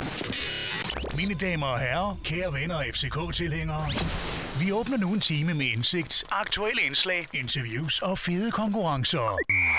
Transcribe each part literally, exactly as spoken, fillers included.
Mine damer og herrer, kære venner og F C K-tilhængere. Vi åbner nu en time med indsigt, aktuelle indslag, interviews og fede konkurrencer.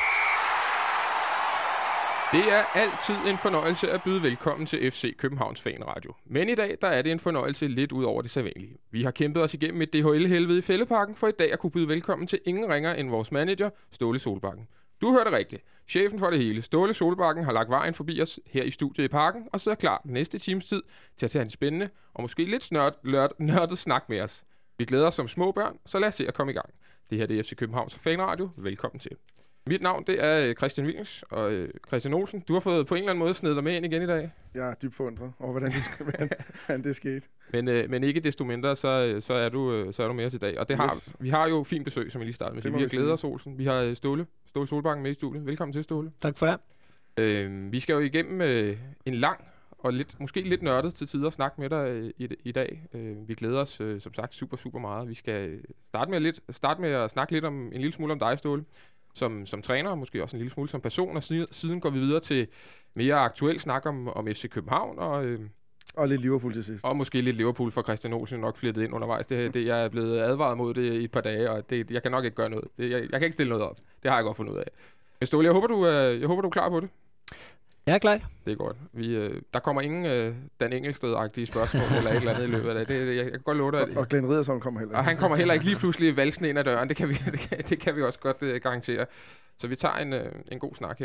Det er altid en fornøjelse at byde velkommen til F C Københavns Fanradio. Men i dag der er det en fornøjelse lidt ud over det sædvanlige. Vi har kæmpet os igennem et D H L-helvede i Fælledparken for i dag at kunne byde velkommen til ingen ringer end vores manager, Ståle Solbakken. Du hørte rigtigt. Chefen for det hele, Ståle Solbakken, har lagt vejen forbi os her i studiet i Parken og sidder klar den næste times tid til at tage en spændende og måske lidt snørt, lørd, nørdet snak med os. Vi glæder os som små børn, så lad os se at komme i gang. Det her det er F C Københavns Fanradio. Velkommen til. Mit navn det er Christian Williams, og øh, Christian Olsen, du har fået på en eller anden måde snedet dig med ind igen i dag. Jeg er dybt forundret over, hvordan det, hvordan, hvordan det skete. Men, øh, men ikke desto mindre, så, så, er du, øh, så er du med os i dag. Og det har, yes. vi har jo fint besøg, som jeg lige startede med. Vi har glædet os, Olsen. Vi har Ståle, Ståle Solbakken med i studiet. Velkommen til, Ståle. Tak for det. Øh, vi skal jo igennem øh, en lang og lidt, måske lidt nørdet til tider snakke med dig øh, i, i dag. Øh, vi glæder os øh, som sagt super, super meget. Vi skal starte med, lidt, starte med at snakke lidt om en lille smule om dig, Ståle. Som, som træner, og måske også en lille smule som person, og siden, siden går vi videre til mere aktuel snak om, om F C København, og, øh, og lidt Liverpool til sidst. Og måske lidt Liverpool for Christian Olsen nok flettet ind undervejs. Det, det, jeg er blevet advaret mod det i et par dage, og det, jeg kan nok ikke gøre noget. Det, jeg, jeg kan ikke stille noget op. Det har jeg godt fundet ud af. Men Ståle, jeg håber, du, øh, jeg håber, du er klar på det. Jeg er klar. Det er godt. Vi, øh, der kommer ingen øh, Dan Engelsted-agtige spørgsmål eller et eller andet i løbet af det. det, det jeg, jeg kan godt love dig. Og, og Glenn Riddersholm kommer heller ikke. Og han kommer heller ikke lige pludselig valsende ind ad døren. Det kan vi, det kan, det kan vi også godt øh, garantere. Så vi tager en, øh, en god snak her.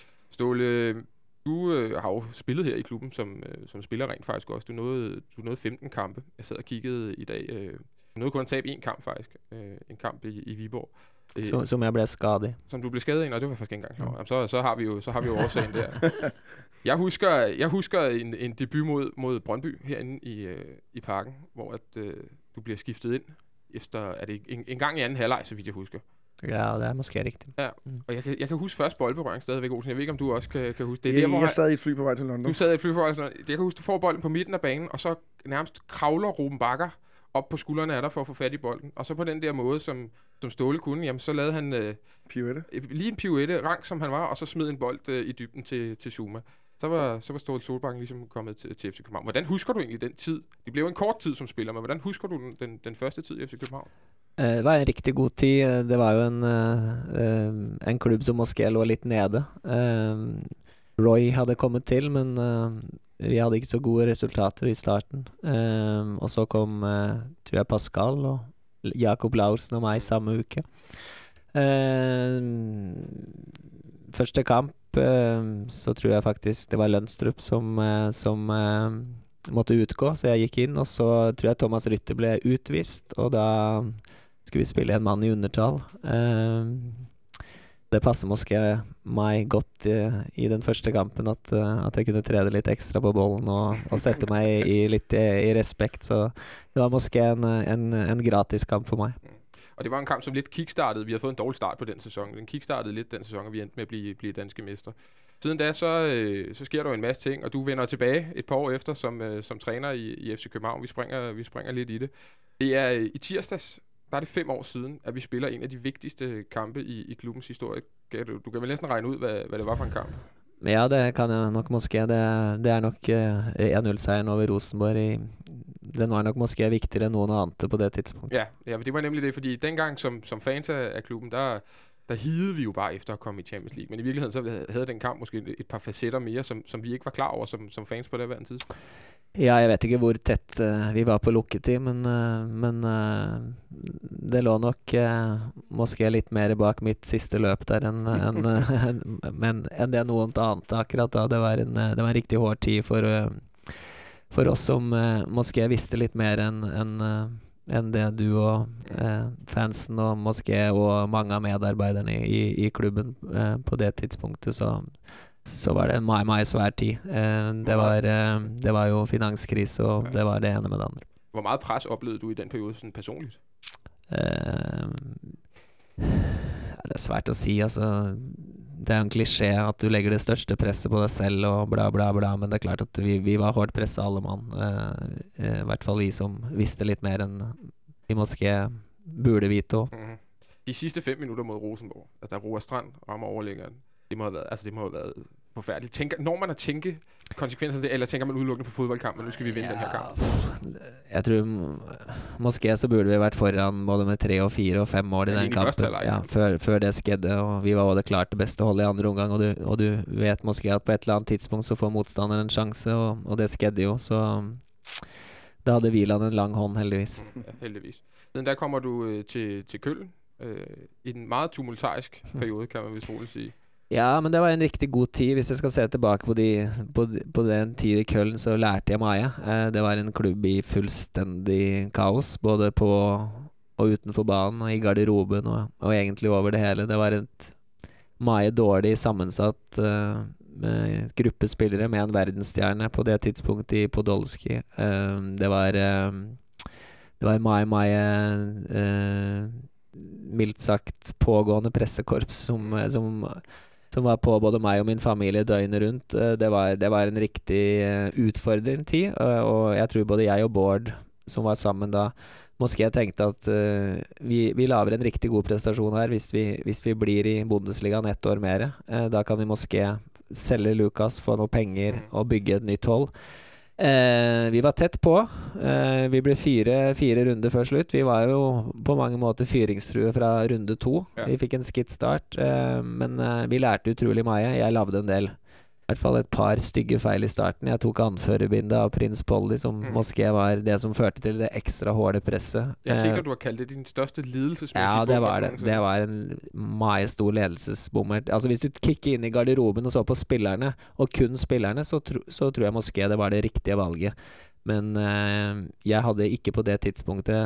Ståle, du øh, har jo spillet her i klubben som, øh, som spiller rent faktisk også. Du nåede, du nåede femten kampe. Jeg sad og kiggede i dag. Øh, du nåede kun at tabe én kamp faktisk. Øh, en kamp i, i Viborg. Øh, som, som jeg blev skadet. Som du blev skadet i, og det var faktisk ikke engang klar. Mm. Så, så har vi jo, så har vi jo årsagen der. Jeg husker, jeg husker en, en debut mod, mod Brøndby herinde i, øh, i Parken, hvor at, øh, du bliver skiftet ind efter, er det en, en gang i anden halvleg, så vidt jeg husker. Ja, det er måske rigtigt. Ja, og jeg kan, jeg kan huske først boldberøring stadigvæk, Olsen. Jeg ved ikke, om du også kan, kan huske det. Jeg, der, hvor jeg sad i et fly på vej til London. Du sad i et fly på vej til London. Jeg kan huske, du får bolden på midten af banen, og så nærmest kravler Ruben Bakker op på skuldrene af dig for at få fat i bolden. Og så på den der måde, som, som Ståle kunne, jamen så lavede han øh, pirouette. lige en pirouette, rank som han var, og så smed en bold øh, i dybden til, til Zuma. Så var, så var Ståle Solbakken ligesom kommet til, til F C København. Hvordan husker du egentlig den tid? Det blev en kort tid som spiller, men hvordan husker du den, den, den første tid i F C København? Uh, det var en rigtig god tid. Det var jo en, uh, en klubb som måske lå lidt nede. Uh, Roy havde kommet til, men uh, vi havde ikke så gode resultater i starten. Uh, og så kom, uh, tror jeg, Pascal og Jakob Laursen og mig samme uke. Uh, første kamp, uh, så tror jeg faktisk det var Lønstrup som, uh, som uh, måtte utgå, så jeg gik ind, og så tror jeg Thomas Rytter blev utvist, og da skulle vi spille en mann i undertal. Uh, det passer måske mig godt uh, i den første kampen at, uh, at jeg kunne træde lidt ekstra på bollen og, og sætte mig i, lidt i, i respekt, så det var måske en, en, en gratis kamp for mig. Og det var en kamp, som lidt kickstartede. Vi har fået en dårlig start på den sæson. Den kickstartede lidt den sæson, og vi endte med at blive, blive danske mester. Siden da, så, øh, så sker der jo en masse ting, og du vender tilbage et par år efter som, øh, som træner i, i F C København. Vi springer, vi springer lidt i det. Det er øh, i tirsdags, der er det fem år siden, at vi spiller en af de vigtigste kampe i, i klubbens historie. Du, du kan vel næsten regne ud, hvad, hvad det var for en kamp? Ja, det kan jeg nok måske. Det, det er nok uh, en nul-sejren over Rosenborg. I, den var nok måske vigtigere end nogen andet på det tidspunkt. Ja, ja, det var nemlig det, fordi dengang som, som fans af, af klubben, der, der hidede vi jo bare efter at komme i Champions League. Men i virkeligheden så havde den kamp måske et par facetter mere, som, som vi ikke var klar over som, som fans på det hver en tidspunkt. Ja, jeg vet ikke hvor tæt uh, vi var på lukketid, men, uh, men uh, det lå nok uh, måske lidt mere bak mitt sidste løb der enn en, uh, men, en det noe annet akkurat da. Det var en, uh, det var en riktig hård tid for, uh, for oss som uh, måske visste litt mer enn en, uh, enn det du og uh, fansen og måske og mange av medarbeiderne i, i klubben uh, på det tidspunktet, så så var det en meget, meget svær tid. Eh, det, var, eh, det var jo finanskrise, og det var det ene med det andre. Hvor meget pres oplevede du i den periode sådan personligt? Eh, det er svært å si, altså. Det er en klisjé at du legger det største presset på deg selv og bla bla bla, men det er klart at vi, vi var hårdt presset alle mann. Eh, I hvert fall vi som visste litt mer enn vi måske burde vite også. Mm-hmm. De sidste fem minutter mod Rosenborg, at der Roar Strand rammer overlæggeren, det må have været, altså det må have været forfærdeligt. Tænker, når man at tænke konsekvenser af det, eller tænker man udelukkende på fodboldkampen, nu skal vi vinde ja, den her kamp? Jeg tror måske så burde vi vært foran både med tre og fire og fem mål i ja, den kampen. Ja, før, før det skedde, og vi var også klart det beste holdet i andre omgang, og du, og du vet måske at på et eller annet tidspunkt så får motstanderen en chance, og, og det skedde jo, så da hadde Wieland en lang hånd, heldigvis. Ja, heldigvis. Men der kommer du øh, til, til Köln, øh, i en meget tumultarisk periode, kan man vist roligt sige. Ja, men det var en riktig god tid. Hvis jeg skal se tilbake på, de, på, på den tid i Köln, så lærte jeg mye. Eh, det var en klubb i fullstendig kaos, både på og utenfor banen, og i garderoben, og, og egentlig over det hele. Det var et mye dårlig sammensatt eh, med gruppespillere med en verdensstjerne på det tidspunktet i Podolski. Eh, det var eh, det var mye, mye eh, mildt sagt pågående pressekorps som, som som var på både meg og min familie døgnet rundt. Det var, det var en riktig utfordrende tid, og jeg tror både jeg og Bård, som var sammen da, måske jeg tenkte at uh, vi, vi laver en riktig god prestasjon her hvis vi, hvis vi blir i Bundesligaen ett år mer. Uh, da kan vi måske selge Lukas, få noe penger og bygge et nytt hold. Eh, vi var tett på. eh, Vi ble fire, fire runder før slutt. Vi var jo på mange måter fyringstrue fra runde to. Ja. Vi fikk en skittstart, eh, men eh, vi lærte utrolig mye. Jeg lavde en del, i hvert fall et par stygge feil i starten. Jeg tok anførerbindet av Prins Polly, som mm. måske var det som førte til det ekstra hårde presset. Jeg er sikker, du har kaldt det din største ledelsesmæssige ja, det var det. Det var en meget stor ledelsesbommer. Altså hvis du kikker inn i garderoben og så på spillerne, og kun spillerne, så, tro, så tror jeg måske det var det riktige valget. Men eh, jeg hadde ikke på det tidspunktet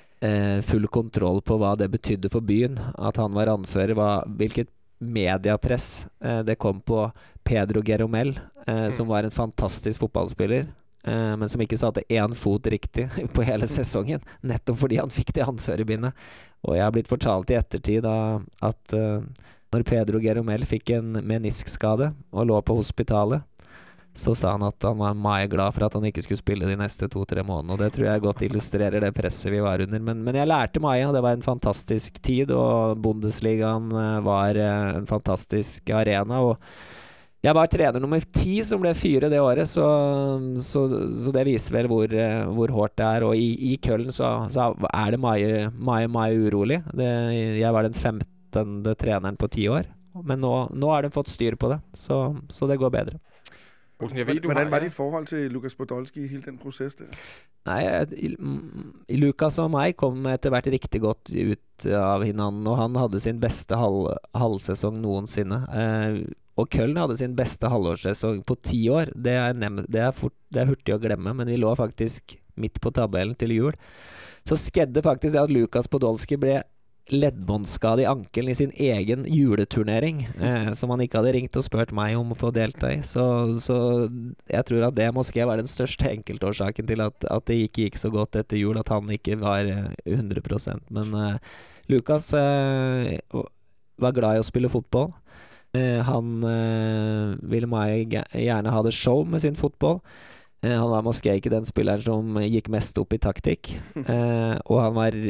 eh, full kontroll på hva det betydde for byen. At han var anfører, hva, hvilket mediapress eh, det kom på Pedro Geromel, eh, mm. som var en fantastisk fotballspiller, eh, men som ikke satte én fot riktig på hele sesongen, nettopp fordi han fikk det anførerbindet. Og jeg har blitt fortalt i ettertid da, at eh, når Pedro Geromel fikk en meniskskade og lå på hospitalet, så sa han at han var meget glad for at han ikke skulle spille de neste to-tre månedene, og det tror jeg godt illustrerer det presset vi var under. Men, men jeg lærte mye, og det var en fantastisk tid, og Bundesligaen var en fantastisk arena, og jeg var trener nummer ti som ble fyret det året, så, så, så det viser vel hvor, hvor hårdt det er, og i, i Köln så, så er det mye, mye, mye urolig. Det, jeg var den femtende treneren på ti år, men nå, nå har de fått styr på det, så, så det går bedre. Jeg ved, Hvordan var det i forhold til Lukas Podolski i hele den proces der? Nei, i, i Lukas og meg kom etter hvert riktig godt ut av hinanden, og han hadde sin beste halv, halvsesong noensinne. Eh, og Köln hadde sin beste halvårssesong på ti år. Det er, nem, det, er fort, det er hurtig å glemme, men vi lå faktisk midt på tabellen til jul. Så skedde faktisk det at Lukas Podolski ble leddbåndskade i ankelen i sin egen juleturnering, eh, som han ikke hadde ringt og spurt meg om å få delta i. Så, så jeg tror at det måske var den største enkeltårsaken til at, at det ikke gikk så godt etter jul, at han ikke var hundre prosent. Men eh, Lukas eh, var glad i å spille fotball. Eh, han eh, ville meg gjerne ha det show med sin fotball. Eh, han var måske ikke den spilleren som gikk mest opp i taktikk, eh, og han var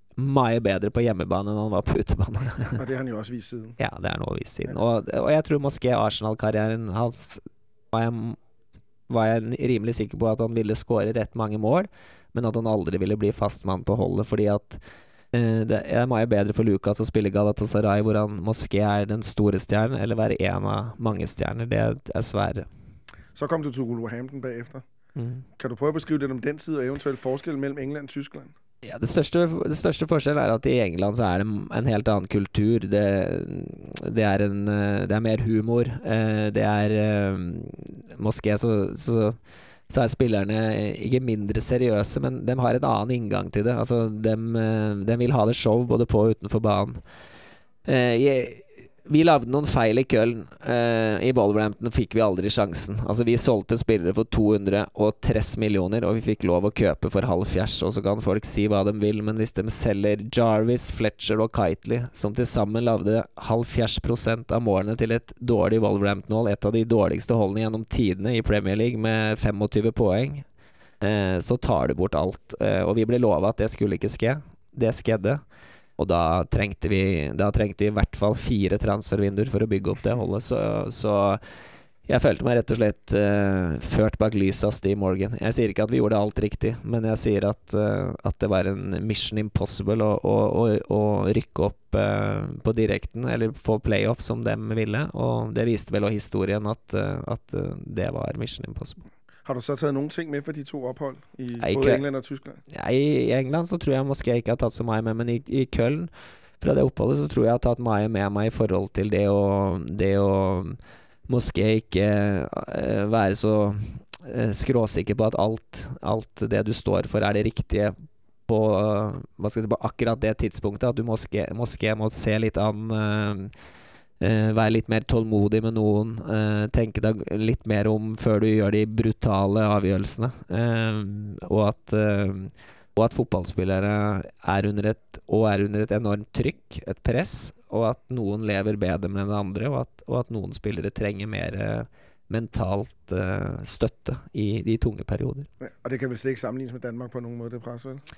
mye bedre på hjemmebane enn han var på utebane. Og det har han jo også vist siden. Ja, det er noe vist siden. Og, og jeg tror måske Arsenal-karrieren hans var jeg, var jeg rimelig sikker på at han ville skåre rett mange mål, men at han aldri ville bli fastmann på holdet, fordi at eh, det er mye bedre for Lukas å spille Galatasaray, hvor han måske er den store stjernen, eller være en av mange stjerner. Det er svære. Så kom du til Wolverhampton bagefter. Mm. Kan du prøve å beskrive litt om den tid, og eventuelt forskjellen mellom England og Tyskland? Ja, det største, det største forskjellen er at i England så er det en helt annen kultur. Det, det, er, en, det er mer humor. Det er måske så, så, så er spillerne ikke mindre seriøse, men de har en annen inngang til det. Altså, de, de vil ha det show både på og utenfor banen. Jeg Vi lagde noen feil i Köln. Uh, I Wolverhampton fikk vi aldri sjansen. Altså, vi solgte spillere for to hundre tre millioner, og vi fikk lov å køpe for halv fjers, og så kan folk si hva de vil, men hvis de selger Jarvis, Fletcher og Kitely, som til sammen lagde halv fjers prosent av målene til et dårlig Wolverhampton-hold, et av de dårligste holdene gjennom tidene i Premier League med tjuefem poeng, uh, så tar du bort alt. Uh, og vi ble lovet at det skulle ikke ske. Det skedde. Og da trengte vi da trengte vi i hvert fall fire transfervinduer for å bygge opp det holdet. Så, så Jeg følte meg rett og slett uh, ført bak lyset av Steve Morgan. Jeg sier ikke at vi gjorde alt riktig, men jeg sier at, uh, at det var en mission impossible å, å, å, å rykke opp uh, på direkten, eller få playoff som dem ville, og det viste vel også historien at, uh, at uh, det var mission impossible. Har du så taget nogle ting med for de to ophold i ja, både England og Tyskland? Ja, i England så tror jeg måske jeg ikke har tatt så mye med, men i, i Köln, fra det oppholdet, så tror jeg jeg har tatt mye med meg i forhold til det å, det å måske ikke uh, være så uh, skråsikker på at alt, alt det du står for er det riktige på, uh, hva skal jeg si, på akkurat det tidspunktet, at du måske, måske må se litt an, uh, uh, være litt mer tålmodig med noen, uh, tenke deg litt mer om før du gjør de brutale avgjørelsene, uh, og at uh, og at fotballspillere er under et, og er under et enormt trykk, et press, og at noen lever bedre med den andre, og at, og at noen spillere trenger mer uh, mentalt uh, støtte i de tunge perioder. Ja, og det kan vel slet ikke sammenlignes med Danmark på nogen måde, det pres, vel?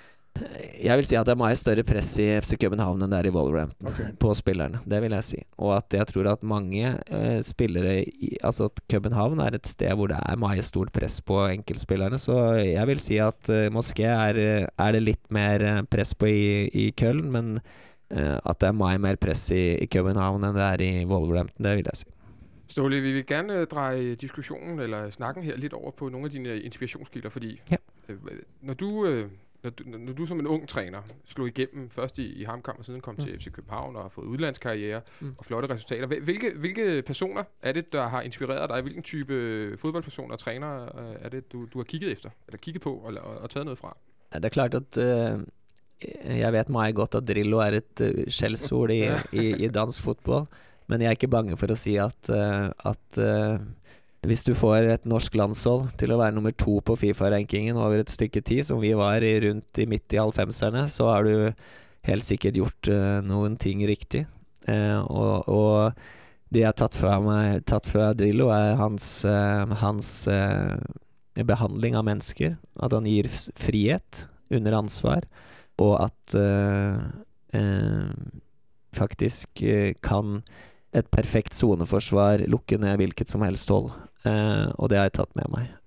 Jeg vil si at det er mye større press i F C København enn det er i Wolverhampton okay. på spillerne, det vil jeg si. Og at jeg tror at mange uh, spillere, i, altså at København er et sted hvor det er mye stort press på enkeltspillerne, så jeg vil si at uh, måske er, er det litt mer press på i, i Köln, men uh, at det er mye mer press i, i København enn det er i Wolverhampton, det vil jeg si. Ståle, vi vil gerne uh, dreje diskussionen eller snakken her lidt over på nogle af dine inspirationskilder, fordi ja. uh, når du... Uh, Når du, når du som en ung træner slog igennem først i, i HamKam og siden kom mm. til F C København og har fået udlandskarriere mm. og flotte resultater. Hvilke, hvilke personer er det, der har inspireret dig? Hvilken type fodboldpersoner og træner er det, du, du har kigget efter? Eller kigget på og, og, og taget noget fra? Ja, det er klart at uh, jeg vet meget godt at Drillo er et uh, skjellsord i, i, i dansk fotball, men jeg er ikke bange for å si at, uh, at uh, hvis du får et norsk landshold til å være nummer to på FIFA-rankingen over et stykke tid, som vi var i rundt i midt i halvfemserne, så har du helt sikkert gjort uh, noen ting riktig. Uh, og, og det jeg har tatt fra, meg, tatt fra Drillo er hans, uh, hans uh, behandling av mennesker, at han gir frihet under ansvar, og at uh, uh, faktisk uh, kan et perfekt zoneforsvar lukke ned hvilket som helst hold. Uh, og det har jeg tatt med meg.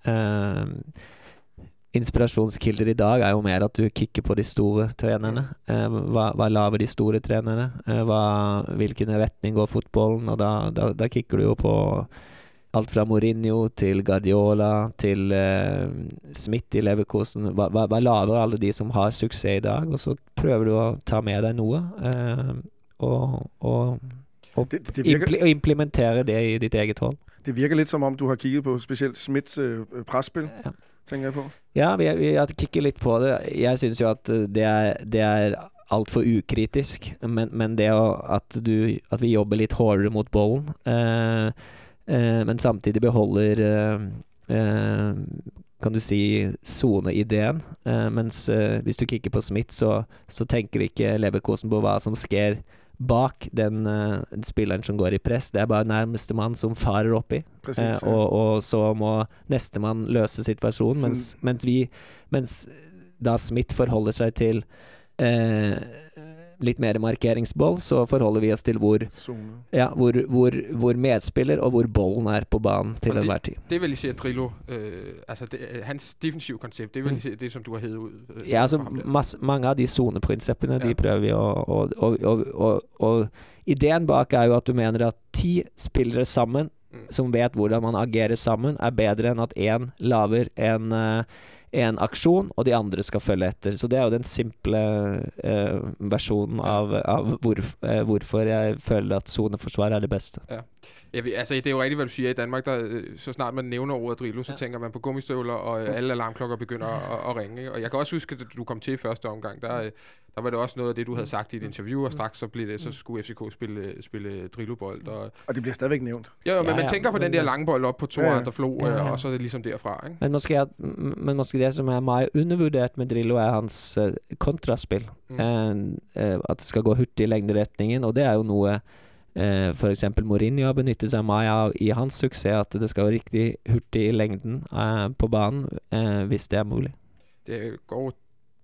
Uh, inspirasjonskilder i dag er jo mer at du kikker på de store trenerne. Uh, hva, hva laver de store trenerne? Uh, hva, hvilken retning går fotballen? Og da, da, da kikker du jo på alt fra Mourinho til Guardiola til uh, Smith i Leverkusen. Hva, hva, hva laver alle de som har suksess i dag? Og så prøver du å ta med deg noe uh, og, og, og det, det virker... impl- implementere det i ditt eget hold. Det virker lidt som om, du har kigget på specielt Smiths øh, presspil, ja. tænker jeg på. Ja, vi, vi har kigget litt på det. Jeg synes jo at det er, det er alt for ukritisk, men, men det å, at, du, at vi jobber litt hårdere mot bollen, eh, eh, men samtidig beholder, eh, eh, kan du si, zoneideen. Eh, mens eh, hvis du kikker på Smith, så, så tenker ikke Leverkusen på hva som sker bak den, uh, den spilleren som går i press. Det er bare nærmeste mann som farer oppi. Precis, eh, ja. og, og så må neste mann løse situasjonen, mens, mens vi mens da Smith forholder seg til eh, litt mer markeringsboll, så forholder vi oss til hvor, ja, hvor, hvor, hvor medspiller og hvor bollen er på banen til enhver tid. Det vil jeg si at Drillo, øh, altså det, hans defensive koncept, det vil jeg si det som du har hævet ud. Øh, ja, altså masse, mange av de zoneprinsippene, ja. de prøver vi å, og, og, og, og, og ideen bak er jo at du mener at ti spillere sammen, mm. som vet hvordan man agerer sammen, er bedre enn at en laver en uh, en aksjon, og de andre skal følge etter. Så det er jo den simple eh, versjonen av, av hvor, eh, hvorfor jeg føler at zoneforsvar er det beste. Ja. Ja, vi, altså, det er jo rigtigt, hvad du siger. I Danmark, der, så snart man nævner ordet Drillo, så ja. tænker man på gummistøvler, og øh, alle alarmklokker begynder at, at ringe. Og jeg kan også huske, at du kom til i første omgang, der, øh, der var det også noget af det, du havde sagt i et interview, og straks så, blev det, så skulle F C K spille, spille Drillo-bold. Og, og det bliver stadigvæk nævnt. Ja, jo, men ja, man ja, tænker på den der lange bold op på to ja, ja. andre flo, ja, ja. og så er det ligesom derfra. Ikke? Men, måske at, men måske det, som er meget undervurderet med Drillo, er hans uh, kontraspil. Mm. Uh, uh, at det skal gå hurtigt i længderetningen, og det er jo noe Uh, for eksempel Mourinho har benyttet seg mye av i hans suksess, at det skal være riktig hurtig i lengden uh, på banen, uh, hvis det er mulig. Det går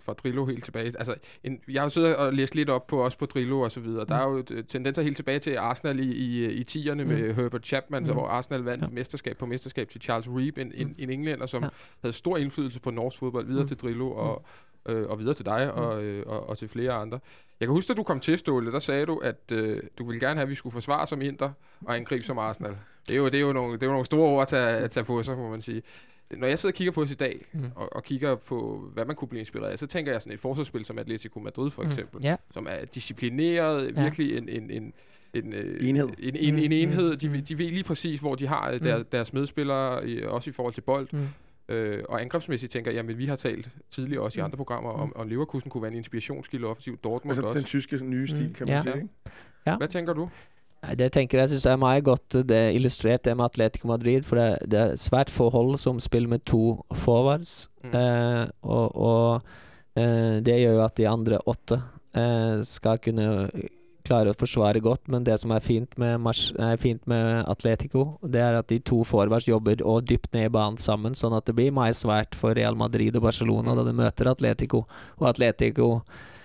fra Drillo helt tilbage. Altså, en, jeg har jo siddet og læst lidt op på også på Drillo og så videre. Der er jo tendenser helt tilbage til Arsenal i, i, i tierne mm. med Herbert Chapman, mm. hvor Arsenal vandt ja. mesterskab på mesterskab til Charles Reeve, en, en, en englænder, som ja. havde stor indflydelse på norsk fodbold, videre mm. til Drillo og, øh, og videre til dig mm. og, øh, og, og til flere andre. Jeg kan huske, da du kom til, Ståle, der sagde du, at øh, du ville gerne have, at vi skulle forsvare som Inter og angribe som Arsenal. Det er jo, det er jo, nogle, det er jo nogle store ord at tage, at tage på sig, må man sige. Når jeg sidder og kigger på os i dag, mm. og, og kigger på, hvad man kunne blive inspireret af, så tænker jeg sådan et forsvarsspil som Atletico Madrid for eksempel, mm. yeah. som er disciplineret, yeah. virkelig en, en, en, en, enhed. en, en, en enhed. De, de ved lige præcis, hvor de har der, deres medspillere, også i forhold til bold. Mm. Øh, og angrebsmæssigt tænker jeg, jamen vi har talt tidligere også i andre programmer, om, om Leverkusen kunne være en inspirationskilde offensivt. Dortmund altså også. Den tyske nye stil, mm. kan man ja. sige, ikke? Ja. Hvad tænker du? Det tenker jeg synes er meget godt det illustrert det med Atletico Madrid, for det, det er svært få hold som spiller med to forwards, mm. eh, og, og eh, det gjør jo at de andre åtte eh, skal kunne klare å forsvare godt, men det som er fint med, Mars, er fint med Atletico, det er at de to forwards jobber og dypt ned i banen sammen, sånn at det blir meget svært for Real Madrid og Barcelona mm. da de møter Atletico, og Atletico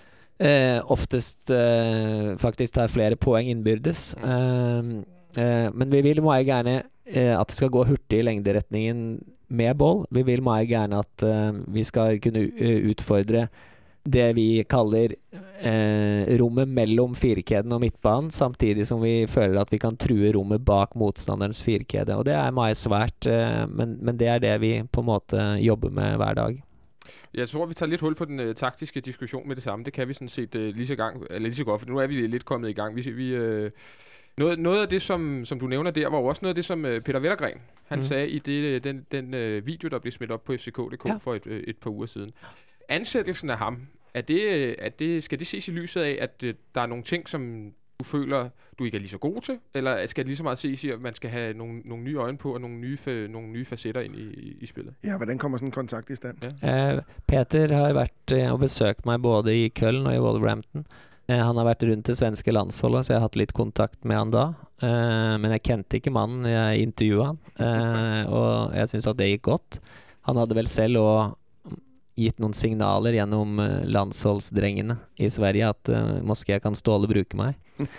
Eh, oftest eh, faktisk tar flere poeng innbyrdes. Eh, eh, men vi vil meget gjerne eh, at det skal gå hurtig i lengderetningen med boll. Vi vil meget gjerne at eh, vi skal kunne utfordre det vi kaller eh, rommet mellom firkæden og midtbanen, samtidig som vi føler at vi kan true rommet bak motstanderens firkæde. Og det er meget svært, eh, men, men det er det vi på en måte jobber med hver dag. Jeg tror, vi tager lidt hul på den øh, taktiske diskussion med det samme. Det kan vi sådan set øh, lige så gang, eller lige så godt, for nu er vi lidt kommet i gang. Vi, vi, øh, noget, noget af det, som, som du nævner der, var jo også noget af det, som øh, Peter Wettergren, han mm. sagde i det, den, den øh, video, der blev smidt op på F C K punktum d k ja. for et, øh, et par uger siden. Ansættelsen af ham, er det, er det, skal det ses i lyset af, at øh, der er nogle ting, som du føler, du ikke er lige så god til? Eller skal det lige så meget ses i, at man skal have nogle, nogle nye øjne på og nogle nye, fa- nogle nye facetter ind i, i, i spillet? Ja, hvordan kommer sådan en kontakt i stand? Ja. Uh, Peter har vært uh, og besøkt meg både i Köln og i Wolverhampton. Uh, han har vært rundt det svenske landsholdet, så jeg har hatt litt kontakt med han da. Uh, men jeg kjente ikke mannen, jeg intervjuet han. Uh, og jeg synes at det gikk godt. Han hadde vel selv også gitt noen signaler gjennom uh, landsholdsdrengene i Sverige at uh, måske jeg kan Ståle bruke meg.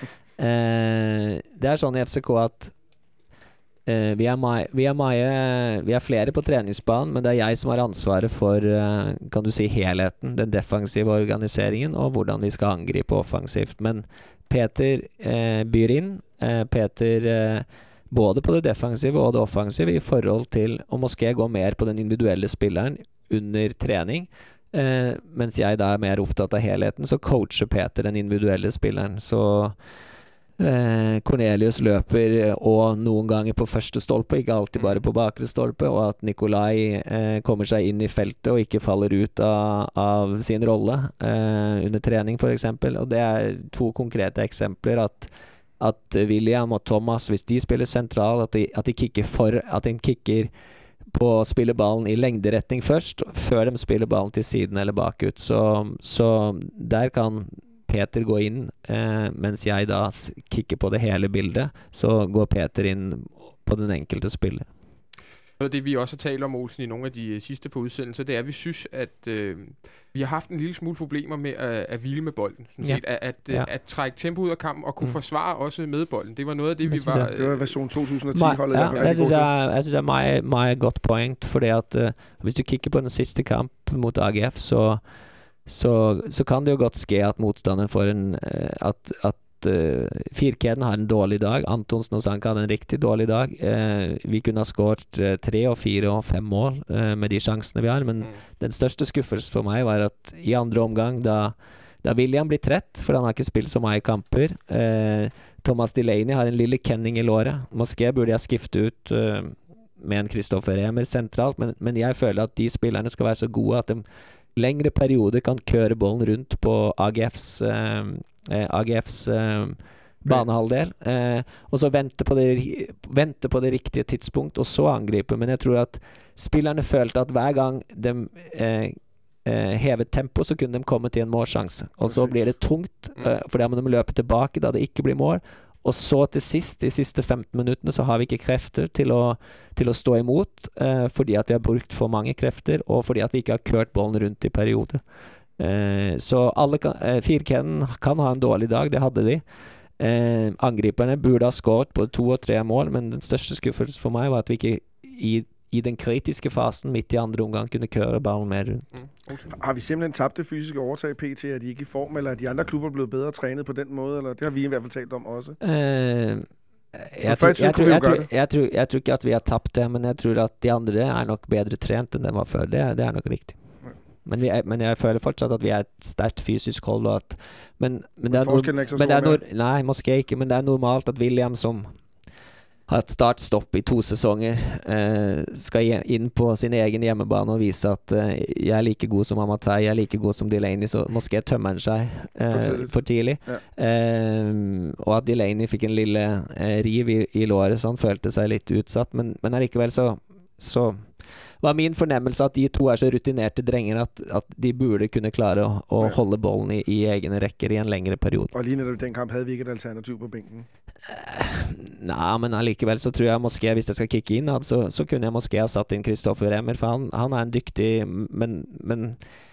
uh, det er sånn i F C K at uh, vi, er mai, vi, er mai, vi er flere på treningsbanen, men det er jeg som har ansvaret for uh, kan du si helheten, den defensive organiseringen og hvordan vi skal angripe offensivt. Men Peter uh, byr inn. Uh, Peter uh, både på det defensive og det offensive i forhold til å måske gå mer på den individuelle spilleren under trening, eh, mens jeg da er mer opptatt av helheten, så coacher Peter den individuelle spilleren. Så eh, Cornelius løper og noen ganger på første stolpe, ikke alltid bare på bakre stolpe, og at Nikolai eh, kommer seg inn i feltet og ikke faller ut av, av sin rolle eh, under trening for eksempel. Og det er to konkrete eksempler at at William og Thomas, hvis de spiller sentral, at de, at de kicker for, at de kicker på å spille ballen i lengderetning først, før de spiller ballen til siden eller bakut. Så, så der kan Peter gå inn, eh, mens jeg da kicker på det hele bildet, så går Peter inn på den enkelte spiller. Noget af det, vi også har talt om, Olsen, i nogle af de sidste på udsendelser, det er, at vi synes, at øh, vi har haft en lille smule problemer med at, at hvile med bolden. Sådan ja. set. At, at, ja. at, at trække tempo ud af kampen og kunne mm. forsvare også med bolden. Det var noget af det, vi var... Jeg, det var version to tusind og ti-holdet. Ja, ja, det synes jeg, jeg synes er meget, meget godt point, fordi at uh, hvis du kikker på den sidste kamp mot A G F, så, så, så kan det jo godt ske at modstanderen får en... Uh, at, at Uh, firkæden har en dårlig dag. Antonsen og Sanka hadde en riktig dårlig dag. Uh, vi kunne ha skåret uh, tre og fire og fem mål uh, med de sjansene vi har, men mm. den største skuffelsen for meg var at i andre omgang, da, da William blir trett, for han har ikke spilt så mange kamper, uh, Thomas Delaney har en lille kenning i låret. Måske burde jeg skifte ut uh, med en Kristoffer Emer sentralt, men, men jeg føler at de spillerne skal være så gode at de lengre perioder kan køre bollen rundt på A G Fs uh, A G Fs eh, banehalvdel, eh, og så vente på, det, vente på det riktige tidspunkt, og så angripe. Men jeg tror at spillerne følte at hver gang de eh, eh, hevet tempo, så kunne de komme til en målsjanse. Og så blir det tungt, eh, for da må de løpe tilbake da det ikke blir mål. Og så til sist, de siste femten minuttene, så har vi ikke krefter til å, til å stå imot, eh, fordi at vi har brukt for mange krefter, og fordi at vi ikke har kørt bollen rundt i perioder. Eh, så alle kan, eh, firkjeden kan ha en dårlig dag, det hadde de. Eh, angriperne burde ha skåret på to og tre mål, men den største skuffelsen for meg var at vi ikke i, i den kritiske fasen midt i andre omgang kunne køre ballen mer rundt. Mm. Okay. Har vi simpelthen tabt det fysiske overtag P T, at de ikke er i form, eller er de andre klubber blevet bedre trænet på den måde, eller det har vi i hvert fald talt om også? Eh, Jeg tror, jeg, tror, jeg, tror, jeg, tror, jeg tror ikke at vi har tapt det, men jeg tror at de andre er nok bedre trent enn de var før. Det, det er nok riktig. Men, vi er, men jeg føler fortsatt at vi er et sterkt fysisk hold. Og at, men, men, det er nor- men det er nor- Nei, måske ikke, men det er normalt at William, som har et startstopp i to sesonger, eh, skal inn på sin egen hjemmebane og vise at eh, jeg er like god som Amatei, jeg er like god som Delaney, så måske tømmer han seg eh, for tidlig. Ja. Eh, og at Delaney fikk en lille eh, riv i, i låret, så han følte seg litt utsatt, men, men allikevel så, så var min fornemmelse at de to er så rutinerte drenger at, at de burde kunne klare å, å ja. holde bollen i, i egne rekker i en lengre periode. Og lige netop i den kamp havde vi ikke et alternativ på bænken? Nei, men allikevel så tror jeg måske, hvis jeg skal kikke inn, så, så kunne jeg måske ha satt inn Kristoffer Emmer, for han, han er en dyktig, men, men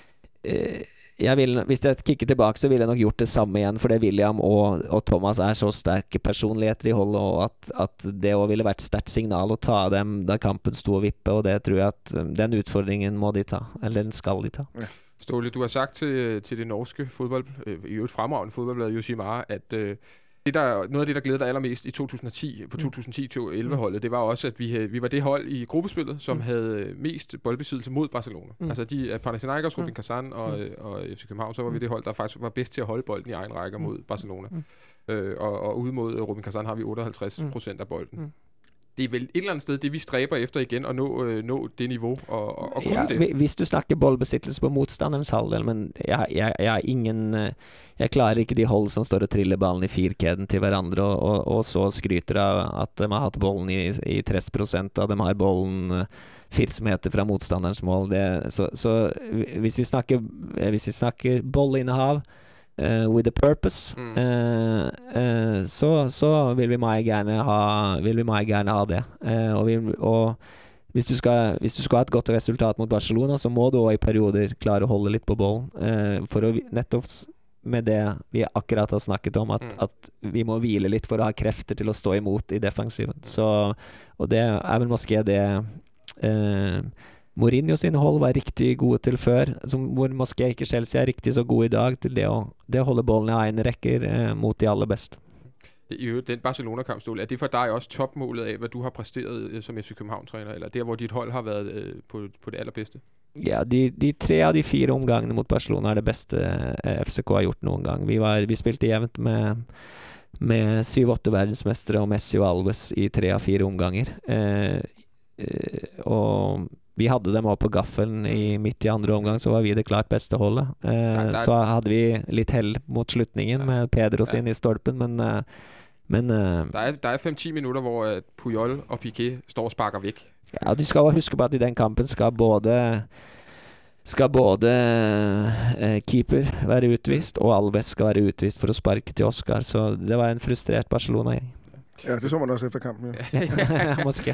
eh, jeg vil, hvis jeg kikker tilbake, så ville jeg nok gjort det samme igjen, fordi William og, og Thomas er så sterke personligheter i holdet, og at, at det også ville vært sterkt signal å ta dem da kampen stod og vippe, og det tror jeg at den utfordringen må de ta, eller den skal de ta. Ja. Ståle, du har sagt til, til det norske fodbold, øh, i et fremragende fodboldblad, Josimar, at øh, det der, noget af det, der glæder dig allermest i to tusind og ti, på to tusind og ti til elleve-holdet, det var også, at vi, havde, vi var det hold i gruppespillet, som mm. havde mest boldbesiddelse mod Barcelona. Mm. Altså de Panathinaikos, Rubin Kazan og, mm. og F C København, så var vi det hold, der faktisk var bedst til at holde bolden i egen rækker mod Barcelona. Mm. Øh, og, og ude mod Rubin Kazan har vi otteoghalvtreds procent af bolden. Mm. Det er vel et eller andet sted, det vi stræber efter igen, at nå, øh, nå det niveau og, og, og kunne ja, det. Hvis du snakker boldbesittelse på motstanderens halvdel, men jeg, jeg, jeg er ingen jeg klarer ikke de hold som står og triller ballen i firkjeden til hverandre, og, og, og så skryter av at de har hatt bollen i, i tretti prosent av dem har bollen fire meter fra motstanderens mål. Det, så, så hvis vi snakker, hvis vi snakker bollinnehav, Uh, with a purpose, mm. uh, uh, så, så vil vi meget gerne ha, vil vi meget gerne ha det. Uh, og, vi, og hvis, du skal, hvis du skal ha et godt resultat mot Barcelona, så må du også i perioder klare å holde litt på bollen. Uh, for å nettopp med det vi akkurat har snakket om, at, mm. at vi må hvile litt for å ha krefter til å stå imot i defensiven. Så, og det er vel måske det uh, Mourinho sin hold var riktig gode til før, som, hvor måske ikke Chelsea er riktig så god i dag til det å, det å holde bollen i egen rekker eh, mot de aller beste. I øvrigt, den Barcelona-kamp, Ståle, er det for dig også topmålet af, hvad du har præsteret øh, som F C København-træner, eller der, hvor dit hold har været øh, på, på det allerbedste? Ja, de, de tre av de fire omgangene mot Barcelona er det beste eh, F C K har gjort noen gang. Vi, var, vi spilte jevnt med, med syv-åtte verdensmestere og Messi og Alves i tre av fire omganger. Eh, eh, og vi hadde dem også på gaffelen i midt i andre omgang, så var vi det klart beste holdet. Eh, der, der. Så hadde vi litt hell mot slutningen ja. med Pedros ja. inn i stolpen, men... Eh, men eh, der er, der er fem til minutter, hvor uh, Puyol og Piqué står og sparker væk. Ja, og de skal også huske på at i den kampen skal både... skal både eh, keeper være utvist, og Alves skal være utvist for å sparke til Oscar, så det var en frustrert Barcelona-gjeng. Ja, det så man også efter kampen. Ja. Måske.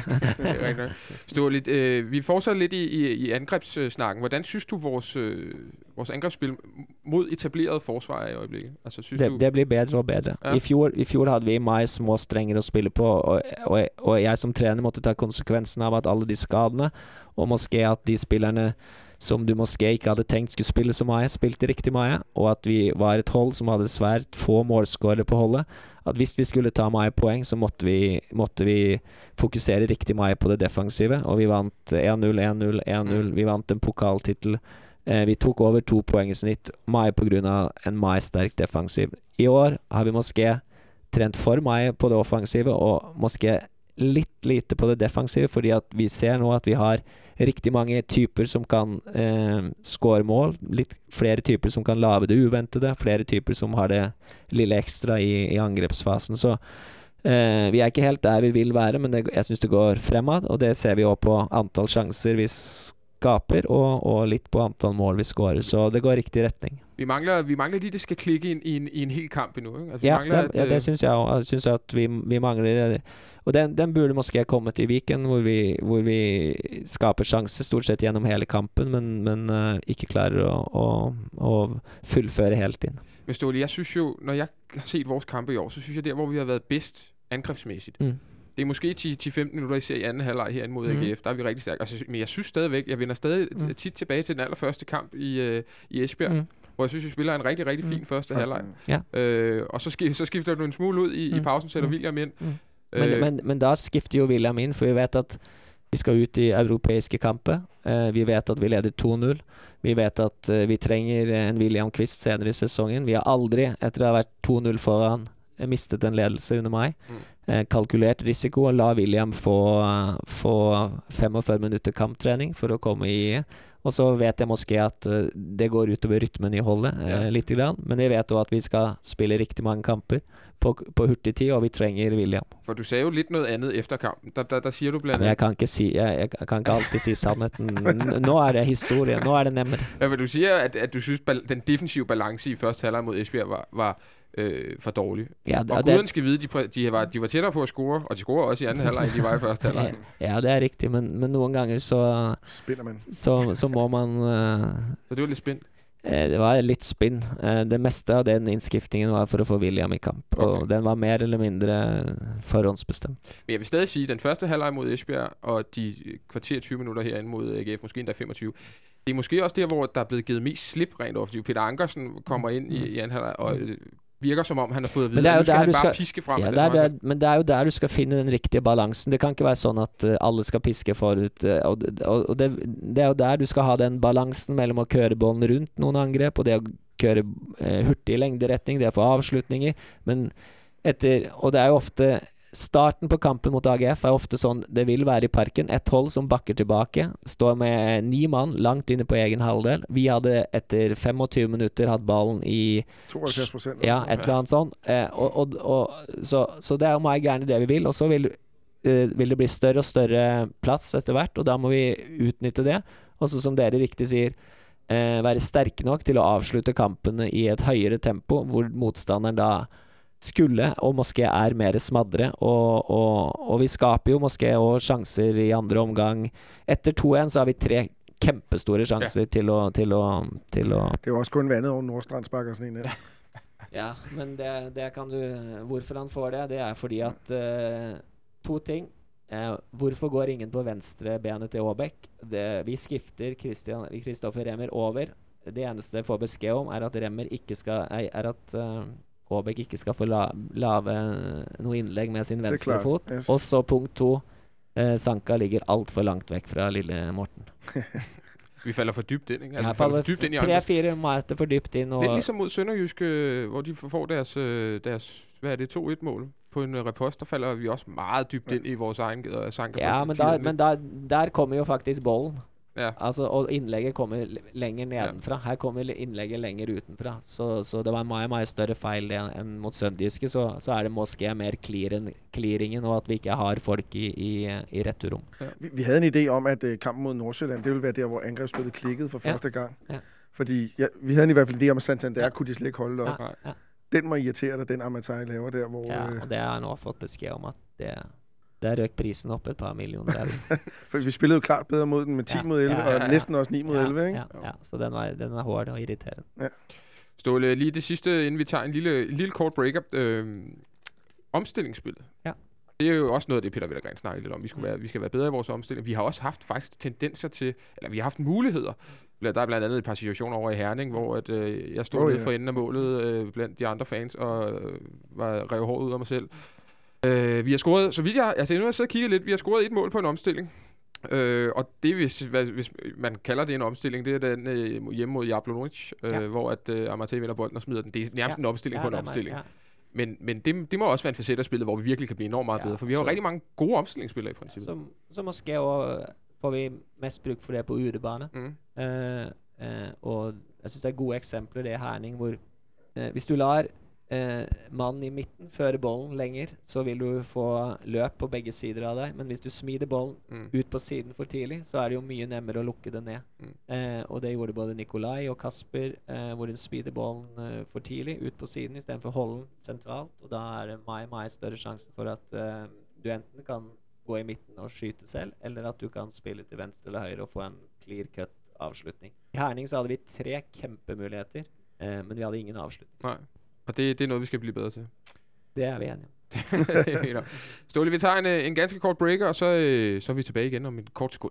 Ståle, øh, vi fortsætter lidt i, i, i angrebssnakken. Hvordan synes du, vores, øh, vores angrebsspil mod etableret forsvar i øjeblikket? Altså, synes det, du... det blir bedre og bedre. Ja. I, fjor, I fjor hadde vi meget små strenger å spille på, og, og, og jeg som trener måtte ta konsekvensen av at alle de skadene, og måske at de spillerne som du måske ikke hadde tenkt skulle spille så mye, spilte riktig mye, og at vi var et hold som hadde svært få målskårere på holdet. At hvis vi skulle ta mye poeng, så måtte vi, måtte vi fokusere riktig mye på det defensive, og vi vant én null, én null, én null, vi vant en pokaltitel. Eh, vi tok over to poeng i snitt, mye på grunn av en mye sterk defensiv. I år har vi måske trent for mye på det offensive, og måske litt lite på det defensive, fordi at vi ser nå at vi har riktig mange typer som kan eh, score mål, litt flere typer som kan lave det uventede, flere typer som har det lille ekstra i, i angrepsfasen, så eh, vi er ikke helt der vi vil være, men det, jeg synes det går fremad, og det ser vi også på antall sjanser vi skaper, og, og litt på antall mål vi skårer. Så det går i riktig retning. Vi mangler, vi mangler lige, det skal klikke i en, i en, i en hel kamp endnu, ikke? Altså, Ja, vi mangler, det, ja, det synes jeg også. Jeg synes at vi, vi mangler, og den, den burde måske ha kommet i Viken, hvor vi, hvor vi skaper sjanser stort sett gjennom hele kampen, men, men uh, ikke klarer å, å, å fullføre helt inn. Men Ståle, jeg synes jo, når jeg har set vores kampe i år, så synes jeg der, hvor vi har været bedst angrebsmæssigt. Mm. Det er måske ti til femten minutter, især i anden halvleg herinde mod mm. A G F. Der er vi rigtig stærke. Altså, men jeg synes stadigvæk, jeg vender stadig mm. tit tilbage til den allerførste kamp i, uh, i Esbjerg, mm. hvor jeg synes, vi spiller en rigtig, rigtig fin mm. første halvleg. Ja. Øh, og så, sk- så skifter du en smule ud i, mm. i pausen, sætter mm. William ind. Mm. Men, øh, men, men da skifter jo William inn, for vi vet at vi skal ut i europeiske kamper. Uh, vi vet at vi leder to null. Vi vet at uh, vi trenger en William Kvist senere i sesongen. Vi har aldri, etter å ha vært to null foran, mistet en ledelse under meg. Mm. Eh, kalkulert risiko og la William få, uh, få femogfyrre minutter kamptrening for å komme i. Og så vet jeg måske at uh, det går utover rytmen i holdet uh, ja. litt grann. Men jeg vet også at vi skal spille riktig mange kamper på, på hurtig tid, og vi trenger William. For du sagde jo lidt noget andet efter kampen. Der, der, der siger du blandt andet... Ja, jeg kan ikke si, jeg, jeg kan ikke alltid si sannheten. Nå er det historie, nå er det nemmere. Ja, men du siger, at, at du synes, at den defensive balance i første halvleg mod Esbjerg var... var Øh, for dårlig. Ja, og og guderne skal vide, de, præ- de, var, de var tættere på at score, og de scorer også i anden halvleg, end de var i første halvleg. Ja, det er rigtigt, men, men nogle gange så, man. så, så må man... Uh, så det var lidt spind? Uh, det var lidt spind. Uh, det meste av den indskiftningen var for at få William i kamp, okay. Og den var mere eller mindre forhåndsbestemt. Men jeg vil stadig sige, at den første halvleg mod Esbjerg, og de kvarter tyve minutter herinde mod A G F, måske endda femogtyve, det er måske også der, hvor der er blevet givet mest slip rent offensivt. Peter Ankersen kommer ind i, i anden halvleg, og virker som om han har fået at vide, at nu skal han bare skal, piske frem. Ja, der, der, men det er jo der du skal finne den riktige balansen. Det kan ikke være sånn at uh, alle skal piske forut. Uh, og og, og det, det er jo der du skal ha den balansen mellom å køre bollen rundt noen angrep, og det å køre uh, hurtig lengderetning, det å få avslutninger. Men etter, og det er jo ofte starten på kampen mot A G F er ofte sånn, det vil være i parken, et hold som bakker tilbake, står med ni mann langt inne på egen halvdel. Vi hadde etter femogtyve minutter hatt ballen i tooghalvfjerds prosent. Ja, et eller annet sånn. Eh, og, og, og, så, så det er jo meg gjerne det vi vil, og så vil, eh, vil det bli større og større plass etter hvert, og da må vi utnytte det. Og så som dere riktig sier, eh, være sterke nok til å avslutte kampene i et høyere tempo, hvor motstanderen da skulle, og måske er mer smadre, og, og, og vi skaper jo måske også sjanser i andre omgang. Etter to en så har vi tre kæmpestore sjanser ja. til, å, til, å, til å... Det er jo også kun vandet over Nordstrand sparker sådan en. Ja, men det, det kan du... Hvorfor han får det, det er fordi at uh, to ting. Uh, hvorfor går ingen på venstre benet til Aabæk? Det, vi skifter Christian, Kristoffer Remmer over. Det eneste jeg får besked om er at Remmer ikke skal... Er at... Uh, Aabæk ikke skal få la, lave noe innlegg med sin venstre fot. Yes. Og så punkt to, eh, Sanka ligger alt for langt vekk fra lille Morten. Vi falder for dybt ind, ikke? Altså, ja, falder for dybt tre-fire meter for dybt ind. Og... Lidt ligesom mod Sønderjyske, hvor de får deres, deres hvad er det, to et mål på en repost, der falder vi også meget dybt ind i vores egen uh, Sanka. Ja, men, der, men der, der kommer jo faktisk bollen. Ja. Altså, og innlegget kommer lenger nedenfra. Her kommer innlegget lenger utenfra. Så, så det var en mye, mye større feil enn mot Sønderjyske. Så, så er det måske mer clearen, clearingen, og at vi ikke har folk i, i, i returrom. Ja. Vi, vi havde en idé om, at uh, kampen mod Nordsjælland, det ville være der, hvor angrebsspillet klikkede for første ja. gang. Ja. Fordi ja, vi havde i hvert fald idé om, at Santander ja. kunne de slet ikke holde op. Ja. Ja. Den må irritere dig, den Amatai laver der, hvor... Ja, og det har jeg nå fået besked om, at det der røk prisen op et par millioner. For vi spillede jo klart bedre mod den med ti ja, mod elleve, ja, ja, ja. Og næsten også ni mod elleve, ikke? Ja, ja, så den, var, den er hård og irriterende. Ja. Ståle, lige det sidste, inden vi tager en lille, lille kort break-up. Øh, omstillingsspillet. Ja. Det er jo også noget af det, Peter Wettergren snakker lidt om. Vi, skulle være, vi skal være bedre i vores omstilling. Vi har også haft faktisk tendenser til, eller vi har haft muligheder. Der er blandt andet et par situationer over i Herning, hvor at, øh, jeg stod oh, nede ja. for enden af målet øh, blandt de andre fans, og øh, var rev hårdt ud af mig selv. Uh, vi har scoret, så vidt jeg, altså nu har jeg siddet og kigget lidt, vi har scoret et mål på en omstilling. Uh, og det, hvis, hvad, hvis man kalder det en omstilling, det er den uh, hjemme mod Jablonec, uh, ja. hvor at uh, Amartey vinder bolden og smider den. Det er nærmest ja. en omstilling ja, på en omstilling. Ja. Men, men det, det må også være en facet af spillet, hvor vi virkelig kan blive enormt meget ja, bedre, for vi har jo rigtig mange gode omstillingsspillere i princippet. Så, så måske også får vi mest brug for det på udebane. Mm. Uh, uh, og jeg synes det er gode eksempler, det er Herning, hvor uh, hvis du lar eh, mannen i midten fører bollen lenger, så vil du få løp på begge sider av deg. Men hvis du smider bollen mm. ut på siden for tidlig, så er det jo mye nemmere å lukke det ned. Mm. Eh, og det gjorde både Nikolai og Kasper, eh, hvor de smider bollen eh, for tidlig ut på siden, i stedet for å holde den sentralt. Og da er det mye, mye større sjanse for at eh, du enten kan gå i midten og skyte selv, eller at du kan spille til venstre eller høyre og få en clear cut avslutning. I Herning så hadde vi tre kjempemuligheter, eh, men vi hadde ingen avslutning. Nej. Og det, det er noget, vi skal blive bedre til. Det er vi enige om. Ståle, vi tager en, en ganske kort break, og så, så er vi tilbage igen om et kort sekund.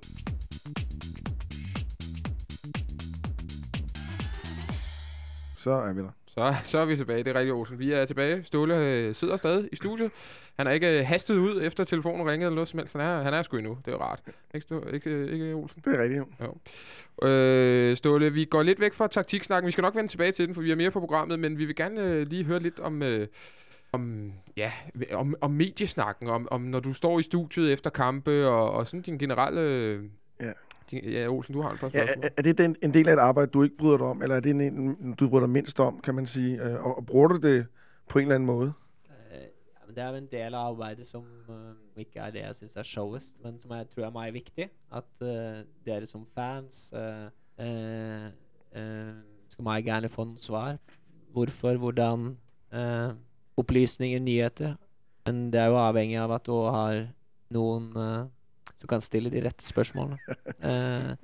Så er vi der. Så, så er vi tilbage, det er rigtigt, Olsen. Vi er tilbage. Ståle øh, sidder stadig i studiet. Han er ikke øh, hastet ud, efter telefonen ringede eller noget som helst. Han er, han er sgu endnu, det er jo rart. Ikke, Stå, ikke, ikke Olsen? Det er rigtigt, jo. Øh, Ståle, vi går lidt væk fra taktiksnakken. Vi skal nok vende tilbage til den, for vi er mere på programmet, men vi vil gerne øh, lige høre lidt om... Øh, om, ja, om, om mediesnakken, om, om når du står i studiet efter kampe, og, og sådan din generelle... Øh, ja. Ja, Olsen, du har et par spørgsmål. Ja, er, er det den, en del af et arbejde, du ikke bryder dig om, eller er det en, du bryder dig mindst om, kan man sige? Og, og bruger du det på en eller anden måde? Uh, ja, men det er jo en del af arbejdet, som uh, ikke er det, jeg synes er sjovest, men som jeg tror er meget vigtigt, at uh, dere som fans uh, uh, uh, skal meget gerne få nogle svar. Hvorfor, hvordan, uh, oplysninger, nyheter. Men det er jo afhængig av at du har nogen... Uh, så kan stille de rette spørgsmålene. uh,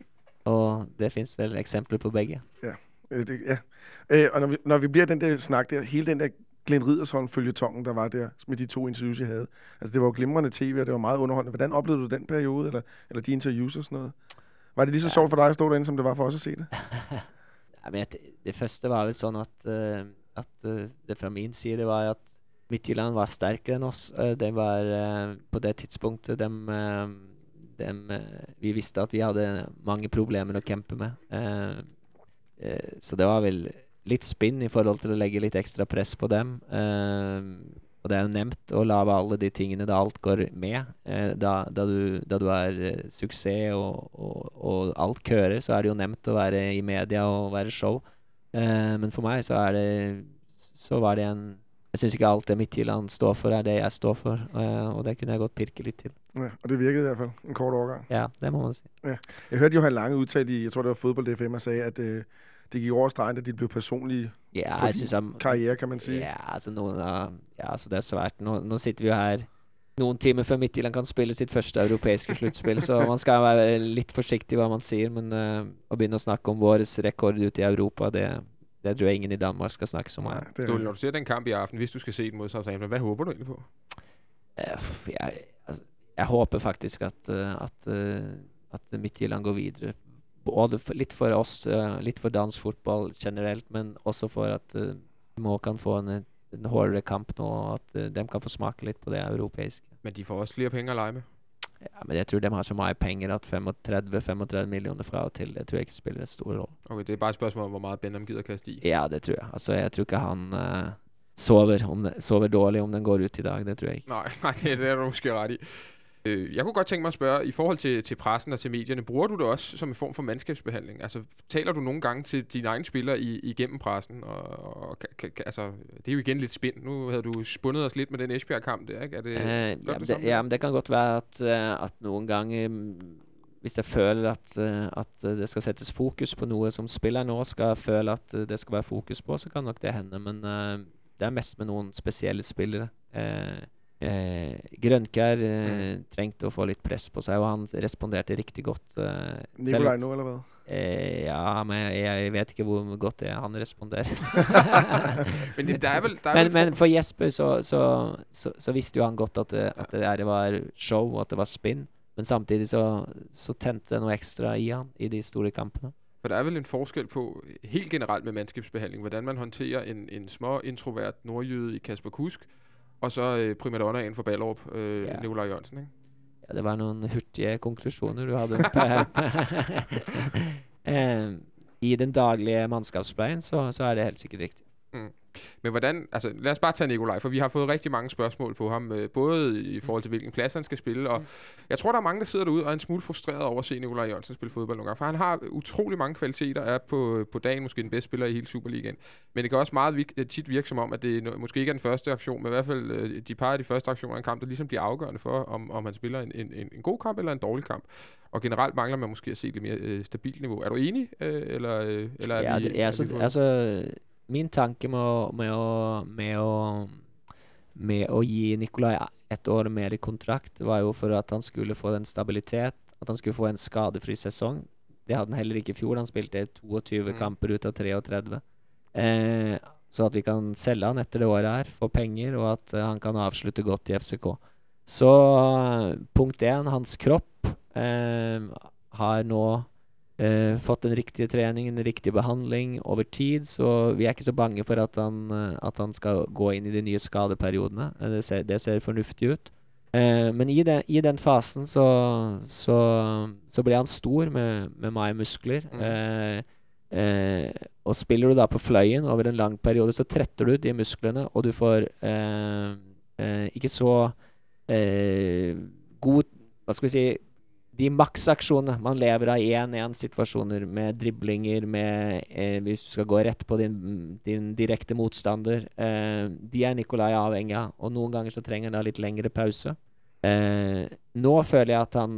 og det findes vel eksempler på begge. Ja, øh, det, ja. Øh, og når vi, når vi bliver den der snak der, hele den der Glenn Riddersholm føljetongen, der var der, med de to interviews, jeg havde. Altså, det var jo glimrende tv, og det var meget underholdende. Hvordan oplevede du den periode, eller, eller de interviews og sådan noget? Var det lige så ja. sjovt for dig at stå derinde, som det var for os at se det? ja, men det, det første var vel sådan, at, uh, at uh, det fra min side var, at Midtjylland var stærkere end oss. Uh, det var uh, på det tidspunktet dem, uh, dem, uh, vi visste at vi havde mange problemer at kæmpe med. Uh, uh, så det var vel lidt spinn i forhold til at lægge lidt ekstra press på dem. Uh, og det er jo nemt at lave alle de tingene, da alt går med. Uh, da, da, du, da du er uh, succes og, og, og alt kører, så er det jo nemt at være i media og være show. Uh, men for mig så er det, så var det en... Jeg synes ikke alt det Midtjylland står for er det jeg står for, uh, og det kunne jeg godt pirke lidt til. Ja, og det virkede i hvert fald en kort overgang. Ja, det må man sige. Ja. Jeg hørte Johan Lange udtale i, jeg tror det var Fodbold F M, og sagde, at uh, det gik over stregen, at de blev personlige ja, på jeg synes, om, karriere, kan man sige. Ja, altså, nogen, uh, ja, altså det er svært. Nå, nå sitter vi jo her nogle timer før Midtjylland kan spille sitt første europæiske slutspil, så man skal være lidt forsigtig, hvad man siger, men uh, at begynde at snakke om vores rekord ute i Europa, det Det tror jeg ingen i Danmark skal snakke så meget. Ja, Ståle, når du ser den kamp i aften, hvis du skal se den mod Southampton, hvad håber du egentlig på? Uh, jeg, altså, jeg håber faktisk, at, uh, at, uh, at Midtjylland går videre. Både for, lidt for os, uh, lidt for dansk fodbold generelt, men også for at uh, må kan få en, en hårdere kamp nå, og at uh, dem kan få smake lidt på det europæiske. Men de får også flere penge at lege med? Ja, men jeg tror de har så meget penger, at femogtredive til femogtredive millioner fra og til, det tror jeg ikke spiller en stor rolle. Okay, det er bare et spørgsmål om, hvor meget Benham gider kaste i. Ja, det tror jeg. Altså, jeg tror ikke, han uh, sover, om det, sover dårligt, om den går ut i dag. Det tror jeg ikke. Nej, nej det er det, er du måske ret i. Øh, jeg kunne godt tænke mig at spørge, i forhold til, til pressen og til medierne, bruger du det også som en form for mandskabsbehandling? Altså, taler du nogle gange til dine egne spillere i, igennem pressen? Og, og, kan, kan, altså, det er jo igen lidt spind. Nu havde du spundet os lidt med den Esbjerg-kamp der, ikke? Er det, uh, ja, det, det ja, men det kan godt være, at, uh, at nogle gange, um, hvis jeg føler, at, uh, at det skal sættes fokus på noget, som spillerne også skal føle, at uh, det skal være fokus på, så kan nok det hende. Men uh, det er mest med nogle specielle spillere. Uh, Eh, Grønkær eh, mm. trengte å få litt press på seg, og han responderte riktig godt. Eh, Nikolaj nå, eller hva? Eh, ja, men jeg vet ikke hvor godt det er han responderer. men, det, der er vel, der er men, vel for... men for Jesper så, så, så, så visste jo han godt at det, at det der var show, og at det var spinn, men samtidig så, så tente det noe ekstra i han i de store kampene. For der er vel en forskel på, helt generelt med mandskabsbehandling, hvordan man håndterer en, en små introvert nordjyde i Kasper Kusk, og så øh, primadonnaen for Ballerup, øh, ja. Nikolaj Jørgensen, ikke? Ja, det var nogle hurtige konklusioner, du havde. eh, I den daglige mandskabsplejen, så, så er det helt sikkert rigtigt. Mm. Men hvordan, altså lad os bare tage Nikolaj, for vi har fået rigtig mange spørgsmål på ham, øh, både i forhold til hvilken plads han skal spille, og mm. jeg tror, der er mange, der sidder derude og er en smule frustreret over at se Nikolaj Jørgensen spille fodbold nogle gange, for han har utrolig mange kvaliteter, er på, på dagen måske den bedste spiller i hele Superligaen, men det kan også meget vik- tit virke som om, at det no- måske ikke er den første aktion, men i hvert fald øh, de par af de første aktioner i en kamp, der ligesom bliver afgørende for, om, om han spiller en, en, en god kamp eller en dårlig kamp. Og generelt mangler man måske at se lidt mere øh, stabilt niveau. Er du enig? Øh, eller, øh, eller ja, er vi, det, er, altså, er vi altså, min tanke med å, med å, med å, med å gi Nikolaj et år mer i kontrakt var jo for at han skulle få den stabilitet, at han skulle få en skadefri sesong. Det hadde han heller ikke i fjor. Han spilte toogtyve mm. kamper ut av treogtredve. Eh, så at vi kan selge han etter det året her, få penger, og at uh, han kan avslutte godt i F C K. Så uh, punkt én, hans kropp eh, har nå Uh, fått den riktige treningen, den riktige behandling over tid, så vi er ikke så bange for at han, uh, at han skal gå inn i de nye skadeperiodene. Uh, det, ser, det ser fornuftig ut. Uh, men i, det, i den fasen så, så, så blir han stor med, med mange muskler. Mm. Uh, uh, og spiller du da på fløyen over en lang periode, så tretter du ut de musklene, og du får uh, uh, ikke så uh, god, hva skal vi si, de maksaksjonene man lever av én-én-situasjoner med driblinger, med, eh, hvis du skal gå rett på din, din direkte motstander, eh, de er Nikolaj avhengig av, og noen ganger så trenger han da litt lengre pause. Eh, nå føler jeg at han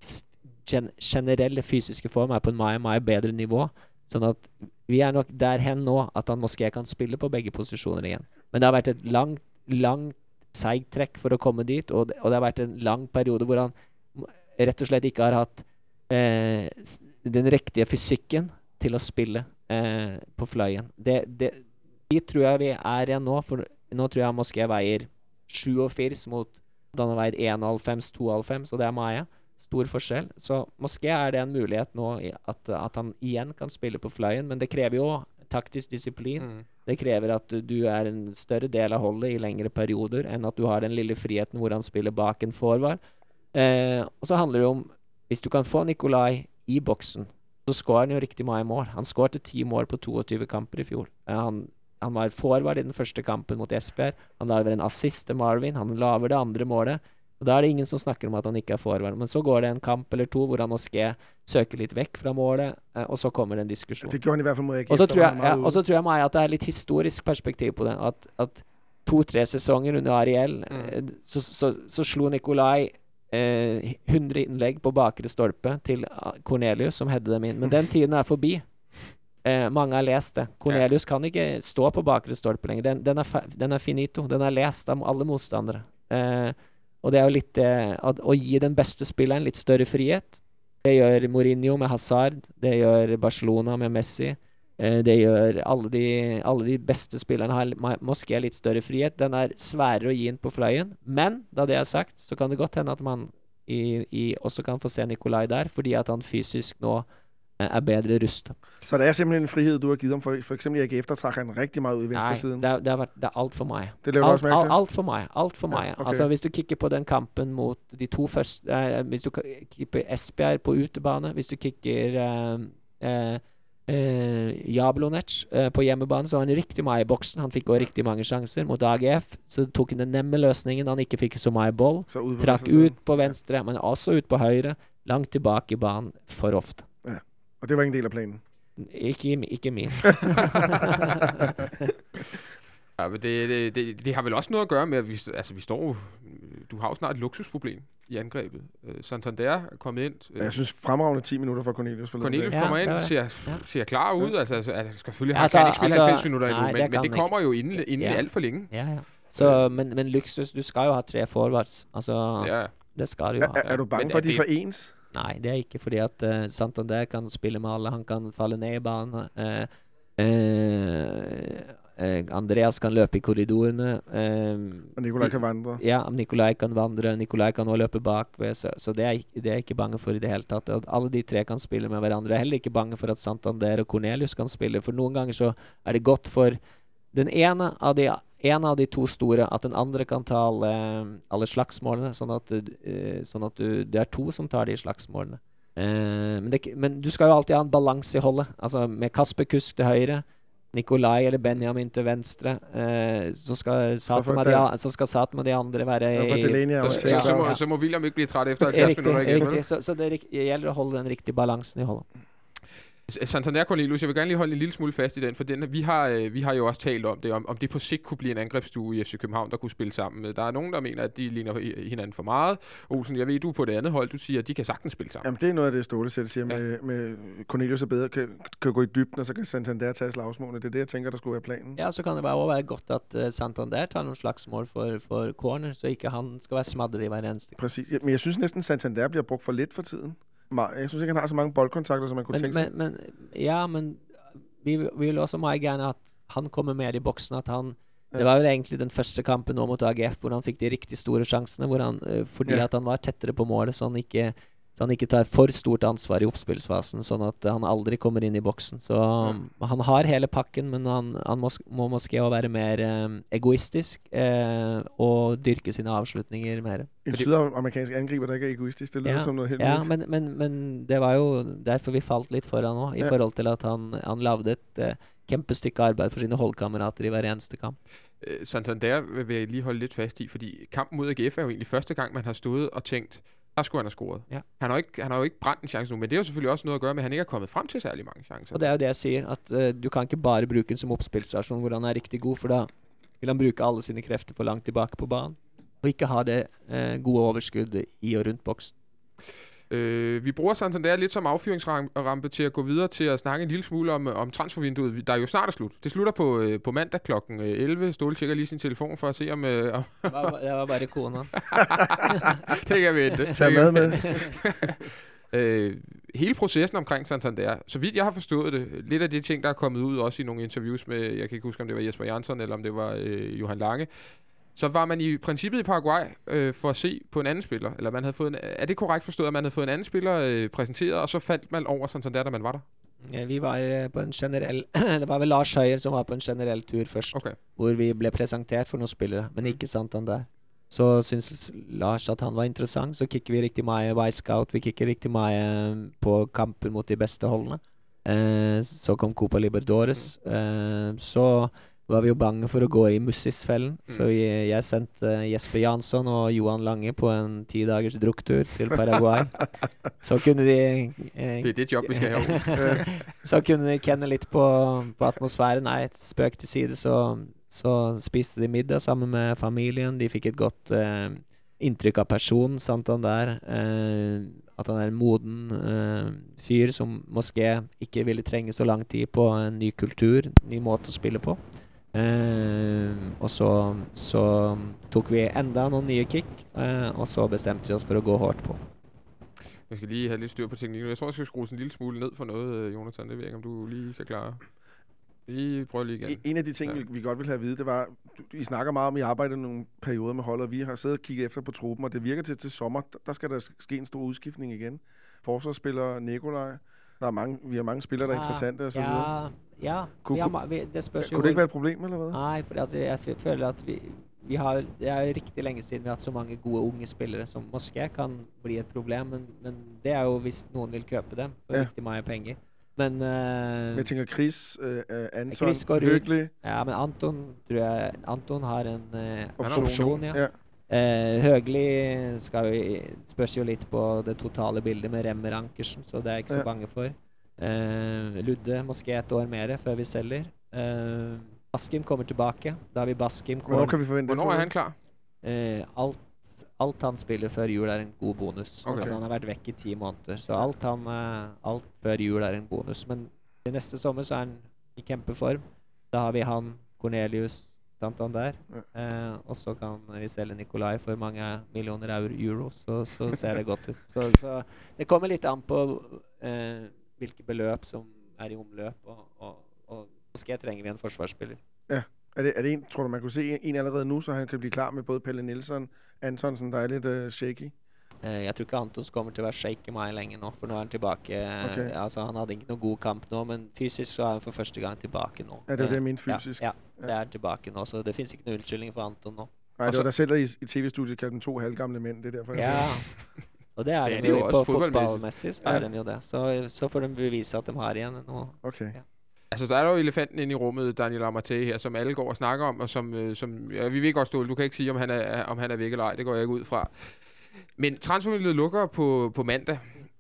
gen generelle fysiske form er på en mye, mye bedre nivå, sånn at vi er nok der hen nå at han måske kan spille på begge posisjoner igjen. Men det har vært et langt, langt seigtrekk for å komme dit, og det, og det har vært en lang periode hvor han rett og slett ikke har hatt eh, den riktige fysikken til å spille eh, på fløyen. Det, det, de tror jeg vi er igjen nå, for nå tror jeg han måske veier sjuogfyrti mot at han har veier en komma fem to komma fem, så det er mye. Stor forskjell. Så måske er det en mulighet nå at, at han igjen kan spille på fløyen, men det krever jo taktisk disiplin. Mm. Det krever at du, du er en større del av holdet i lengre perioder enn at du har den lille friheten hvor han spiller bak en forward. Eh, og så handler det om, hvis du kan få Nikolaj i boksen, så skårer han jo riktig mange mål. Han skårte ti mål på toogtyve kamper i fjor. Eh, han, han var forward i den første kampen mot Esbjerg. Han laver en assist til Marvin. Han laver det andre målet. Og da er det ingen som snakker om at han ikke er forward. Men så går det en kamp eller to hvor han måske søker litt vekk fra målet, eh, og så kommer det en diskusjon. Det gjør han i hvert fall med Og så tror jeg, ja, og så tror jeg meg at det er litt historisk perspektiv på det. At, at to-tre sesonger under Ariel, mm. eh, så, så, så slo Nikolaj Eh, hundre innlegg på bakre stolpe til Cornelius som hedde dem inn. Men den tiden er forbi. Eh, mange har lest det. Cornelius kan ikke stå på bakre stolpe lenger. Den, den, er, den er finito. Den er lest av alle motstandere. Eh, og det er jo litt eh, at, å gi den beste spilleren litt større frihet. Det gjør Mourinho med Hazard. Det gjør Barcelona med Messi. Eh, det gjør alle de, alle de beste spillerne har måske litt større frihet. Den er sværere å gi inn på fløyen. Men da det er sagt, så kan det godt hende at man i, i også kan få se Nikolaj der, fordi at han fysisk nå eh, er bedre rustet. Så det er simpelthen en frihed, du har givet ham? For, for eksempel, jeg eftertrækker han rigtig meget ud i venstre siden. Nej, det, det, er, det er alt for mig. Det laver du også mærke til? Alt, alt for mig. Alt for mig. Ja, okay. Altså, hvis du kikker på den kampen mot de to første, eh, hvis du kikker på Esbjerg på utebane, hvis du kikker eh, eh, Uh, Jablonec uh, på hjemmebane, så var han riktig mye i boksen. Han fikk også riktig mange sjanser. Mot A G F så tok han den nemme løsningen. Han ikke fikk så mye boll. Trakk ut på venstre, men også ut på høyre. Langt tilbake i banen for ofte. Ja. Og det var ingen del av planen? Ikke, ikke min. Ja, men det, det, det, det har vel også noget at gøre med, at vi, altså, vi står du har jo snart et luksusproblem i angrebet. Uh, Santander er kommet ind. Uh, ja, jeg synes fremragende ti minutter for Cornelius. For Cornelius ja, kommer ind, ja, ser, ja. ser klar ud. Ja. Altså, altså, altså, selvfølgelig altså, han kan ikke spille altså, halvfems minutter nej, endnu, men, det, men det kommer jo inden, inden ja. alt for længe. Ja, ja. Så, men, men luksus, du skal jo ha tre forwards. Altså, ja. det skal du jo ha. Er, er du bange men, for, at de er for ens? Nei, det er ikke, fordi at uh, Santander kan spille med alle. Han kan falle ned i banen. Uh, uh, Uh, Andreas kan løpe i korridorene. Uh, og Nikolaj kan vandre. Ja, Nikolaj kan vandre. Nikolaj kan også løpe bakved. Så, så det, er, det er jeg ikke bange for i det hele tatt. At alle de tre kan spille med hverandre. Jeg er heller ikke bange for at Santander og Cornelius kan spille. For noen ganger så er det godt for den ene av de, en av de to store at den andre kan ta alle, alle slagsmålene, sånn at, uh, sånn at du, det er to som tar de slagsmålene. Uh, men, det, men du skal jo alltid ha en balanse i holdet. Altså med Kasper Kusk til høyre, Nikolai eller Benjamin til venstre. Eh, så skal Satma for de, der- a- så skal Satma de andre være Ja, for i Delaney er jo Så, til så, klar. så, må, Ja. så må William ikke blive træt efter halvfjerds Riktig, minutter igen, vel? riktig. Så, så det er rik- gjelder å holde den riktige balansen i holdet. Santander, Cornelius, jeg vil gerne lige holde en lille smule fast i den, for den, vi, har, øh, vi har jo også talt om det, om, om det på sigt kunne blive en angrebsstue i F C København, der kunne spille sammen. Der er nogen, der mener, at de ligner hi- hinanden for meget. Olsen, jeg ved, du er på det andet hold, du siger, at de kan sagtens spille sammen. Jamen, det er noget af det, Ståle selv siger, Ja. med, med Cornelius er bedre, kan, kan gå i dybden, og så kan Santander tage slagsmålene. Det er det, jeg tænker, der skulle være planen. Ja, så kan det være, også være godt at uh, Santander tar noen slagsmål for, for corner, så ikke han skal være smadret i hver eneste. Præcis. Ja, men jeg synes næsten, Santander bliver brugt for lidt for tiden. Ma- Jeg synes ikke, han har så mange boldkontakter, som man kunne Men, tænke sig. men, men, ja, men vi, vi vil også meget gerne at han kommer mer i boksen, at han Ja. det var vel egentlig den første kampen nå mot A G F hvor han fikk de riktig store sjansene, hvor han, eh, fordi Ja. at han var tettere på målet, så han ikke så han ikke tar for stort ansvar i oppspillsfasen, sånn at han aldri kommer inn i boksen. Så um, han har hele pakken, men han, han må, må måske også være mer eh, egoistisk eh, og dyrke sine avslutninger mer. En sydamerikansk angriber, der ikke er egoistisk, det lyder Ja, som noget helt Ja, nyt. men, men, men det var jo derfor vi falt litt for han òg, i Ja. forhold til at han, han lagde et eh, kjempestykke arbeid for sine holdkamerater i hver eneste kamp. Øh, Santander vil jeg lige holde lidt fast i, fordi kampen mod A G F er jo egentlig første gang, man har stået og tænkt, der skulle han have scoret. Ja. Han, har ikke, han har jo ikke brændt en chance nu, men det er jo selvfølgelig også noget at gøre med, at han ikke er kommet frem til særlig mange chancer. Og det er jo det jeg sier, at uh, du kan ikke bare bruke den som oppspillstasjon hvor han er riktig god, for da vil han bruke alle sine krefter for langt tilbake på banen, og ikke ha det uh, gode overskuddet i og rundt boksen. Øh, vi bruger Santander lidt som affyringsrampe til at gå videre til at snakke en lille smule om, om transfervinduet, der jo snart er slut. Det slutter på, øh, på mandag klokken elleve. Ståle tjekker lige sin telefon for at se, om... Øh, om Det var, det var bare kona. det kan vi ikke. Tag med med. Øh, hele processen omkring Santander, så vidt jeg har forstået det, lidt af de ting, der er kommet ud, også i nogle interviews med, jeg kan ikke huske, om det var Jesper Jansson, eller om det var øh, Johan Lange, så var man i princippet i Paraguay øh, for at se på en anden spiller, eller man havde fået en, er det korrekt forstået, at man havde fået en anden spiller øh, præsenteret, og så faldt man over Santander, da man var der? Ja, vi var eh, på en generell det var vel Lars Høyer som var på en generell tur først, Okay. hvor vi ble presentert for noen spillere, men ikke Santander. Så synes Lars at han var interessant, så kikker vi riktig mye Y-Scout, vi kikker riktig mye på kamper mot de beste holdene. Eh, så kom Copa Libertadores, eh, så var vi jo bange for å gå i Mussis-fellen, så jeg, jeg sendte Jesper Jansson og Johan Lange på en ti dagers druktur til Paraguay. Så kunne de eh, Det er det job, vi skal have. så kunne de kjenne litt på, på atmosfæren. Nei, spøk til side, så, så spiste de middag sammen med familien. De fikk et godt eh, inntrykk av personen, Santander. Eh, at han er en moden eh, fyr som måske ikke ville trenge så lang tid på en ny kultur, ny måte å spille på. Eh, og så, så tok vi enda noen nye kick, eh, og så bestemte vi oss for å gå hardt på. Jeg skal lige have lidt styr på teknikken. Jeg tror, jeg skal skrue en lille smule ned for noget, Jonathan. Det ved jeg ikke, om du lige kan klare. Vi prøver lige igen. En- En af de ting, Ja. vi, vi godt vil have at vide, det var, du, I snakker meget om, at I arbejder nogle perioder med holdet, og vi har siddet og kigget efter på truppen, og det virker til til sommer, der, der skal der ske en stor udskiftning igen. Forsvarsspiller Nikolaj, der er mange, vi har mange spillere, der er interessante og så videre. Ja, ja. Kunne- Vi har, ma- vi, det spørs jo Kunne det ikke være et problem, eller hvad? Nei, for at jeg f- føler at vi, vi har, det er jo riktig lenge siden vi har hatt så mange gode unge spillere som måske kan bli et problem, men, men det er jo hvis noen vil kjøpe dem for Ja. riktig mye penger. Men, eh, Men jeg tænker Chris, øh, øh, Anton, Chris går ud. Høgli. ja, men Anton tror jeg Anton har en eh, Option. opsjon, ja. Ja. Eh, Høgli skal jo, spørs jo litt på det totale bildet med Remmer Ankersen, så det er jeg ikke så Ja. bange for. Eh, Ludde måske et år mer før vi selger. Eh, Baskim kommer tilbake. Da har vi Baskim. Hvornår kan vi forvente det? Hvornår er han klar? Eh, alt, alt han spiller før jul er en god bonus. Ok. Altså, han har vært vekk i ti måneder, så alt, han, eh, alt før jul er en bonus. Men i neste sommer så er han i kjempeform. Da har vi han, Cornelius, Santander. Eh, og så kan vi selge Nikolai for mange millioner euro, så, så ser det godt ut. Så, så det kommer litt an på eh, hvilke beløp som er i omløp, og, og, og måske trenger vi en forsvarsspiller. Er det, er det en, tror du, man kunne se en allerede nu, så han kan blive klar med både Pelle Nielsen, Antonsen, der er lidt uh, shaky? Eh, jeg tror ikke Antons kommer til å være shake meg lenge nå, for nå er han tilbake. Eh, Ok. altså, han hadde ikke noen god kamp nå, men fysisk så er han for første gang tilbake nå. Ja, det var det, jeg Eh, mente fysisk. Ja, ja, det er tilbake nå, så det finnes ikke noen unnskyldning for Anton nå. Nej, Og det så- var der selv, der i, i tv-studiet kaldte dem to halvgamle mænd, det er derfor. jeg- Ja, og det er Det er de det jo jo på også fodboldmæssigt. fotballmessig, så Ja. er de jo det. Så, så får de bevise at de har igjen nå. Okay. Ja. Altså, der er jo elefanten inde i rummet, Daniel Amartey her, som alle går og snakker om, og som, øh, som ja, vi ved godt, Ståle, du kan ikke sige, om han er, om han er væk eller ej, det går jeg ikke ud fra. Men transfervinduet lukker på, på mandag,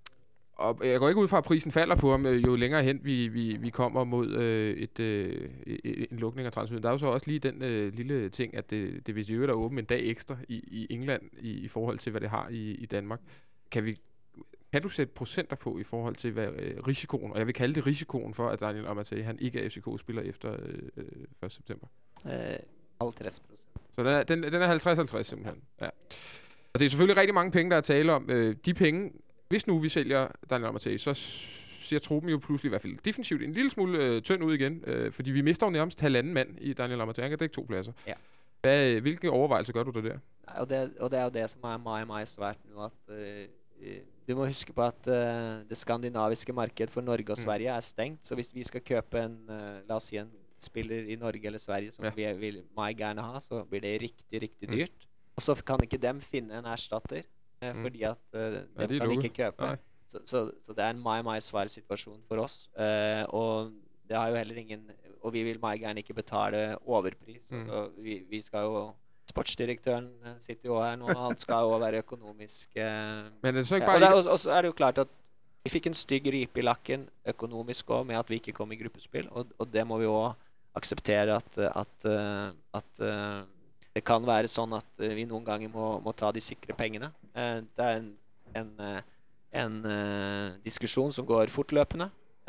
og jeg går ikke ud fra, at prisen falder på ham, jo længere hen vi, vi, vi kommer mod øh, et, øh, en lukning af transfervinduet. Der er jo så også lige den øh, lille ting, at det, det vil sige, at der er åbent en dag ekstra i, i England i, i forhold til, hvad det har i, i Danmark. Kan vi Kan du sætte procenter på i forhold til hvad, øh, risikoen, og jeg vil kalde det risikoen for, at Daniel Amartey, han ikke er F C K-spiller efter øh, første september? Eh, halvtreds procent. Så den er, den, den er halvtreds halvtreds simpelthen. Ja. Og det er selvfølgelig rigtig mange penge, der er tale om. Øh, de penge, hvis nu vi sælger Daniel Amartey, så ser truppen jo pludselig i hvert fald defensivt en lille smule øh, tynd ud igen, øh, fordi vi mister jo nærmest halvanden mand i Daniel Amartey. Han kan dække to pladser. Ja. Hvad, hvilke overvejelser gør du der der? Nei, og, det, og det er jo det som er meg, meg svært nå, at uh, du må huske på at uh, det skandinaviske marked for Norge og Sverige er stengt, så hvis vi skal kjøpe en, uh, la oss si en spiller i Norge eller Sverige som Ja. vi vil meget gerne ha, så blir det riktig, riktig Mm. dyrt. Og så kan ikke dem finne en erstatter, uh, Mm. fordi at uh, Ja, de de er kan lukket. ikke kjøpe. Nej. Så, så, så det er en meget, meget svær situasjon for oss. Uh, og det har jo heller ingen, og vi vil meget gerne ikke betale overpris. Mm. Altså, vi, vi skal jo, sportsdirektøren eh, sitter jo her nå, og han skal jo være økonomisk. Eh, Men er det så ikke ja, bare... og, det er, jo- og så er det jo klart at vi fikk en stygg ripe i lakken økonomisk også, med at vi ikke kom i gruppespill, og, og det må vi også akseptere at, at, eh, at eh, det kan være sånn at eh, vi noen ganger må, må ta de sikre pengene. Eh, det er en, en, eh, en eh, diskusjon som går fortløpende,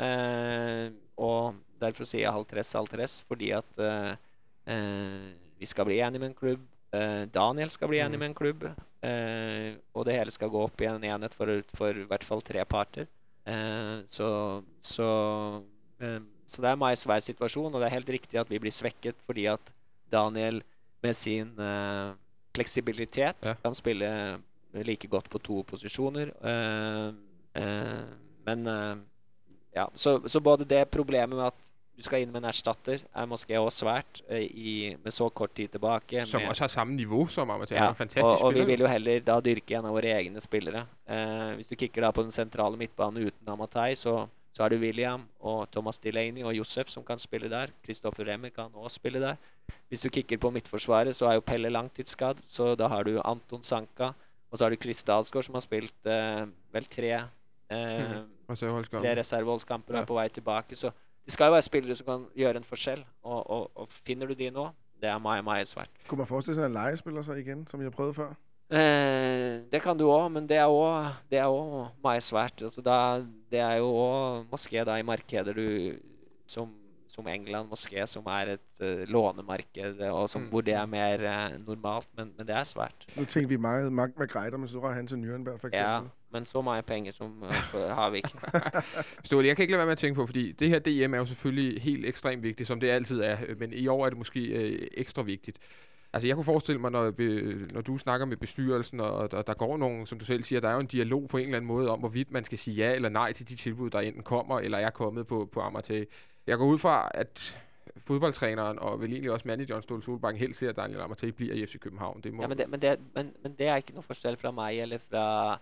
eh, og derfor sier jeg halvtreds halvtreds, fordi at eh, eh, vi skal bli enige med en klubb, eh, Daniel skal bli enig med en klubb, eh, og det hele skal gå opp i en enhet for, for i hvert fall tre parter. Eh, så, så, eh, så det er en meget svær situasjon, og det er helt riktig at vi blir svekket fordi at Daniel med sin eh, fleksibilitet Ja. kan spille like godt på to posisjoner. Eh, eh, men eh, ja, så, så både det problemet med at du skal inn med en erstatter, er måske også svært eh, i, med så kort tid tilbake. Som med, også har samme niveau som Amartey. ja, Han er en fantastisk og, og vi spiller. vil jo heller da dyrke en av våre egne spillere. Eh, hvis du kikker da på den sentrale midtbanen uten Amartey, så, så har du William og Thomas Delaney og Josef som kan spille der. Kristoffer Remmer kan også spille der. Hvis du kikker på midtforsvaret, så er jo Pelle langtidsskadd, så da har du Anton Sanka, og så har du Chris Dalsgaard som har spilt eh, vel tre, eh, Mhm. Reserveholdskamp. tre reserveholdskamper og Ja. er på vei tilbake. Så det skal jo være spillere som kan gjøre en forskjell, og, og, og finner du de nå, det er meget, meget svært. Kunne man forestille sig en legespiller så igen, som jeg prøvede før? Eh, det kan du også, men det er også, det er også meget svært. Altså da, det er jo også måske da i markeder du, som, som England, måske, som er et uh, lånemarked, og som, Mm. hvor det er mer uh, normalt, men, men det er svært. Nu tænker vi meget Mark McGregor, men så rører han til Nürnberg for eksempel. Ja, men så meget penge som uh, har vi ikke. Ståle, jeg kan ikke lade være med at tænke på, fordi det her D M er jo selvfølgelig helt ekstremt vigtigt, som det altid er, men i år er det måske øh, ekstra vigtigt. Altså jeg kunne forestille mig, når, be, når du snakker med bestyrelsen, og der, der går nogen, som du selv siger, der er jo en dialog på en eller anden måde om, hvorvidt man skal sige ja eller nej til de tilbud, der enten kommer eller er kommet på, på Amartey. Jeg går ud fra, at fodboldtræneren og vel egentlig også manageren Ståle Solbakken helst ser, at Daniel Amartey bliver i F C København. Det må Ja, men, det, men, det, men, men det er ikke noe forskjell fra meg eller fra,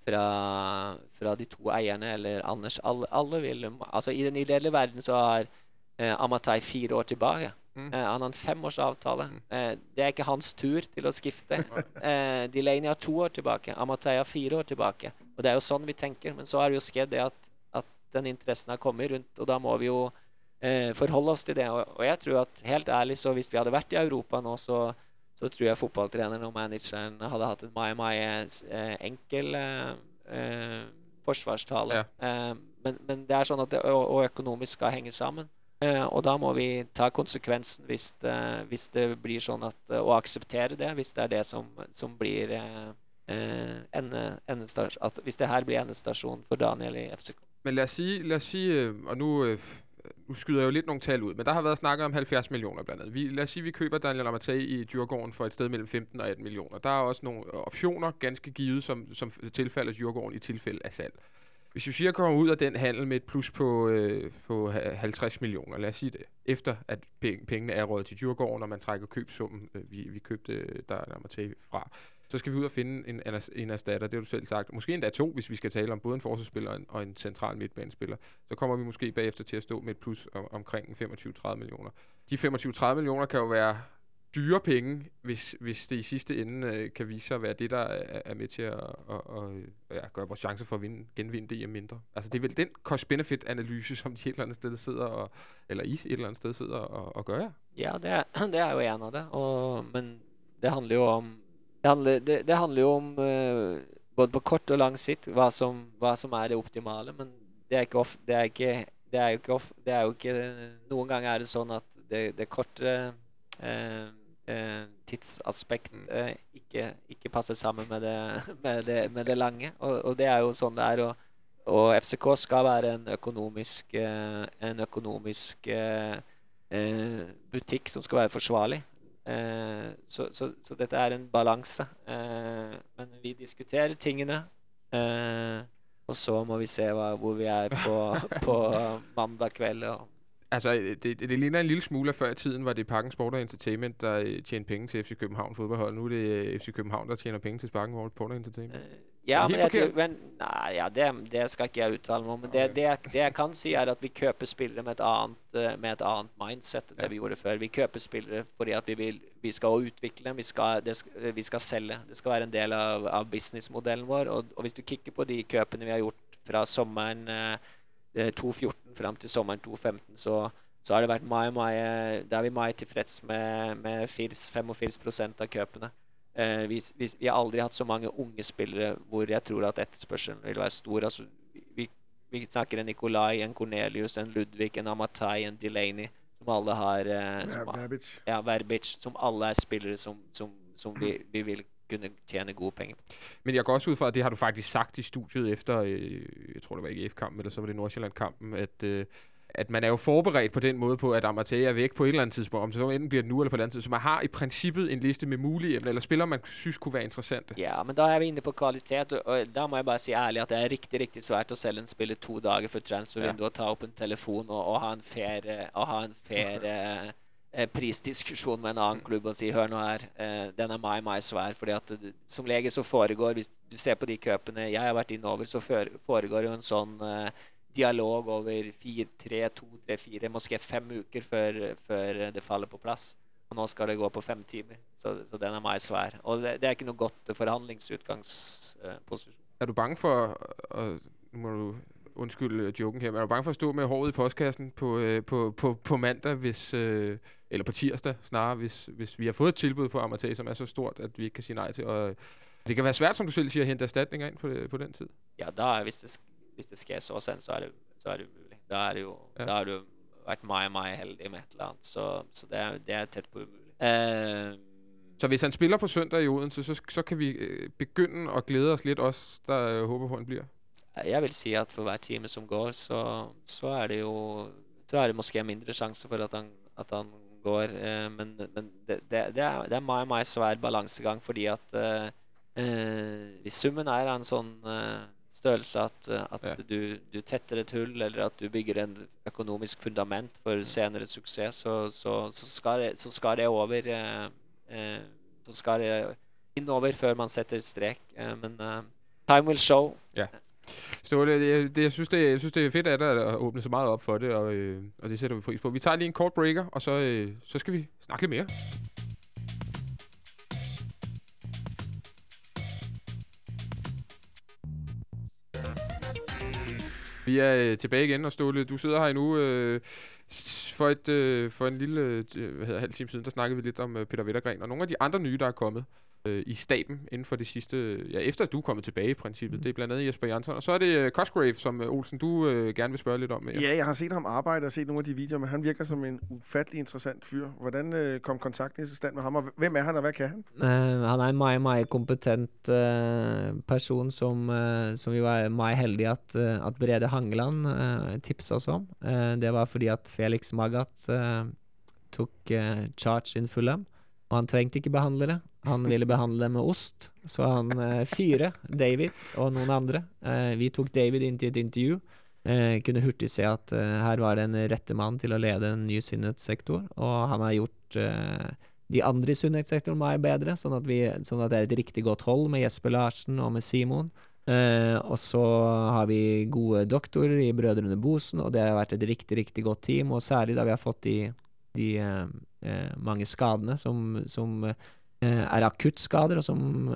fra, fra de to eierne eller Anders. Alle, alle vil, altså I den ideelle verden så har eh, Amartey fire år tilbake. Mm. Eh, han har en femårsavtale. Mm. Eh, det er ikke hans tur til å skifte. eh, Delaney har to år tilbake. Amartey har fire år tilbake. Og det er jo sånn vi tenker. Men så har det jo skjedd det at, at den interessen har kommet rundt, og da må vi jo eh, forholde oss til det. Og, og jeg tror at helt ærlig, så hvis vi hadde vært i Europa nå, så så tror jeg fotballtreneren og manageren hadde hatt en meget, meget eh, enkel eh, eh, forsvarstale. Ja. Eh, men, men det er sånn at det og, og økonomisk skal henge sammen. Eh, og da må vi ta konsekvensen hvis det, hvis det blir sånn at, og akseptere det, hvis det er det som, som blir eh, eh, ende, endestasjon, at hvis det her blir endestasjon for Daniel i F C K. Men lad os sige, lad os sige øh, og nu, øh, nu skyder jeg jo lidt nogle tal ud, men der har været snakket om halvfjerds millioner blandt andet. Vi, lad os sige, vi køber Daniel Amartey i Djurgården for et sted mellem femten og atten millioner. Der er også nogle optioner, ganske givet, som, som tilfalder Djurgården i tilfælde af salg. Hvis vi siger, kommer ud af den handel med et plus på, øh, på halvtreds millioner, lad os sige det, efter at penge, pengene er rådet til Djurgården, og man trækker købsummen, øh, vi, vi købte Daniel Amartey fra, så skal vi ud og finde en, en erstatter, det har du selv sagt. Måske endda to, hvis vi skal tale om både en forsvarsspiller og en, og en central midtbanespiller. Så kommer vi måske bagefter til at stå med et plus om, omkring femogtyve til tredive millioner. De femogtyve til tredive millioner kan jo være dyre penge, hvis, hvis det i sidste ende øh, kan vise sig at være det, der er, er med til at, at, at ja, gøre vores chancer for at vinde, genvinde D M mindre. Altså det er vel den cost-benefit-analyse, som de et eller andet sted sidder og, eller I et eller andet sted sidder og, og gør. Ja, det er, det er jo en av det, og, men det handler jo om det handler, det, det handler jo om uh, både på kort og lang sikt hva som, hva som er det optimale, men det er ikke ofte, det er ikke det er jo ikke ofte, det er jo ikke noen ganger er det sånn at det, det korte uh, uh, tidsaspekt uh, ikke, ikke passer sammen med det, med det, med det lange, og, og det er jo sånn det er, og, og F C K skal være en økonomisk uh, en økonomisk uh, uh, butikk som skal være forsvarlig. Uh, så, så, så dette er en balanse, uh, men vi diskuterer tingene, uh, og så må vi se hva, hvor vi er på, på mandag kveld. Og altså, det, det, det ligner en lille smule, før i tiden var det Parken Sport og Entertainment, der tjente penge til F C København fodboldhold. Nu er det F C København, der tjener penge til Parken Sport og Entertainment. Uh, ja, men, jeg tror, men nej, ja, det, det skal ikke jeg uttale meg om, men det, det, det jeg kan si er at vi køper spillere med et annet, med et annet mindset enn det vi gjorde før. Vi køper spillere fordi at vi, vil, vi skal utvikle, vi skal, det skal, vi skal selge. Det skal være en del av, av businessmodellen vår, og, og hvis du kikker på de køpene vi har gjort fra sommeren eh, to fjorten frem til sommeren to femten, så, så har det vært mye, mye, da er vi mye tilfreds med, med femogfyrre prosent av køpene. Uh, vi, vi, vi har aldri hatt så mange unge spillere hvor jeg tror at etterspørselen vil være stor. Altså, vi, vi snakker en Nikolai, en Cornelius, en Ludvig, en Amatai, en Delaney, som alle har uh, som, ja, Verbic. Ja, Verbic, som alle er spillere som, som, som vi, vi vil kunne tjene gode penger på. Men jeg går også ud fra, at det har du faktisk sagt i studiet efter, øh, jeg tror det var ikke F-kampen, eller så var det Nordsjælland-kampen, at... Øh, at man er jo forberedt på den måde på, at Amartey er væk på et eller andet tidspunkt, om så enten bliver det nu eller på et andet tidspunkt. Så man har i princippet en liste med mulige emner, eller spillere, man synes kunne være interessante. Ja, men da er vi inne på kvalitet, og da må jeg bare si ærlig at det er rigtig, rigtig svært at sælge en spiller to dager for transfervinduet, ja. Og ta op en telefon og, og ha en fair, og ha en fair eh, prisdiskusjon med en annen klubb og si, hør nå her, eh, den er meget, meget svær, fordi at det, som lege så foregår, hvis du ser på de køpene jeg har vært innover, så foregår jo en sånn eh, dialog over fire, tre, to, tre, fire, måske fem uker før, før det faller på plass. Og nå skal det gå på fem timer, så, så den er meget svær. Og det, det er ikke noe godt forhandlingsutgangsposisjon. Er du bange for, og nu må du undskylde joken her, men er du bange for at stå med håret i postkassen på, øh, på, på, på mandag, hvis, øh, eller på tirsdag snarere, hvis, hvis vi har fået et tilbud på Amartey, som er så stort, at vi ikke kan sige nej til? Og det kan være svært, som du selv siger, at hente erstatninger ind på, på den tid. Ja, da, hvis det hvis det sker så sen, så er det, så er det umulig. Da er det jo, ja. Da har du vært meget, meget heldig med et eller andet, så, så det, er, det er tæt på umulig. Uh, så hvis han spiller på søndag i Odense, så, så kan vi øh, begynde at glæde os lidt også, der øh, håber på, at han bliver? Jeg vil sige, at for hver time som går, så, så er det jo, så er det måske mindre chance for, at han, at han går, uh, men, men det, det, det, er, det er meget, meget svær balancegang, fordi at uh, uh, hvis summen er en sånn uh, størrelse at, at ja. du, du tetter et hull, eller at du bygger en økonomisk fundament for senere suksess, så, så, så, skal, det, så skal det over eh, eh, så skal det innover før man setter strek, eh, men eh, time will show. Ja. Så det, det, jeg, synes, det, jeg synes, det er fedt af dig at åbne så meget op for det, og, øh, og det sætter vi pris på. Vi tager lige en kort breaker, og så, øh, så skal vi snakke lidt mere. Vi er øh, tilbage igen, og Ståle, du sidder her endnu. Øh, for, et, øh, for en lille øh, hvad hedder, halv time siden, der snakkede vi lidt om øh, Peter Wettergren, og nogle af de andre nye, der er kommet øh, i staben inden for det sidste, ja, efter at du er kommet tilbage i princippet. Mm. Det er blandt andet Jesper Jansson, og så er det øh, Cosgrave, som øh, Olsen, du øh, gerne vil spørge lidt om. Ja. ja, jeg har set ham arbejde og set nogle af de videoer, men han virker som en ufattelig interessant fyr. Hvordan øh, kom kontakten i stand med ham, og hvem er han, og hvad kan han? Uh, han er en meget, meget kompetent uh, person, som, uh, som vi var meget heldige at, uh, at Brede Hangeland uh, tipsa oss om. Uh, det var fordi at Felix Magath uh, tok uh, charge in Fulham, og han trengte ikke behandlere. Han ville behandle med ost, så han uh, fyre David og noen andre. Uh, vi tok David inn til et intervju. Uh, kunne hurtig se at uh, her var det en rette mann til å lede en nysinnet sektor, og han har gjort uh, de andre i sunnhetssektoren må være bedre, sånn at, vi, sånn at det er et riktig godt hold med Jesper Larsen og med Simon. Uh, og så har vi gode doktorer i Brødrene Bosen, og det har vært et riktig, riktig godt team, og særlig da vi har fått de, de uh, uh, mange skadene som, som uh, er akuttskader, og som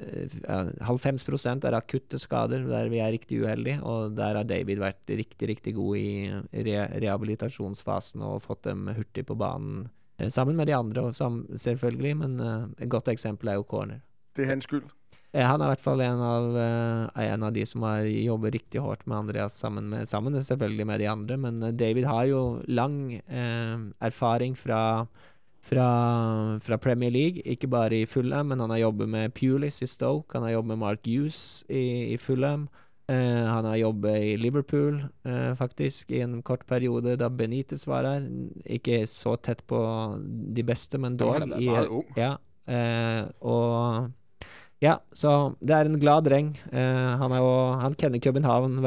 uh, halvfems prosent er akutte skader der vi er riktig uheldige, og der har David vært riktig, riktig god i re rehabilitasjonsfasen og fått dem hurtig på banen uh, sammen med de andre, og sam selvfølgelig, men uh, et godt eksempel er jo Corner. Det er hans skyld. Han er i hvert fall en av, uh, en av de som har jobbet riktig hårdt med Andreas sammen, med, sammen selvfølgelig med de andre, men David har jo lang uh, erfaring fra, fra, fra Premier League, ikke bare i Fulham, men han har jobbet med Pulis i Stoke, han har jobbet med Mark Hughes i, i Fulham, uh, han har jobbet i Liverpool uh, faktisk i en kort periode da Benitez var her, ikke så tett på de beste, men dog. Han er meget ung. Ja, uh, og ja, så det er en glad dreng. Uh, han, er jo, han kjenner København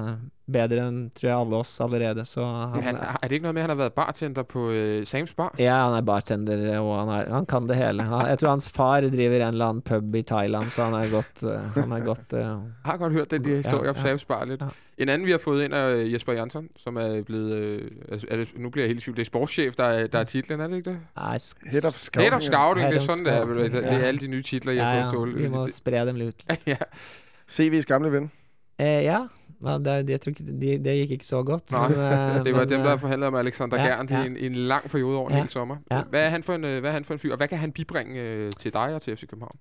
bedre enn, tror jeg, alle oss allerede. Så han, han, er det ikke noget med, at han har været bartender på uh, Sams Bar? Ja, han er bartender, og han, er, han kan det hele. Han, jeg tror hans far driver en eller annen pub i Thailand, så han er godt... Uh, han er godt uh, jeg har godt hørt den de historier ja, om ja, Sams Bar lidt. Ja. En anden, vi har fået ind, er Jesper Jansson, som er blevet... Øh, altså, er det, nu bliver jeg helt i tvivl. Det er sportschef, der er, der er titlen, er det ikke det? Ej, Head of Scouting. Head of Scouting, det er sådan, scouting, det er. Det, det er alle de nye titler, jeg ja, har fået stålet. Vi må spre dem lidt. ja. C V's gamle ven. Eh, ja, ja det, jeg tror ikke, det, det gikk ikke så godt. Nej, men, det var men, dem, der forhandlede med Alexander ja, Gern ja. i en, en lang periode over en ja, hel sommer. Ja. Hvad, er han for en, hvad er han for en fyr, og hvad kan han bibringe øh, til dig og til F C København?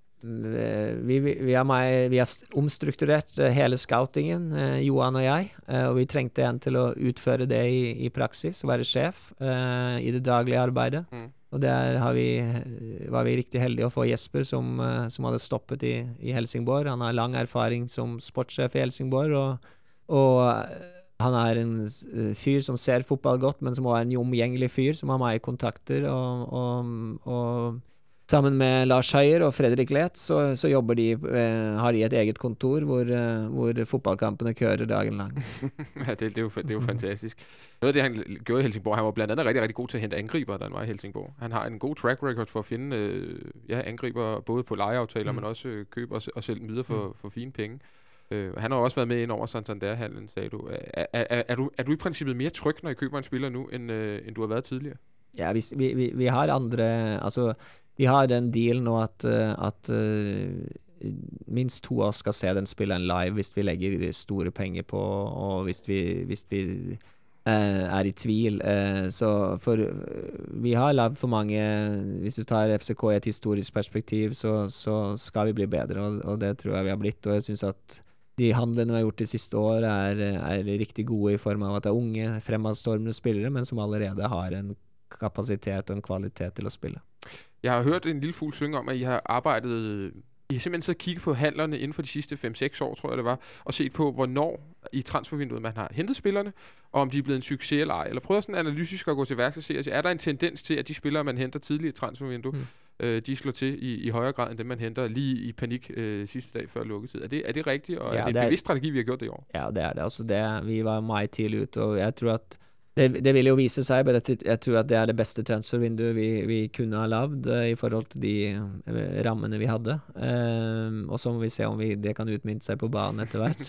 Vi, vi, vi, har, meg, vi har omstrukturert hele scoutingen, eh, Johan og jeg, eh, og vi trengte en til å utføre det i, i praksis, være sjef eh, i det daglige arbeidet. Mm. Og der har vi, var vi riktig heldige å få Jesper, som, som hadde stoppet i, i Helsingborg. Han har lang erfaring som sportssjef i Helsingborg, og, og han er en fyr som ser fotball godt, men som også er en omgjengelig fyr, som har mange kontakter, og, og, og sammen med Lars Heier og Fredrik Leth så, så jobber de, eh, har de et eget kontor hvor, eh, hvor fodboldkampene kører dagen lang. ja, det, det, er jo, det er jo fantastisk. Noget af det, han gjorde i Helsingborg, han var blandt andet rigtig, rigtig god til at hente angriber, da han var i Helsingborg. Han har en god track record for at finde øh, ja, angriber, både på lejeaftaler, mm. men også øh, købe og, og sælge dem videre for, mm. for fine penge. Øh, han har også været med ind over Santander-handlen, sagde du. Er, er, er, er du. er du i princippet mere tryg, når I køber en spiller nu, end, øh, end du har været tidligere? Ja, vi, vi, vi har andre, altså vi har den deal nå at, at uh, minst to av oss skal se den spilleren live hvis vi legger store penger på, og hvis vi, hvis vi uh, er i tvil. Uh, så for uh, vi har lavt for mange, hvis du tar F C K i et historisk perspektiv, så, så skal vi bli bedre, og, og det tror jeg vi har blitt, og jeg synes at de handlene vi har gjort de siste år er, er riktig gode i form av at det er unge, fremadstormende spillere, men som allerede har en kapasitet og en kvalitet til å spille. Jeg har hørt en lille fugl synge om, at I har arbejdet... I har simpelthen siddet og kigget på handlerne inden for de sidste fem seks år, tror jeg det var, og set på, hvornår i transfervinduet man har hentet spillerne, og om de er blevet en succes eller ej. Eller prøver sådan analytisk at gå til værks og se, er der en tendens til, at de spillere, man henter tidligt i transfervindue, mm. øh, de slår til i, i højere grad, end dem man henter lige i panik øh, sidste dag før lukketid. Er det, er det rigtigt, og ja, er det en bevidst strategi, vi har gjort det i år? Ja, det er det. Altså, det er, vi var meget tidlig ut, og jeg tror at Det, det vil jo vise seg, men jeg, jeg tror at det er det beste transfervinduet vi, vi kunne ha lavd uh, i forhold til de uh, rammene vi hadde. Uh, og så må vi se om vi, det kan utmynte seg på banen etter hvert.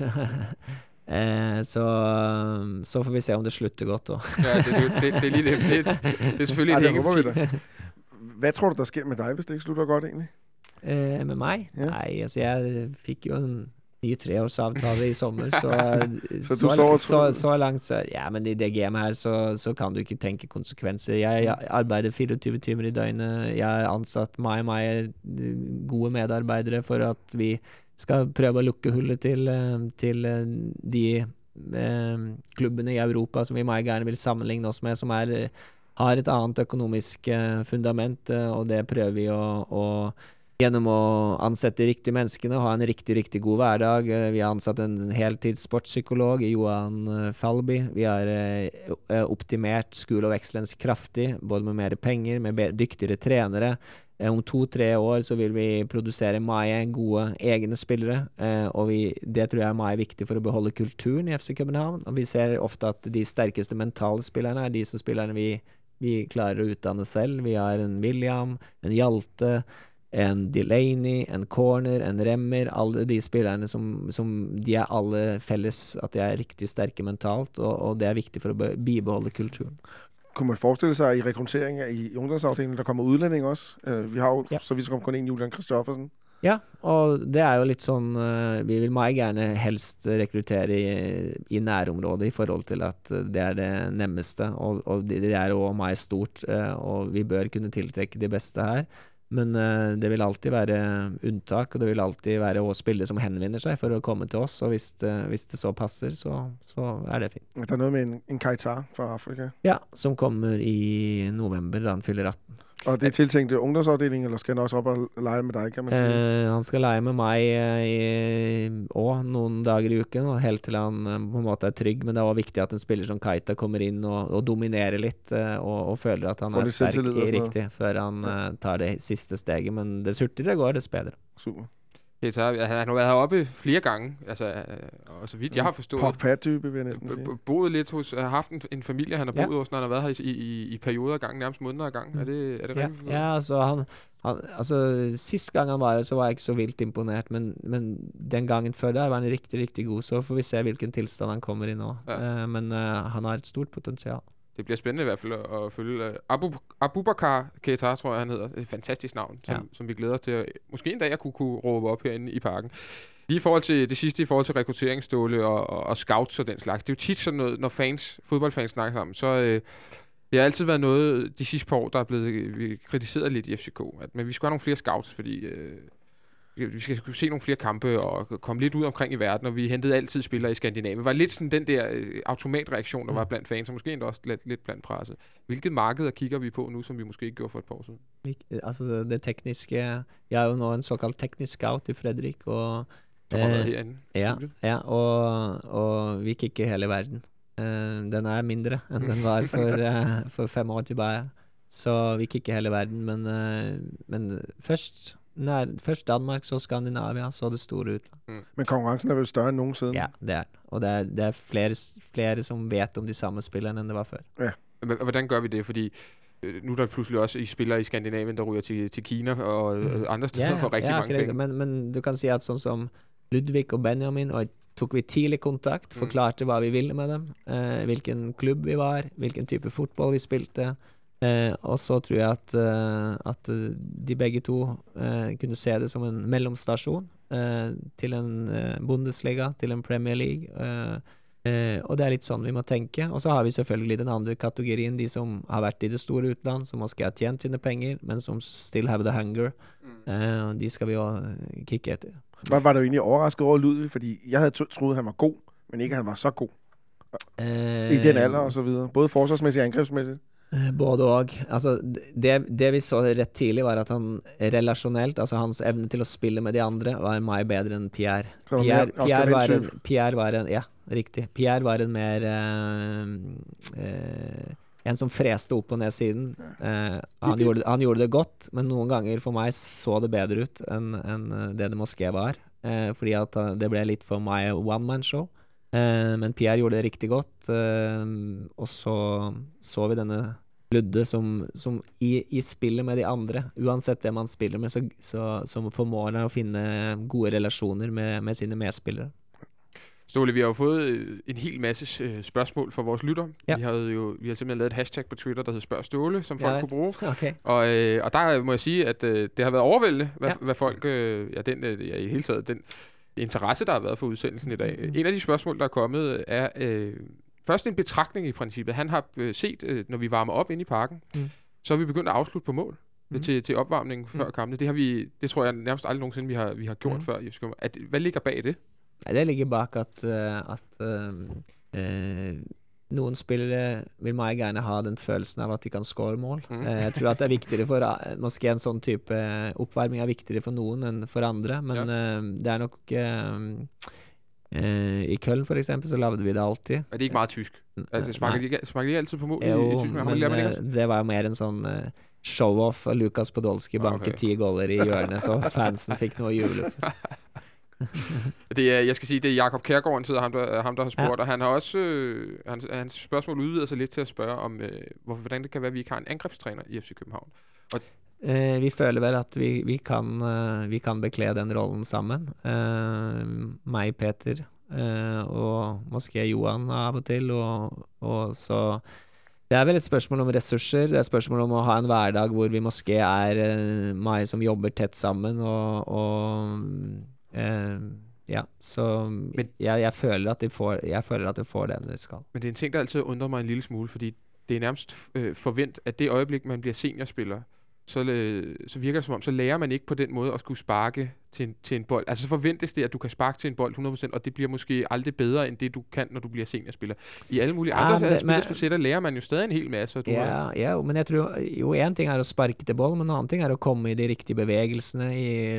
uh, så, så får vi se om det slutter godt da. Ja, det, det, det, det er lige det. Det, det er selvfølgelig Ej, et hængeparti. Hvad tror du, der sker med dig, hvis det ikke slutter godt egentlig? Uh, med meg? Ja. Nei, altså jeg fikk jo en ny treårsavtale i sommer, så, så, så, så, så, så langt så, ja, men i det gamet her så, så kan du ikke tenke konsekvenser. Jeg, jeg arbeider fireogtyve timer i døgnet, jeg har ansatt meg, meg gode medarbeidere for at vi skal prøve å lukke hullet til, til de eh, klubbene i Europa som vi meget gjerne vil sammenligne oss med, som er, har et annet økonomisk eh, fundament, og det prøver vi å, å gjennom å ansette riktige menneskene, ha en riktig, riktig god hverdag. Vi har ansatt en heltids sportspsykolog, Johan Falby. Vi har eh, optimert School of Excellence kraftig, både med mer penger, med dyktigere trenere. Eh, om to-tre år så vil vi produsere mange gode egne spillere, eh, og vi, det tror jeg er meget viktig for å beholde kulturen i F C København. Og vi ser ofte at de sterkeste mentale spillerne er de som spillerne vi vi klarer å utdanne selv. Vi har en William, en Hjalte, en Delaney, en Corner, en Remmer. Alle de spillerne som, som de er alle felles, at de er riktig sterke mentalt, og, og det er viktig for å bibeholde kulturen. Kunne man forestille sig i rekruttering i ungdomsafdelingen, der kommer udlænding også? Uh, vi har jo, ja. så vi skal kun en Julian Kristoffersen. Ja, og det er jo litt sånn uh, vi vil meget gjerne helst rekruttere i, i nærområdet i forhold til at det er det nemmeste, og, og det, det er jo meget stort, uh, og vi bør kunne tiltrekke de beste her. Men uh, det vil alltid være unntak, og det vil alltid være også spillere som henvender seg for å komme til oss, og hvis det, hvis det så passer, så, så er det fint. Der er noget med en, en Kaitar fra Afrika. Ja, som kommer i november, da han fyller atten. Og det er tiltænkt ungdomsafdelingen, eller skal han også op og lege med dig, kan man sige? Eh, han skal lege med meg òg noen dager i uken, og helt til han eh, på en måte er trygg. Men det er også viktig at en spiller som Keita kommer inn og, og dominerer litt, eh, og, og føler at han Får er litt sterk selvtillid og i sånn. riktig, før han eh, tar det siste steget. Men dess hurtigere det går, dess bedre. Super. Keita, han har været heroppe flere gange, altså, og så vidt jeg har forstået. Pogba-type, vil jeg næsten sige. Boet lidt hos, har haft en, en familie, han har boet Ja. hos, når han har været her i, i, i perioder af gang, nærmest måneder af gang. Er det, er det Ja, rigtigt? ja altså, han, han, altså sist gang han var her, så var jeg ikke så vildt imponert, men, men den gangen før der var han riktig, riktig god. Så får vi se hvilken tilstand han kommer i nå. Ja. Uh, men uh, han har et stort potential. Det bliver spændende i hvert fald at, at følge. Uh, Abu, Abubakar Keita, tror jeg han hedder. Det er et fantastisk navn, som, Ja. som vi glæder os til at, måske en dag at kunne, kunne råbe op herinde i parken. Lige i forhold til det sidste, i forhold til rekrutteringsståle og, og, og scouts og den slags. Det er jo tit sådan noget, når fans, fodboldfans snakker sammen, så øh, det har altid været noget de sidste par år, der er blevet vi kritiseret lidt i F C K. At, men vi skal have nogle flere scouts, fordi øh, vi skal se nogle flere kampe og komme lidt ud omkring i verden, og vi hentede altid spillere i Skandinavien. Det var lidt sådan den der øh, automatreaktion, der var blandt fans, og måske endda også lidt, lidt blandt presset. Hvilket markeder kigger vi på nu, som vi måske ikke gjorde for et par år siden? Ik- Altså det, det tekniske. Jeg er jo nå en såkalt teknisk scout i Fredrik, og Som har eh, været herinde i ja, studiet. ja, og, og vi kikker hele verden. Eh, den er mindre enn den var for, eh, for fem år tilbake. Så vi kikker hele verden, men, eh, men først, nær, først Danmark, så Skandinavia, så det store utland. Men konkurrencen er vel større end nogensinde? Ja, det er den. Og det er, det er flere, flere som vet om de samme spillerne enn det var før. H- Hvordan gør vi det? Fordi øh, nu er der pludselig også I spillere i Skandinavien, der ryger til, til Kina og øh, andre steder Ja, for rigtig ja, mange akkurat. penge. Men, men du kan si at sånn som Ludvig og Benjamin, og tok vi tidlig kontakt, Mm. forklarte hva vi ville med dem, eh, hvilken klubb vi var, hvilken type fotball vi spilte. Eh, og så tror jeg at, eh, at eh, de begge to eh, kunne se det som en mellomstasjon eh, til en eh, Bundesliga, til en Premier League. Eh, eh, og det er litt sånn vi må tenke. Og så har vi selvfølgelig den andre kategorien, de som har vært i det store utland, som måske har tjent sine penger, men som still have the hunger. Eh, de skal vi jo eh, kikke etter. Var, var du egentlig overrasket over Ludvig? Fordi jeg havde tro- troet, han var god, men ikke, at han var så god. Eh, I den alder og så videre. Både forsvarsmæssigt og angrebsmæssigt. Eh, Både og. Altså, det, det vi så rett tidlig, var at han relasjonelt, altså hans evne til å spille med de andre, var mye bedre enn Pierre. Så han var Pierre, mere Oscar Pierre, var en, Wendt-type. Pierre var en Ja, riktig. Pierre var en mer eh, eh, en som freste opp og ned siden. Eh, han, gjorde, han gjorde det godt, men noen ganger for meg så det bedre ut enn enn det det måske var. Eh, fordi at eh, det ble litt for meg one-man-show. Eh, men Pierre gjorde det riktig godt. Eh, og så så vi denne Ludde som, som i, i spillet med de andre, uansett hvem han spiller med, så, så, så formår han å finne gode relasjoner med, med sine medspillere. Ståle, vi har jo fået øh, en hel masse øh, spørgsmål fra vores lytter. Ja. Vi har jo vi har simpelthen lavet et hashtag på Twitter, der hedder Spørg Ståle, som folk Ja. kunne bruge. Okay. Og, øh, og der må jeg sige, at øh, det har været overvældende, hvad, Ja. hvad folk, øh, ja, den, øh, ja, i hele taget, den interesse, der har været for udsendelsen i dag. Mhm. En af de spørgsmål, der er kommet, er øh, først en betragtning i princippet. Han har øh, set, øh, når vi varmer op inde i parken, Mm. så er vi begyndt at afslutte på mål Mhm. til, til opvarmningen før Mm. kampene. Det har vi, det tror jeg nærmest aldrig nogensinde, vi har, vi har gjort Mm. før. At, hvad ligger bag det? Nei, det ligger bak at, eh, at eh, eh, noen spillere vil meget gjerne ha den følelsen av at de kan score mål. Mm. Eh, jeg tror at det er viktigere for eh, måske en sånn type oppvarming er viktigere for noen enn for andre, men eh, det er nok eh, eh, i Köln for eksempel så lavede vi det alltid. Er det ikke meget tysk? Altså, sparker, de, ikke- sparker de ikke altid på mål i, Jo, i Tyskland? Har man men lært man eh, ikke? det var jo mer en sånn eh, show-off, og Lukas Podolski Ah, banket okay. ti goller i hjørnet, så fansen fikk noe å juble for. det er, jeg skal sige, det er Jakob Kjærgaard, sidder ham der, ham, der har spurgt, ja. Og han har også, øh, hans, hans spørgsmål udvider sig lidt til at spørge om, øh, hvorfor, hvordan det kan være, at vi ikke har en angrebstræner i F C København. Og Uh, vi føler vel at vi, vi, kan, uh, vi kan beklæde den rollen sammen. Uh, mig, Peter, uh, og måske Johan av og til. Og, og så det er vel et spørsmål om ressurser. Det er et spørsmål om å ha en hverdag hvor vi måske er uh, meg som jobber tett sammen. Og, og uh, ja, så men, jeg, jeg, føler at de får, jeg føler at de får det de skal. Men det er en ting, der altid undrer mig en lille smule, fordi det er nærmest øh, forvent, at det øjeblik, man bliver seniorspiller, Så, så virker det som om, så lærer man ikke på den måde at skulle sparke til en, til en bold. Altså så forventes det, at du kan sparke til en bold hundrede procent, og det bliver måske aldrig bedre, end det du kan, når du bliver seniorspiller. I alle mulige ja, andre spillersfacetter lærer man jo stadig en hel masse. Du ja, har... ja, men jeg tror jo en ting er å sparke til boll, men en annen ting er å komme i de riktige bevegelsene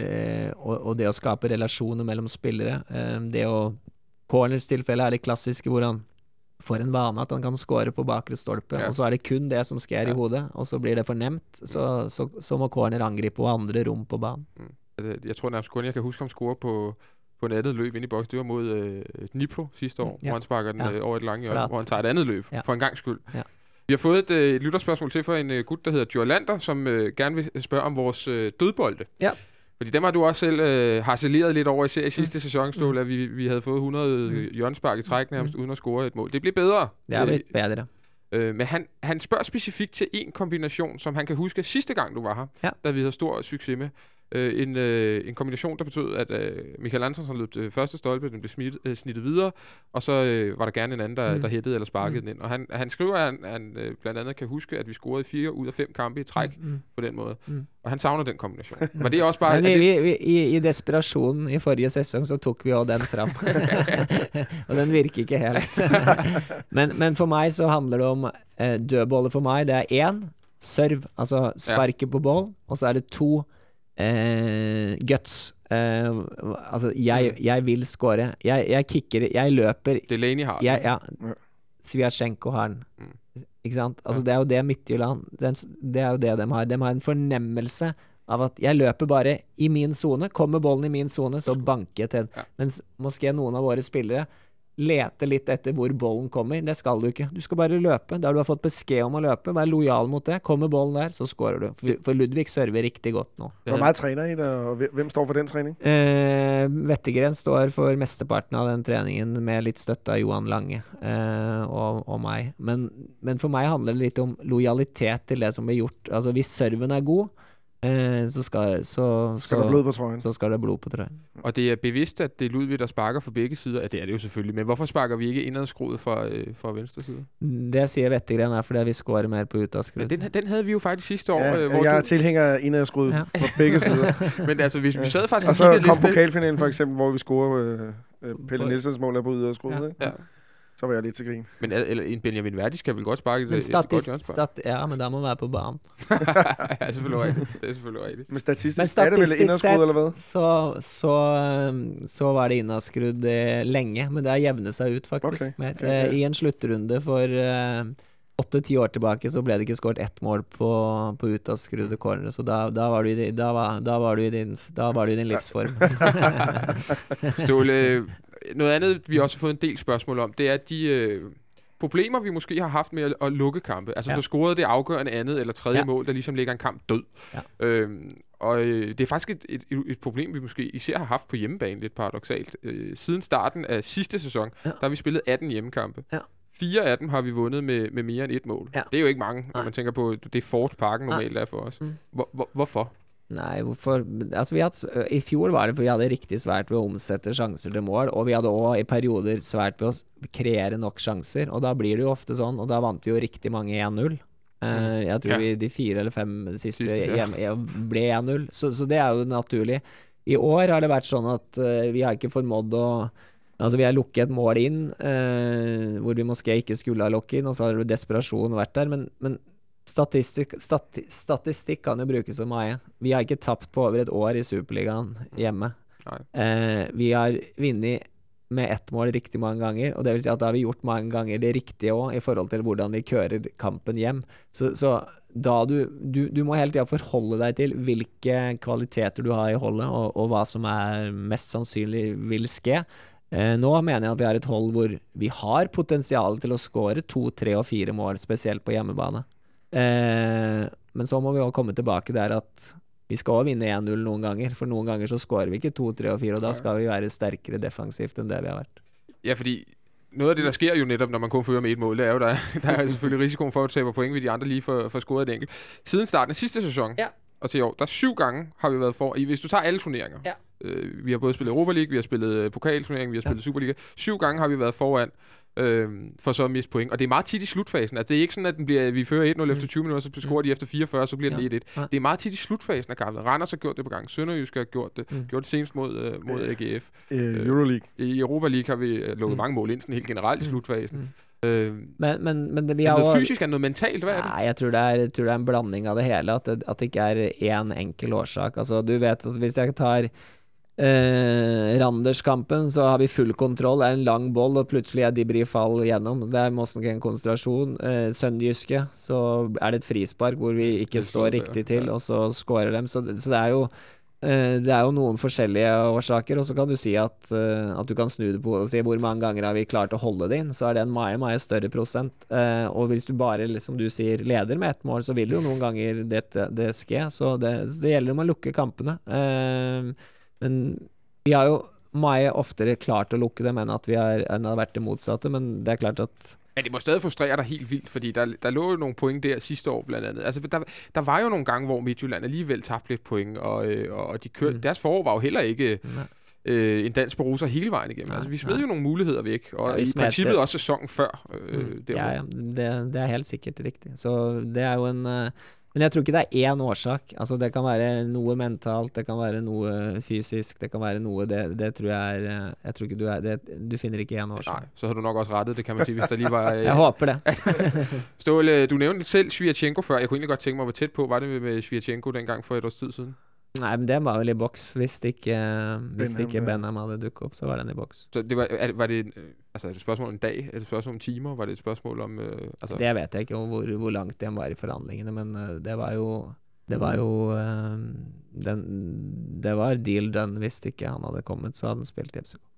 i, og, og det å skape relasjoner mellom spillere. Det å Corners tilfelle er det klassiske hvor han får en vane at han kan score på bakre stolpe, ja. Og så er det kun det som sker ja. I hodet, og så blir det for nemt, så, så, så må corner angripe og andre rom på banen. Mm. Jeg tror nærmest kun, jeg kan huske ham score på, på et andet løb ind i boks. Det var mod øh, Dnipro sidste år, ja. Hvor han sparker den ja. øh, over et langt hjørne, hvor han tager et andet løb, ja. For en gang skyld. Ja. Vi har fået et øh, lytterspørgsmål til for en øh, gut, der hedder Djurlander, som øh, gerne vil spørge om vores øh, dødbolde. Ja. Fordi dem har du også selv øh, harceleret lidt over, især i sidste mm. sæson, Ståle, mm. at vi, vi havde fået hundrede mm. hjørnespark i træk nærmest, mm. uden at score et mål. Det blev bedre. Det er lidt bedre. Øh, men han, han spørger specifikt til en kombination, som han kan huske sidste gang, du var her, ja. Da vi havde stor succes med. Øh, en, øh, en kombination, der betød, at øh, Michael Andersen løb til første stolpe, den blev smidt, øh, snittet videre, og så øh, var der gerne en anden, der, mm. der hættede eller sparkede mm. den ind. Og han, han skriver, at han, han øh, blandt andet kan huske, at vi scorede fire ud af fem kampe i træk mm. på den måde. Mm. Og han savner den kombination. Var det også bare... Men vi, vi, vi, i, I desperationen i forrige sæson, så tok vi også den frem. Og den virker ikke helt. men, men for mig så handler det om eh, dødbolle for mig. Det er en serv, altså sparke ja. På boll, og så er det to Eh, guts eh, altså jeg, jeg vil score jeg, jeg kicker, jeg løper Delaney har jeg, ja, Sviatchenko har den mm. ikke sant? Altså ja. Det er jo det Midtjylland det er jo det de har de har en fornemmelse av at jeg løper bare i min zone kommer bollen i min zone så banker jeg til ja. Mens måske noen av våre spillere lete litt etter hvor bollen kommer. Det skal du ikke. Du skal bare løpe. Der du har fått besked om å løpe, vær lojal mot det. Kommer bollen der, så scorer du. For, for Ludvig server riktig godt nå. Hvor meget træner I der, og hvem står for den træning? Eh, Vettegren står for mesteparten av den treningen med litt støtte av Johan Lange eh, og, og meg. Men, men for meg handler det litt om lojalitet til det som blir gjort. Altså hvis serven er god, Eh, så, skal, så, skal, der blod på trøjen. så skal der blod på trøjen. Og det er bevidst, at det er Ludvig, der sparker fra begge sider. Ja, det er det jo selvfølgelig. Men hvorfor sparker vi ikke indadskruet fra, øh, fra venstre side? Det siger Vettegren er, fordi vi scorer mere på udadskruet. Den, den havde vi jo faktisk sidste år. Ja, øh, hvor jeg du... er tilhænger indadskruet ja. Fra begge sider. Men altså, hvis vi sad faktisk... Og så kom pokalfinalen for eksempel, hvor vi scorer øh, øh, Pelle Nielsens mål er på udadskruet. Ja. Ja. Så var jeg lidt til grin. Men eller en Benjamin Verdis kan vel godt sparke men et, et godt stat, ja, men der må være på banen. Ja, selvfølgelig rigtigt. Det er selvfølgelig rigtigt. Men statistisk, men statistisk er det vel inderskrud, eller hvad? Så, så, så var det inderskrud eh, længe, men det har jævnet sig ud faktisk. Okay. Mer. Okay, okay. Eh, I en slutrunde for åtte ti år tilbake, så blev det ikke skåret ett mål på, på utavskrudde corner, så da, da, var du i, da, var, da var du i din, da var du i din livsform. Ståle, noget andet, vi også har fået en del spørgsmål om, det er de øh, problemer, vi måske har haft med at, at lukke kampe. Altså ja. Så scorede det afgørende andet eller tredje ja. Mål, der ligesom ligger en kamp død. Ja. Øhm, og øh, det er faktisk et, et, et problem, vi måske især har haft på hjemmebane, lidt paradoksalt. Øh, siden starten af sidste sæson, ja. Der har vi spillet atten hjemmekampe. Ja. Fire af dem har vi vundet med, med mere end et mål. Ja. Det er jo ikke mange, når Nej. Man tænker på, det Fort Parken normalt Nej. Er for os. Mm. Hvor, hvor, hvorfor? Nei, hvorfor altså vi hadde, I fjor var det for vi hadde riktig svært ved å omsette sjanser til mål, og vi hadde også i perioder svært ved å kreere nok sjanser, og da blir det jo ofte sånn, og da vant vi jo riktig mange en null. Uh, jeg tror ja. Vi de fire eller fem siste, siste ja. hjem, ble en null, så, så det er jo naturlig. I år har det vært sånn at uh, vi har ikke formådd å altså vi har lukket et mål inn, uh, hvor vi måske ikke skulle ha lukket inn, og så har det desperasjon vært der, men, men Statistikk, stati, statistikk kan jo brukes som mye. Vi har ikke tapt på over et år i Superligaen hjemme. Eh, vi har vunnet med ett mål riktig mange ganger, og det vil si at da har vi gjort mange ganger det riktige også, i forhold til hvordan vi kører kampen hjem. Så, så da du, du, du må hele tiden forholde deg til hvilke kvaliteter du har i holdet, og, og hva som er mest sannsynlig vil ske. Eh, nå mener jeg at vi har et hold hvor vi har potensial til å score to, tre og fire mål, spesielt på hjemmebane. Eh, men så må vi også komme tilbake der at vi skal også vinne en null noen ganger, for noen ganger så scorer vi ikke to, tre og fire, og da skal vi være sterkere defensivt enn det vi har vært. Ja, fordi noget af det, der sker jo netop, når man kun fører med et mål, det er jo, der, der er selvfølgelig risikoen for at tabe point, ved de andre lige for, for scoret et enkelt. Siden starten af sidste sæson, ja. og til i år, der syv gange har vi været for, hvis du tager alle turneringer, ja. øh, vi har både spillet Europa League, vi har spillet pokalturnering, vi har spillet ja. Superliga, syv gange har vi været foran, Øh, for så at miste point. Og det er meget tit i slutfasen. Altså det er ikke sådan, at den bliver, vi fører et nul mm. efter tyve minutter, så scorer de efter fireogfyrre, så bliver det ja. et et. Ja. Det er meget tit i slutfasen af kampen. Randers har gjort det på gang. Sønderjysk har gjort det. Mm. Gjort det senest mod, uh, mod A G F. Øh, Euroleague. I Europa League har vi uh, lukket mm. mange mål ind, sådan helt generelt i slutfasen. Mm. Øh, men, men, men det, vi er har noget også, fysisk, er noget mentalt? Hvad er det? Nej, jeg tror det er, jeg tror det er en blanding av det hele. At det, at det ikke er en enkel årsak. Altså, du vet at hvis jeg tar Eh, Randerskampen så har vi full kontroll, det er en lang boll og plutselig er Dibri fall gjennom, det er måske en konsentrasjon. eh, Sønderjyske så er det et frispark hvor vi ikke står riktig til, og så scorer dem, så, så det er jo eh, det er jo noen forskjellige årsaker, og så kan du si at, eh, at du kan snu det på og si hvor mange ganger har vi klart å holde det inn, så er det en mye, mye større prosent, eh, og hvis du bare, som du sier, leder med ett mål, så vil jo noen ganger det, det ske, så det, så det gjelder om å lukke kampene. eh, Men vi har jo mye oftere klart å lukke dem enn at vi har, enn har vært det motsatte, men det er klart at... Men det må stadig frustrere dig helt vildt, fordi der, der lå jo nogle point der sidste år blandt andet. Altså, der, der var jo nogle gange, hvor Midtjylland alligevel tabte lidt point, og, og de kørte, mm. deres forår var jo heller ikke øh, en dans på roser hele vejen igennem. Nej, altså, vi smed nej. jo nogle muligheder væk, og ja, i princippet det. også sæsonen før. Øh, mm. Ja, ja, det, det er helt sikkert riktig. Så det er jo en... Uh, Men jeg tror ikke det er én årsak. Altså det kan være noe mentalt, det kan være noe fysisk, det kan være noe, det, det tror jeg er, jeg tror ikke du er, det, du finner ikke én årsak. Nej, så har du nok også rettet, det kan man sige, hvis der lige var... Jeg håper det. Ståle, du nævnte selv Svirchenko før, jeg kunne egentlig godt tænke mig, hvor tæt på var det med Svirchenko dengang for et års tid siden? Nei, men det var vel i boks. Hvis det ikke, hvis det ikke Benham hadde dukket opp, så var den i boks. Så det var, er, var det altså, er det et spørsmål om en dag? Er det et spørgsmål om timer? Var det et spørgsmål om... Øh, altså... Det vet jeg ikke hvor, hvor langt den var i forhandlingene, men uh, det var jo det var jo uh, den, det var deal done. Hvis ikke han hadde kommet, så hadde han spilt i F C K.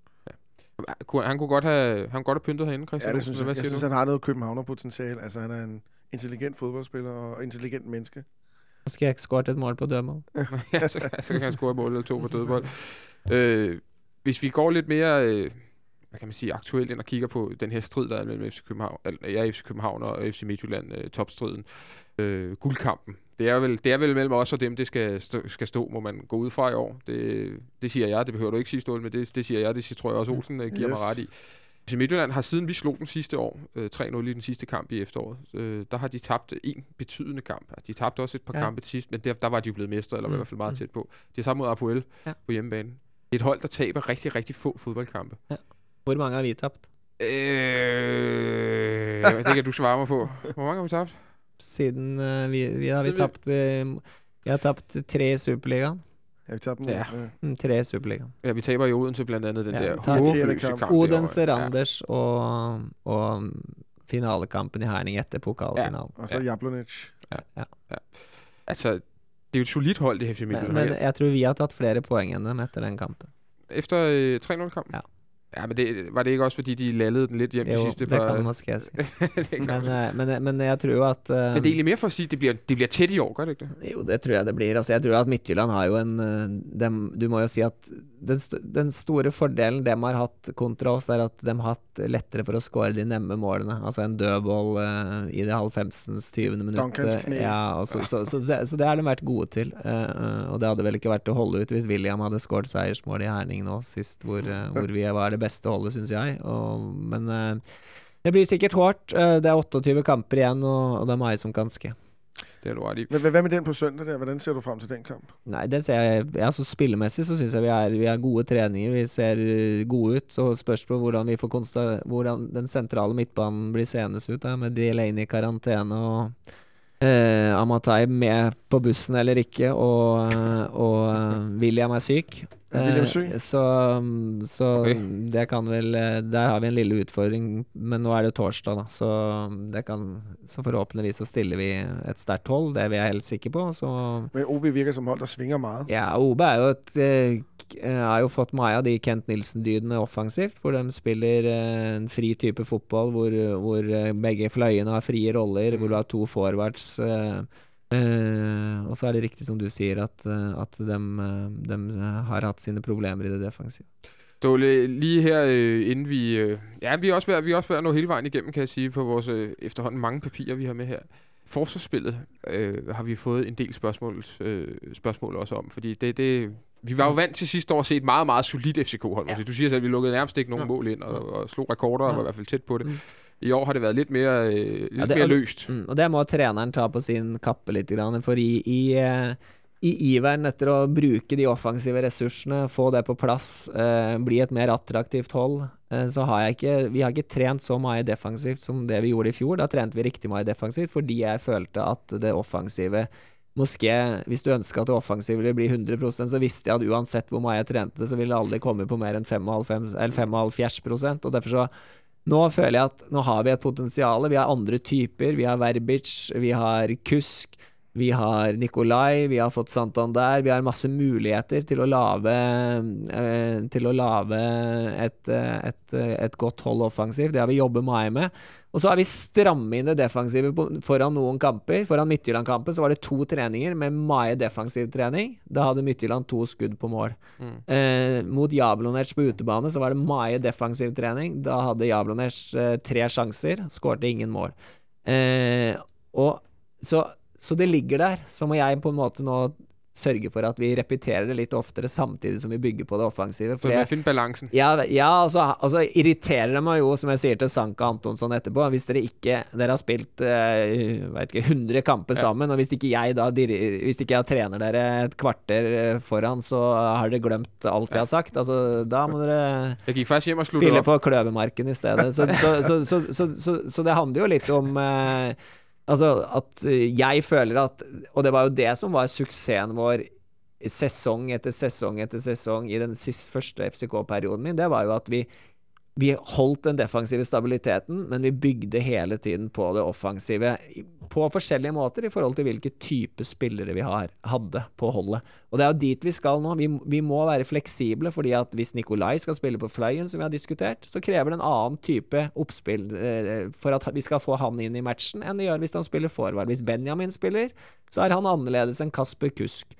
Ja. Han kunne godt have, han kunne godt have pyntet herinde, Christian. Ja, det synes jeg. Jeg synes, han har noget københavnerpotentiale. Altså, han er en intelligent fodboldspiller og intelligent menneske. Skal jeg ikke score et mål på dødmål? Ja, så, så kan han score et mål eller to på dødmål. øh, hvis vi går lidt mere, øh, hvad kan man sige, aktuelt ind og kigger på den her strid, der er mellem F C København, ja, F C København og F C Midtjylland, øh, topstriden, øh, guldkampen. Det er, vel, det er vel mellem os og dem, det skal stå, skal stå, må man gå ud fra i år. Det, det siger jeg, det behøver du ikke sige, Ståle, men det, det siger jeg, det tror jeg også Olsen øh, giver yes. mig ret i. F C Midtjylland har siden vi slog den sidste år, øh, tre nul i den sidste kamp i efteråret, øh, der har de tabt en betydende kamp. Altså, de tabte også et par ja. kampe til sidst, men der, der var de jo blevet mestre, eller mm. i hvert fald meget tæt på. De har sammen mod Apoel ja. på hjemmebane. Det er et hold, der taber rigtig, rigtig få fodboldkampe. Ja. Hvor mange har vi tabt? Øh, det kan du svare mig på. Hvor mange har vi tabt? Siden uh, vi, vi har vi tabt uh, vi har tabt tre i Superligaen. Ja, vi tabte ja. Mm, tre i Superligaen. Ja, vi taber i Odense blandt andet den ja, der håbløse kamp. Odense, Randers ja. og, og finalekampen i Herning etter pokalfinalen. Ja. Og så ja. Jablonec. Ja. Ja. Ja. Altså, det er jo et solidt hold, det her F C Midtjylland. Men, men jeg tror vi har tatt flere poeng enn dem etter den kampen. Efter øh, tre nul-kampen? Ja. Ja, men det, var det ikke også, fordi de lallede den lidt hjem jo, de sidste par... Jo, det kan man måske si. men, men, men jeg tror jo at... Uh, men det er egentlig mere for at sige, at det bliver, det bliver tæt i år, gør det ikke det? Jo, det tror jeg det blir. Altså, jeg tror at Midtjylland har jo en... Uh, dem, du må jo si at den, st den store fordelen de har hatt kontra oss, er at de har hatt lettere for å score de nemme målene. Altså en dødboll uh, i det halvfemsens tyvende minutt. Ja, så, så, så, så, så det har de vært gode til. Uh, uh, og det hadde vel ikke vært å holde ut hvis William hadde scoret seiersmål i Herning nå sist, hvor, uh, hvor vi var det beste holdet, synes jeg. Og, men uh, det blir sikkert hårdt. Uh, det er otteogtyve kamper igjen, og, og det er meg som kan ske. Det er du ret i. Hvad med den på søndag der? Hvordan ser du frem til den kamp? Nei, det ser jeg, altså spillemessig så synes jeg vi er, vi er gode treninger, vi ser gode ut, så spørs på hvordan vi får konsta- hvordan den sentrale midtbanen blir senes ut, da, med Delaney i karantene og eh, Amatai med på bussen eller ikke, og, og William er syk. William Sø. Eh, så så Ok. det kan vel eh, Der har vi en lille utfordring, men nå er det torsdag, da. Så det kan Så forhåpentligvis så stiller vi et sterkt hold, det er vi helt sikre på. Så Men O B virker som hold, der svinger meget. ja, O B er jo et eh, k- eh, har jo fått mange av de Kent Nilsen-dydene offensivt, hvor de spiller eh, en fri type fotball, hvor, hvor eh, begge fløyene har frie roller, hvor du har to forwards. eh, eh, og så er det riktig som du sier, at, eh, at de, har hatt sine problemer i det defensive. Ståle, lige her, øh, inden vi... Øh, ja, vi er også ved, vi er også ved at nå hele vejen igennem, kan jeg sige, på vores øh, efterhånden mange papirer, vi har med her. Forsvarsspillet øh, har vi fået en del spørgsmål, øh, spørgsmål også om, fordi det, det, vi var jo vant til sidste år at se et meget, meget solidt F C K-hold. Ja. Du siger selv, at vi lukkede nærmest ikke nogen ja. mål ind, og, og slog rekorder, ja. og var i hvert fald tæt på det. Mm. I år har det været lidt mere, øh, lidt ja, det, mere løst. Mm, og det må treneren ta på sin kappe litt, grann, for i, i, uh, i iveren etter å bruke de offensive ressursene, få det på plass, uh, bli et mer attraktivt hold, uh, så har jeg ikke, vi har ikke trent så mye defensivt som det vi gjorde i fjor. Da trente vi riktig mye defensivt, fordi jeg følte at det offensive Moské, hvis du ønsker at det offensive ville bli hundre prosent, så visste jeg at uansett hvor mye jeg trente, så ville det aldri komme på mer enn fem komma fem prosent, og derfor så nå føler jeg at nå har vi et potensial. Vi har andre typer. Vi har Verbic, vi har Kusk, vi har Nikolai, vi har fått Santander. Vi har masse muligheter til å lave, eh, til å lave et, et, et godt hold offensivt. Det har vi jobbet mye med. Og så har vi strammet inn det defensive på, foran noen kamper. Foran Midtjylland-kampen så var det to treninger med mye defensiv trening. Da hadde Midtjylland to skudd på mål. Mm. Eh, mot Jablonec på utebane så var det mye defensiv trening. Da hadde Jablonec eh, tre sjanser, skårte ingen mål. Eh, og så, så det ligger der. Så må jeg på en måte nå sørge for at vi repeterer det litt oftere samtidig som vi bygger på det offensive. Så vi finner balansen. Ja, ja altså, altså irriterer det meg jo, som jeg sier til Sanka Antonsson etterpå, hvis dere ikke, dere har spilt eh, vet ikke, hundre kamper ja. sammen, og hvis ikke jeg da, hvis ikke jeg trener dere et kvarter foran, så har dere glemt alt jeg har sagt. Altså, da må dere spille på kløvemarken i stedet. Så, så, så, så, så, så, så det handler jo litt om eh, altså at jeg føler at, og det var jo det som var suksessen vår sesong etter sesong etter sesong i den siste første F C K-perioden min, det var jo at vi vi holdt den defensive stabiliteten, men vi bygde hele tiden på det offensive på forskjellige måter i forhold til hvilke type spillere vi har, hadde på holdet. Og det er jo dit vi skal nå. Vi, vi må være fleksible, fordi at hvis Nikolai skal spille på fløyen, som vi har diskutert, så krever det en annen type oppspill eh, for at vi skal få han inn i matchen enn det gjør hvis han spiller forward. Hvis Benjamin spiller, så er han annerledes enn Kasper Kusk.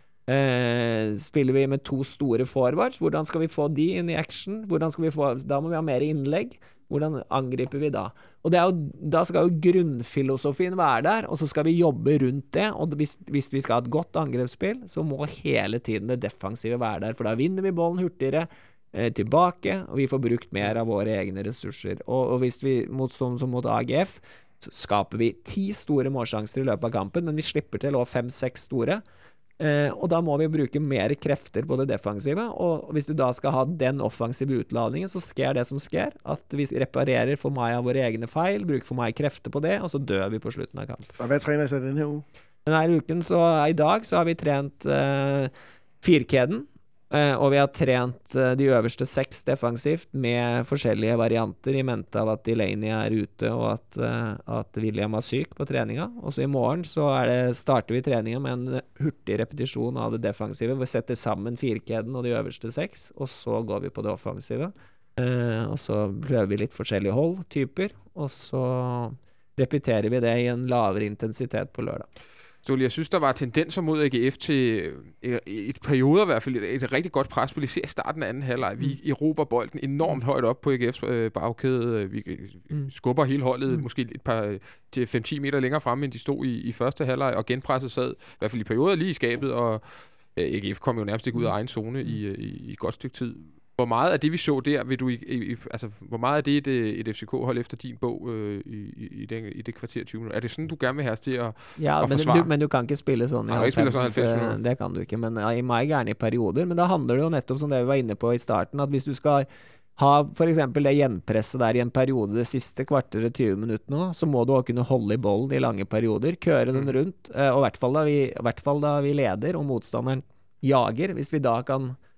Eh, spiller vi med to store forwards, hvordan skal vi få de inn i action? Hvordan skal vi få, da må vi ha mer innlegg. Hvordan angriper vi da? Og det er jo, da skal jo grunnfilosofien være der, og så skal vi jobbe rundt det, og hvis, hvis vi skal ha et godt angrepsspill, så må hele tiden det defensive være der, for da vinner vi bollen hurtigere eh, tilbake, og vi får brukt mer av våre egne ressurser. Og, og hvis vi, mot, som, som mot A G F, så skaper vi ti store målsjanser i løpet av kampen, men vi slipper til å fem-seks store, Eh, og da må vi bruke mer krefter på det defensive, og hvis du da skal ha den offensive utladningen, så sker det som sker, at vi reparerer for mye av våre egne feil, bruker for mye krefter på det, og så dør vi på slutten av kamp. Og hva trener seg denne uken? Denne uken, så i dag, så har vi trent eh, firkjeden, eh, og vi har trent eh, de øverste seks defensivt med forskjellige varianter i mente av at Delaney er ute, og at, eh, at William er syk på treninga. Og så i morgen så er det, starter vi treninga med en hurtig repetisjon av det defensive. Vi setter sammen firkjeden og de øverste seks, og så går vi på det offensive. Eh, og så prøver vi litt forskjellige hold, typer, og så repeterer vi det i en lavere intensitet på lørdag. Ståle, jeg synes, der var tendenser mod A G F til et, et perioder i hvert fald, et, et rigtig godt presspil. Især starten af anden halvleg. Vi erobrer bolden enormt højt op på A G F's øh, bagkæde. Vi mm. skubber hele holdet mm. måske et par til fem til ti meter længere fremme, end de stod i, i første halvleg, og genpresset sad i hvert fald i perioder lige i skabet, og øh, A G F kom jo nærmest ikke ud af egen zone i, i, i et godt stykke tid. Hvor meget af det, vi så der, vil du i, i, altså, hvor meget af det et, et F C K-hold efter din bog øh, i, i, den, i det kvarter tyve minutter? Er det sådan, du gerne vil have os til at, ja, at men forsvare? Du, men du kan ikke spille sånn i halvfems, det kan du ikke, men ja, i meg gjerne i perioder. Men da handler det jo nettopp som det vi var inne på i starten, at hvis du skal ha for eksempel det gjenpresset der i en periode det siste kvarteret tyve minutter nå, så må du også kunne holde i bollen i lange perioder, køre den rundt, og i hvert fall da vi, i hvert fall da vi leder og motstanderen jager, hvis vi da kan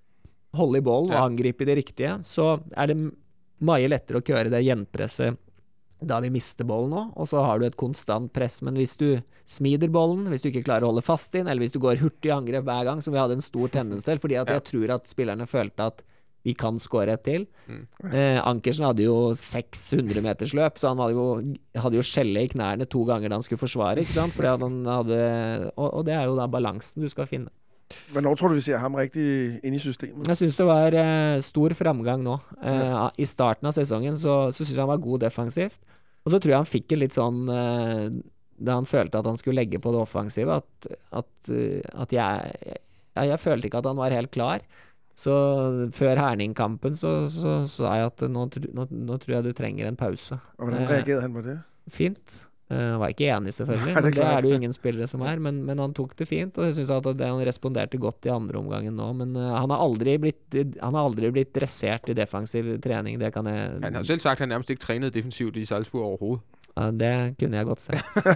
holde i bollen Ja. og angripe i det riktige, så er det mye lettere å køre det gjenpresset da vi mister bollen nå, og så har du et konstant press, men hvis du smider bollen, hvis du ikke klarer å holde fast inn, eller hvis du går hurtig i angrep hver gang, som vi hadde en stor tendens til, fordi at Ja. jeg tror at spillerne følte at vi kan skåre et til. Mm. Eh, Ankersen hadde jo seks hundre meters løp, så han hadde jo, hadde jo skjelle i knærne to ganger da han skulle forsvare, ikke sant? Fordi at han hadde, og, og det er jo da balansen du skal finne. Hvornår tror du, vi ser ham rigtig inde i systemet? Jeg synes det var eh, stor framgang nå. Eh, I starten av sesongen så, så synes jeg han var god defensivt. Og så tror jeg han fikk en litt sånn eh, da han følte at han skulle legge på det offensive, at, at, eh, at jeg, jeg jeg følte ikke at han var helt klar. Så før Herning-kampen så, så sa jeg at nå, nå, nå tror jeg du trenger en pause. Og hvordan reagerede han på det? Fint. Jeg var ikke enig, selvfølgelig. Nei, det er Men det klart. er det jo ingen spillere som er. Men, men han tok det fint, og jeg synes at det, han responderte godt i andre omgangen nå. Men uh, han, har aldri blitt, han har aldri blitt dressert i defensiv trening. Det kan jeg Han har selv sagt, at han nærmest ikke trænet defensivt i Salzburg overhovedet. Ja, det kunne jeg godt se.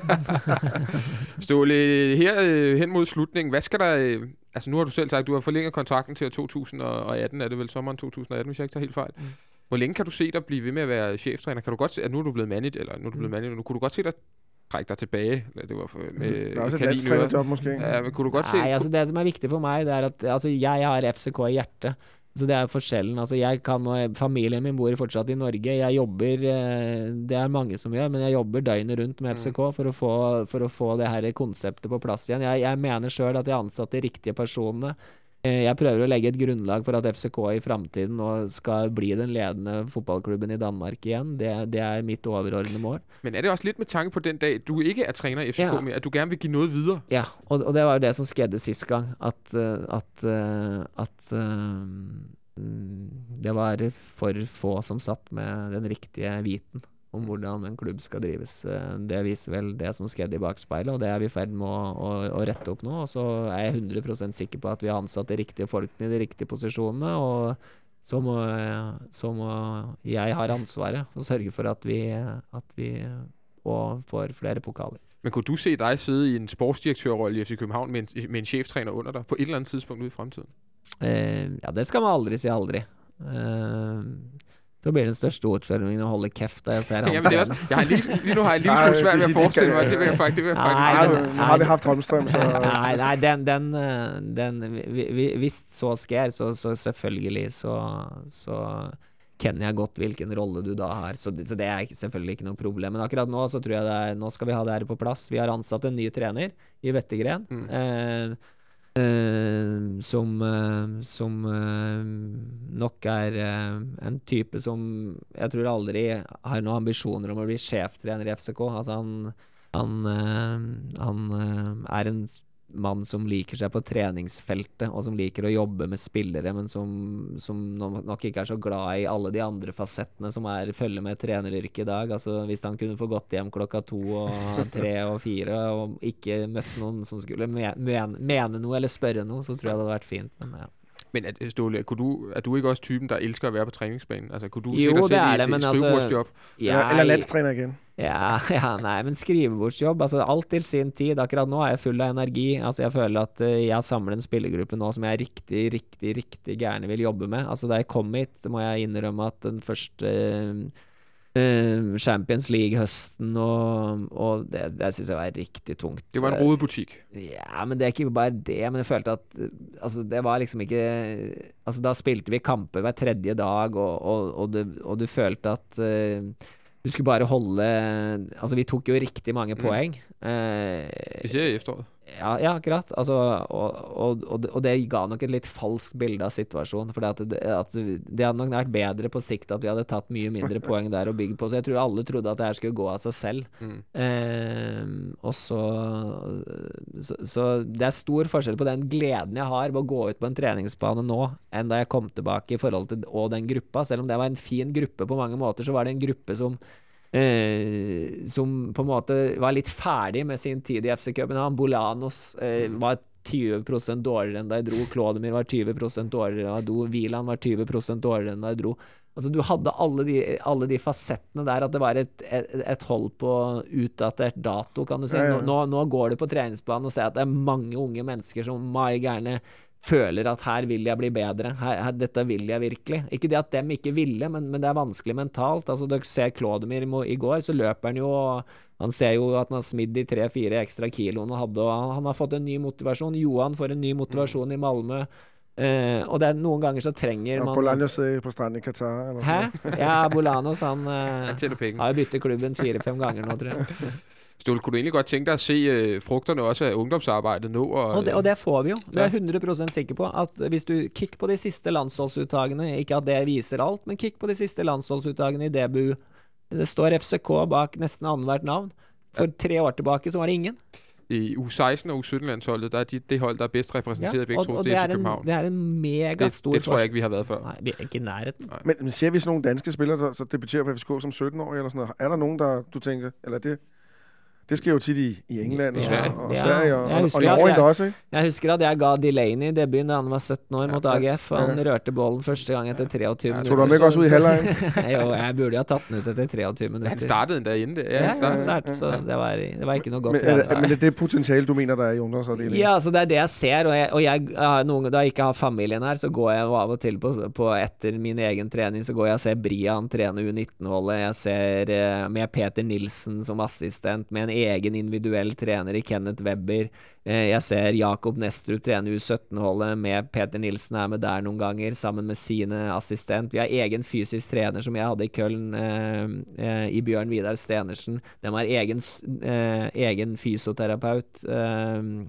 Ståle, her øh, hen mod slutningen, hvad skal der... Øh, altså nu har du selv sagt, du har forlænget kontrakten til to tusind og atten, er det vel sommeren to tusind og atten, hvis jeg ikke tager helt fejl. Mm. Hvor længe kan du se dig blive ved med at være cheftræner? Kan du godt se, at nu er du blevet manager, eller nu er du blevet manager, nu kunne du godt se dig trække dig tilbage? Det var for, med, Der er også et kanin i øret. landstrænerjob måske. Ja, men kunne du godt se... Nei, altså det som er viktig for meg, det er at altså, jeg har F C K i hjertet. Så det er forskjellen. Altså, jeg kan, og familien min bor fortsatt i Norge. Jeg jobber, eh, det er mange som gjør, men jeg jobber døgnet rundt med F C K for å få, for å få det her konseptet på plass igjen. Jeg, jeg mener selv at jeg har ansatt de riktige personene. Eh, Jeg prøver å legge et grunnlag for at F C K i fremtiden nå skal bli den ledende fotballklubben i Danmark igjen. Det, det er mitt overordnede mål. Men er det også lidt med tanke på den dag, du ikke er træner i F C K Ja. mere, at du gerne vil give noget videre? Ja, og, og det var jo det som skjedde sist gang, at, eh, at, eh, at eh, mm, det var for få som satt med den riktige viten om hvordan en klubb skal drives. Eh, Det viser vel det som skjedde i bakspeilet, og det er vi i ferd med å, å, å rette opp nå. Og så er jeg hundre prosent sikker på at vi har ansatt de riktige folkene i de riktige posisjonene, og så må, så må jeg har ansvaret for å sørge for at vi, at vi og får flere pokaler. Men kunne du se dig sidde i en sportsdirektørrolle i F C København med en, med en cheftræner under dig på et eller andet tidspunkt ude i fremtiden? Eh, ja, det skal man aldri si aldri. Eh, så blir den største utfordringen å holde kjeft da jeg ser han Jamen, det er også, jeg har lige, lige nu har jeg lige Nej, så svært det- ved at det- det forestille kan- mig, det vil jeg faktisk, det vil jeg faktisk Nej, Ej, men- nu, nu har vi haft Holmstrøm, så... Nei, nei, den, den, eh, den vi- vi- Hvis så sker, så, så selvfølgelig så, så kjenner jeg godt hvilken rolle du da har. Så det, så det er ikke- selvfølgelig ikke noe problem. Men akkurat nå så tror jeg det er, nå skal vi ha det her på plass. Vi har ansatt en ny trener i Vettegren. Mm. Eh, eh, som eh, som eh, nok er eh, en type som jeg tror aldri har noen ambisjoner om å bli sjeftrener i F C K. Altså han han, eh, han eh, er en mann som liker seg på treningsfeltet, og som liker å jobbe med spillere, men som, som no- nok ikke er så glad i alle de andre fasettene som er følger med treneryrket i dag. Altså hvis han kunne få gått hjem klokka to og tre og fire og ikke møtt noen som skulle me- mene, mene noe eller spørre noe, så tror jeg det hadde vært fint. Men ja. Men er, Ståle, kunne du, er du ikke også typen, der elsker at være på træningsbanen? Altså, kunne du Jo, se dig det selv er i det, et, men et altså- skrivebordsjob? Eller, eller landstræner igen. Ja, ja, nei, men skrivebordsjobb, altså alt til sin tid. Akkurat nå er jeg full av energi. Altså jeg føler at eh, jeg samler en spillergruppe nå som jeg riktig, riktig, riktig gjerne vil jobbe med. Altså da jeg kom hit, må jeg innrømme at den første eh, eh, Champions League-høsten og, og det, det synes jeg var riktig tungt. Det var en rodebutik. Ja, men det er ikke bare det. Men jeg følte at altså, det var liksom ikke Altså, da spilte vi kamper hver tredje dag, og, og, og, du, og du følte at eh, du skulle bare holde Altså, vi tok jo riktig mange poeng. Eh, Især i efteråret. ja, ja, akkurat. Altså, og, og, og, det- og det ga nok et litt falskt bilde av situasjonen. For at det, at det hadde nok vært bedre på sikt at vi hadde tatt mye mindre poeng der og bygd på. Så jeg tror alle trodde at det her skulle gå av seg selv. Mm. Eh, og så, så Så det er stor forskjell på den gleden jeg har ved å gå ut på en treningsbane nå, enn da jeg kom tilbake i forhold til og den gruppa. Selv om det var en fin gruppe på mange måter, så var det en gruppe som Eh, som på en måte var litt ferdig med sin tid i F C København. Bolanos eh, var tjue prosent dårligere enn da jeg dro. Klodemir var tjue prosent dårligere enn da jeg dro. Wieland var tjue prosent dårligere enn da jeg dro. Altså, du hadde alle de, alle de fasettene der, at det var et, et, et hold på utdatert dato, kan du si. Ja, ja. Nå, nå, nå går du på treningsplanen og ser at det er mange unge mennesker som meget gjerne føler at her vil jeg bli bedre, her, her, dette vil jeg virkelig. Ikke det at dem ikke ville, men, men det er vanskelig mentalt. Altså, dere ser Claudemir i, i går, så løper han jo, og han ser jo at han har smidd de tre-fire ekstra kiloene hadde, og han har fått en ny motivasjon. Johan får en ny motivasjon mm. i Malmö. Uh, og det er noen ganger så trenger ja, man... Bolaños på stranden i Qatar. Eller Hæ? Ja, Bolaños, han uh, har jo byttet klubben fire-fem ganger nå, tror jeg. Ståle, kunne du egentlig godt tænke dig at se øh, frugterne også af ungdomsarbejdet nå? Og, og, det, og det får vi jo. Det er hundre prosent sikker på. At hvis du kigger på de siste landsholdsuttagene, ikke at det viser alt, men kigg på de siste landsholdsuttagene i D B U. Det står F C K bak nesten annethvert navn. For tre år tilbake så var det ingen. I U seksten og U sytten-landsholdet, der er de, det hold, der er bedst repræsenteret ja, begge og, to, og det, det er F C København. Det er en mega stor Det, det tror jeg ikke, vi har været før. Nej, vi er ikke i nærheden. Men, men ser vi sådan nogle danske spillere, der så debuterer på F C K som sytten-årige eller sådan noget? Er der nogen, der du tænker, eller det... Det sker jo tit i, i England I og, Sverige. og, og ja, Sverige og, og, og Norge også, ikke? Jeg husker at jeg ga Delaney debuten da han var sytten år mot A G F, og han ja. rørte bollen første gang etter treogtyve minutter. Tror du ham ikke også ud i halvlejen? Jo, jeg burde jo ha tatt den ut etter treogtyve minutter. Han startede endda inden det. Ja, ja, han startede. startet, så det var, det var ikke noe godt. Men, er, men det er det potentiale, du mener, der er i ungdomsafdelingen? Ja, altså det er det jeg ser, og jeg, og jeg noen, da jeg ikke har familien her, så går jeg av og til på, på etter min egen trening, så går jeg og ser Brian trene U nitten-holdet, jeg ser med Peter Nilsen som assistent, med en egen individuell trener i Kenneth Webber. Jeg ser Jakob Nestrup trene U sytten-holdet med Peter Nilsen er med der noen ganger, sammen med sine assistent. Vi har egen fysisk trener som jeg hadde i Køln, eh, eh, i Bjørn Vidar Stenersen. De har egen, eh, egen fysioterapeut. Eh,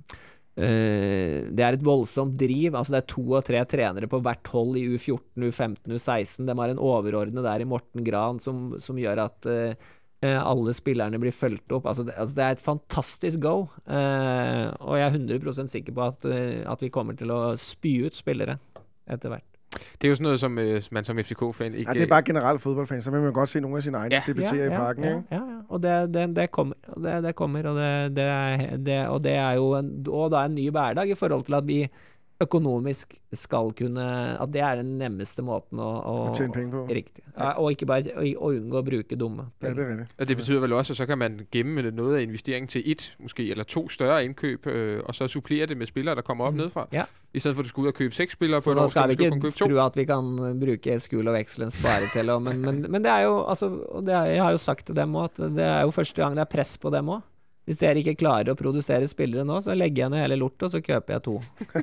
eh, det er et voldsomt driv. Altså det er to og tre trenere på hvert hold i U fjorten, U femten, U seksten. De har en overordnet der i Morten Gran som, som gjør at eh, alle spillerne blir følt opp. Altså det, altså det er et fantastisk go, eh, og jeg er hundre prosent sikker på at, at vi kommer til å spy ut spillere etter hvert. Det er jo sådan noget, som øh, man som F C K-fan ikke... Ja, det er bare generelt fodboldfan, så vil man godt se nogle af sine egne ja. debutere ja, i parken, ja, ikke? Ja, ja, og det, det, det kommer, og det, det kommer, og det, det, er, det, og det er jo en, og da en ny hverdag i forhold til at vi økonomisk skal kunne, at det er den nemmeste måten å, å, å tjene penger på. Riktig. Ja, og ikke bare å, å unngå å bruke dumme penger. Ja, det er rigtigt. Og det betyder vel også, at så kan man gemme noget af investeringen til et, måske, eller to større indkøb, øh, og så supplere det med spillere, der kommer op mm. nedefra. Ja. I stedet for at du skal ud og købe seks spillere så på et år, skal vi ikke købe tro at vi kan bruke skole og vekselen spare til, og, men, men, men det er jo, altså, og det er, jeg har jo sagt til dem også, at det er jo første gang det er press på dem også. Hvis dere ikke klarer å produsere spillere nå, så legger jeg ned hele lort, og så køper jeg to.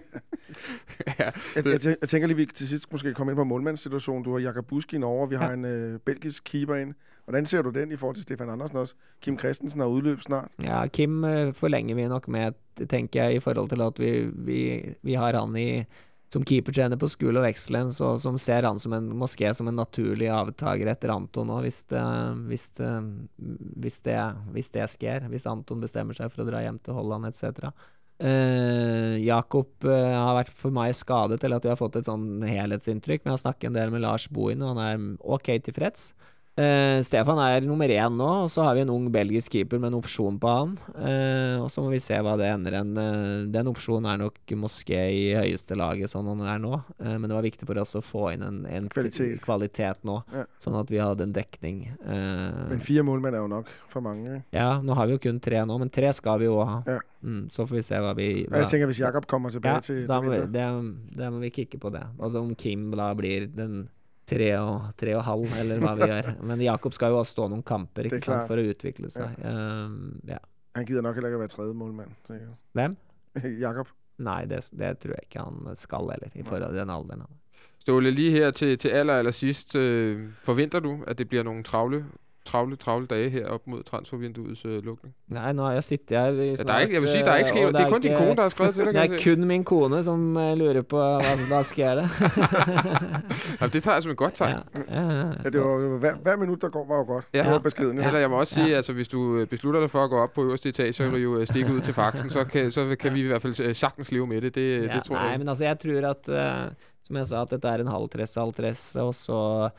ja. jeg, jeg, jeg tænker lige, vi til sidst måske komme ind på målmandssituationen. Du har Jakob Busk i Norge, vi ja. har en øh, belgisk keeper ind. Hvordan ser du den i forhold til Stefan Andersen også? Kim Christensen har udløb snart. Ja, Kim øh, forlænger vi nok med, tenker jeg, i forhold til at vi, vi, vi har han i... som keepertrener på School of Excellence, og som ser han som en, måske som en naturlig avtager etter Anton også, hvis det, hvis det, hvis det, hvis det sker, hvis Anton bestemmer seg for å dra hjem til Holland, et cetera. Uh, Jakob uh, har vært for meg skadet til at vi har fått et sånn helhetsinntrykk, men jeg har snakket en del med Lars Bohin, og han er ok tilfreds. Uh, Stefan er nummer én nå, og så har vi en ung belgisk keeper med en opsjon på han, uh, og så må vi se hva det ender en. Uh, den opsjonen er nok måske i høyeste laget sånn han er nå, uh, men det var viktig for oss å få inn en, en kvalitet. kvalitet nå, ja. Sånn at vi hadde en dekning. Uh, men fire målmenn er jo nok for mange. Ja, nå har vi jo kun tre nå, men tre skal vi jo ha. Ja. Mm, så får vi se hva vi... Hva, jeg tenker hvis Jakob kommer tilbake ja, til, til må, det, det må vi kikke på det. Altså om Kim da blir den... Tre og, tre og halv, eller hva vi gjør. Men Jakob skal jo også stå noen kamper, ikke sant, for å utvikle seg. Ja. Um, ja. Han gider nok heller ikke å være tredje målmand. Hvem? Jakob. Nei, det, det tror jeg ikke han skal heller, i forhold til den alderen. Ståle, lige her til, til aller, aller sidst, øh, forventer du, at det bliver nogle travle travle, travle dage her op mod transfervinduets øh, lukning? Nej, nå har jeg sittet her i snart... Ja, der er ikke, jeg vil sige, der er ikke sket. Det er kun ikke, din kone, der har skrevet til dig. Det er kun min kone, som uh, lurer på, hvad, hvad sker det? Jamen, det tager jeg som et godt tegn. Ja, ja, ja. Ja, det var, hver, hver minut, der går, var jo godt. Ja. Det var beskeden. Ja. Eller jeg må også sige, ja. altså hvis du beslutter dig for at gå op på øverste etage, så vil du jo stikke ud til faxen, så kan, så kan ja. vi i hvert fald sagtens leve med det. Det, ja, det tror nej, jeg. men altså, jeg tror at, uh, som jeg sa, at dette er en halv tres, halv tres, og så...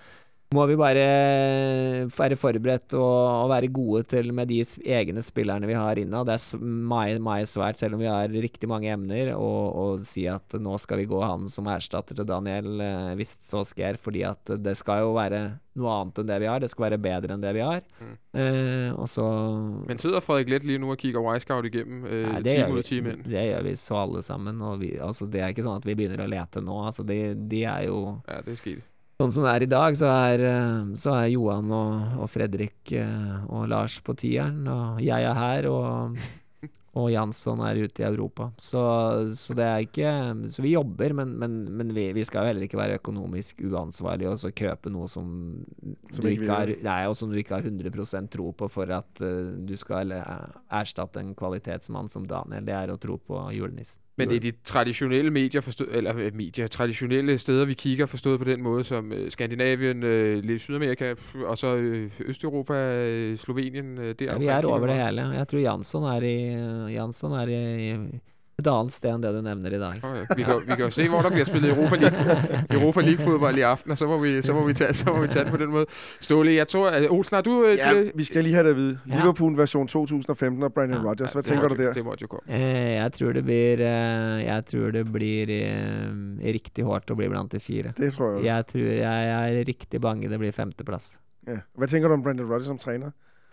må vi bare være forberedt og, og være gode til med de egne spillerne vi har inne. Det er meget, meget svært, selv om vi har riktig mange emner, og, og si at nå skal vi gå han som erstatter til Daniel hvis så sker, fordi at det skal jo være noe annet enn det vi har. Det skal være bedre enn det vi har. Mm. Eh, og så... Men sidder Frederik Leth lige nu og kigger Wisecout igennem eh, Nei, det, time gjør ud time ind? vi, det gjør vi så alle sammen. Og vi, altså, det er ikke sånn at vi begynner å lete nå. Altså, de, de er jo... Ja, det er sket. Sånn som det er i dag, så er, så er Johan og, og Fredrik og Lars på tieren, og jeg er her, og, og Jansson er ute i Europa. Så, så det er ikke... Så vi jobber, men, men, men vi, vi skal jo heller ikke være økonomisk uansvarlige og så køpe noe som, som, du, ikke har, nei, og som du ikke har hundre prosent tro på for at uh, du skal erstatte en kvalitetsmann som Daniel. Det er å tro på julenissen. Men det er de traditionelle medier forstået, eller medier, traditionelle steder, vi kigger forstået på den måde, som øh, Skandinavien, øh, lidt Sydamerika, og så øh, Østeuropa, øh, Slovenien, øh, der. Ja, vi er over det hele. Jeg tror Jansson er i, Jansson er i et annet sted enn det du nevner i dag. Okay. Vi kan, vi kan jo se, hvor der bliver spillet Europa League, Europa League-fodbold i aften, og så må vi, så må vi, tage, så må vi tage det på den måde. Ståle, jeg tror, at Olsen, har du... Øh, ja, til... vi skal lige have det at vide. Ja. Liverpool version to tusind femten og Brandon ja. Rodgers. Hvad ja, tænker du der? Det måtte jo komme. Eh, jeg tror det blir, eh, jeg tror det blir eh, riktig hårdt å bli blant de fire. Det tror jeg også. Jeg tror jeg er riktig bange det blir femteplass. Ja. Hvad tænker du om Brandon Rodgers som træner?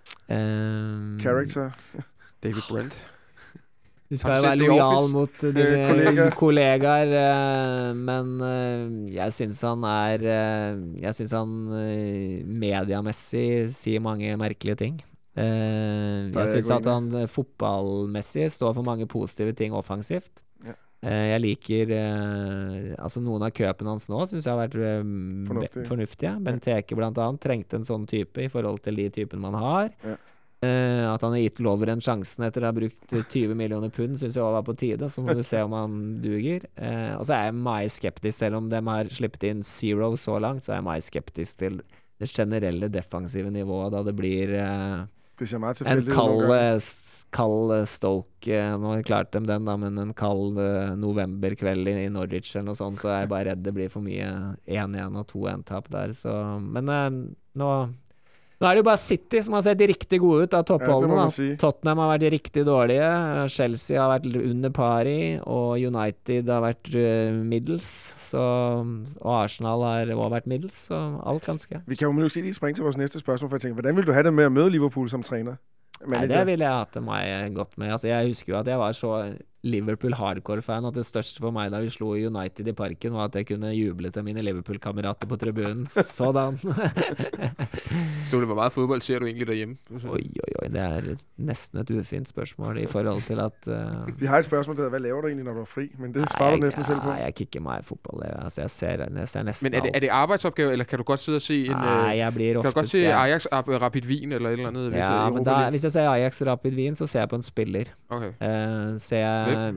Um, Character? David Brent. Du skal jo være lojal mot dine eh, kollegaer, kollegaer eh, men eh, jeg synes han er eh, Jeg synes han eh, mediamessig sier mange merkelige ting. Eh, jeg synes at han eh, fotballmessig står for mange positive ting offensivt. Ja. Eh, jeg liker eh, altså noen av køpene hans nå synes jeg har vært eh, Fornuftig. fornuftige. Benteke blant annet trengte en sånn type i forhold til de typene man har. Ja. Uh, at han har gitt Lovren sjansen etter å ha brukt tjue millioner pund, synes jeg også var på tide. Så må du se om han duger. Uh, og så er jeg meget skeptisk, selv om de har slippet inn zero så langt, så er jeg meget skeptisk til det generelle defensive nivået, da det blir uh, det en kald, kald Stoke. Uh, nå klarte de den, da, men en kald uh, novemberkveld i, i Norwich eller noe sånt, så er jeg bare redd det blir for mye én én og to én-tap der. Så, men uh, nå Nå er det jo bare City som har sett riktig gode ut av toppholdene. Ja, si. Tottenham har vært riktig dårlige, Chelsea har vært under pari, og United har vært uh, middels, så, og Arsenal har også vært middels, så alt kan ske. Vi kan jo måske lige springe til vores næste spørgsmål, for jeg tænker, hvordan vil du have det med at møde Liverpool som træner? Nei, det ville jeg hatt meg godt med. Altså, jeg husker jo at jeg var så Liverpool hardcore-fan at det største for meg da vi slo United i parken var at jeg kunne juble til mine Liverpool-kamerater på tribunen. Sådan. Stod det, hvor meget fodbold ser du egentlig derhjemme? Oi, oi, oi. Det er nesten et ufint spørsmål i forhold til at... Uh... Vi har et spørsmål, der er, hvad laver du egentlig, når du er fri? Men det svarer du næsten selv på. Nej, jeg kikker meget fodbold. Altså, jeg ser, jeg ser næsten Men er det, er det arbejdsopgave, eller kan du godt sidde og se en... Nej, jeg bliver ofte... Kan du godt se Ajax Rapid Wien eller et eller andet? Ja, hvis men da, hvis jeg ser Ajax Rapid Wien, så ser jeg på en spiller. Okay. Uh, ser jeg...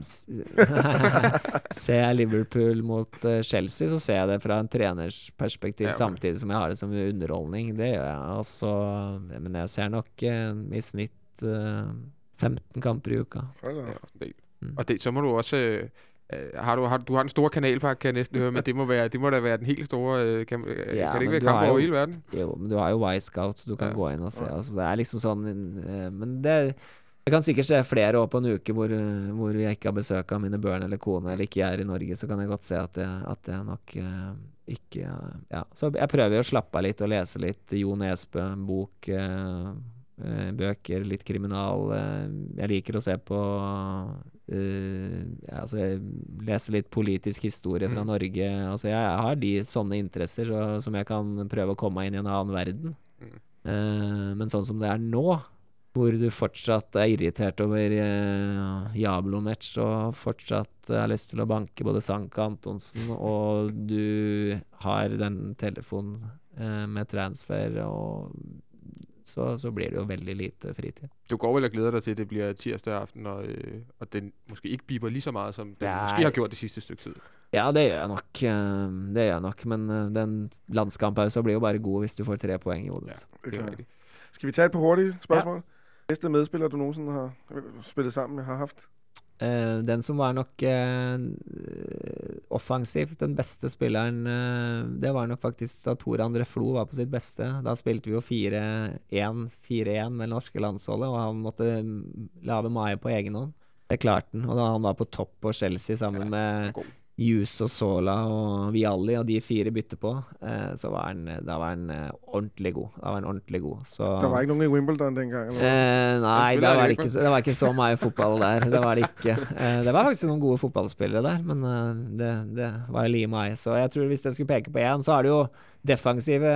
ser jeg Liverpool mot uh, Chelsea, så ser jeg det fra en treners perspektiv, ja, okay. Samtidig som jeg har det som underholdning. Det gjør jeg. Altså, men jeg ser nok uh, i snitt uh, femten kamper i uka. Ja, det, mm. Og det, så må du også... Uh, har du, har, du har en stor kanalpakke, kan jeg næsten høre, men det må, være, det må da være den helt store... Uh, kan, uh, ja, kan det ikke være kamper over hele verden? Jo, men du har jo Wisecout, så du kan ja. gå inn og se. Altså, det er liksom sånn... Uh, men det... Det kan sikkert se flere år på en uke hvor, hvor jeg ikke har besøk av mine børn eller kone, eller ikke jeg er i Norge, så kan jeg godt se at jeg, at jeg nok uh, ikke uh, ja. Så jeg prøver å slappe av litt og lese litt Jo Nesbø, bok, uh, uh, bøker, litt kriminal. Uh, jeg liker å se på uh, ja, altså jeg leser litt politisk historie fra Norge. Altså jeg, jeg har de sånne interesser så, som jeg kan prøve å komme inn i en annen verden. Uh, men sånn som det er nå, hvor du fortsatt er irritert over uh, Jablonec og fortsatt har lyst til å banke både Sanka Antonsen, og du har den telefonen uh, med transfer, og så, så blir det jo veldig lite fritid. Du går vel og glæder deg til, det blir tirsdag aften, og, og den måske ikke biber lige så meget, som den Nei. Måske har gjort det sidste stykke tid. Ja, det gjør jeg nok. Det gjør jeg nok, men den landskamppausen blir jo bare god hvis du får tre poeng i hodet. Ja, det er klart. Skal vi tage et par hurtige spørgsmål? Ja. Bedste medspiller, du nogensinde har spillet sammen med, har haft? Eh, den som var nok eh, offensivt den beste spilleren, eh, det var nok faktisk da Tore André Flo var på sitt beste. Da spilte vi jo fire én fire én med det norske landsholdet, og han måtte lave Mae på egen hånd. Det klarte han, og da han var på topp på Chelsea sammen med Jus og Sola og Vialli, og de fire bytte på, eh, så var han, da var han eh, ordentlig god. Da var han ordentlig god. Så, der var ikke nogen i Wimbledon dengang? Eh, nei, det var ikke, det var ikke så mye fotball der. Det var det ikke. Eh, det var faktisk noen gode fotballspillere der, men eh, det, det var jo like meg. Så jeg tror hvis jeg skulle peke på en, så er det jo defensive,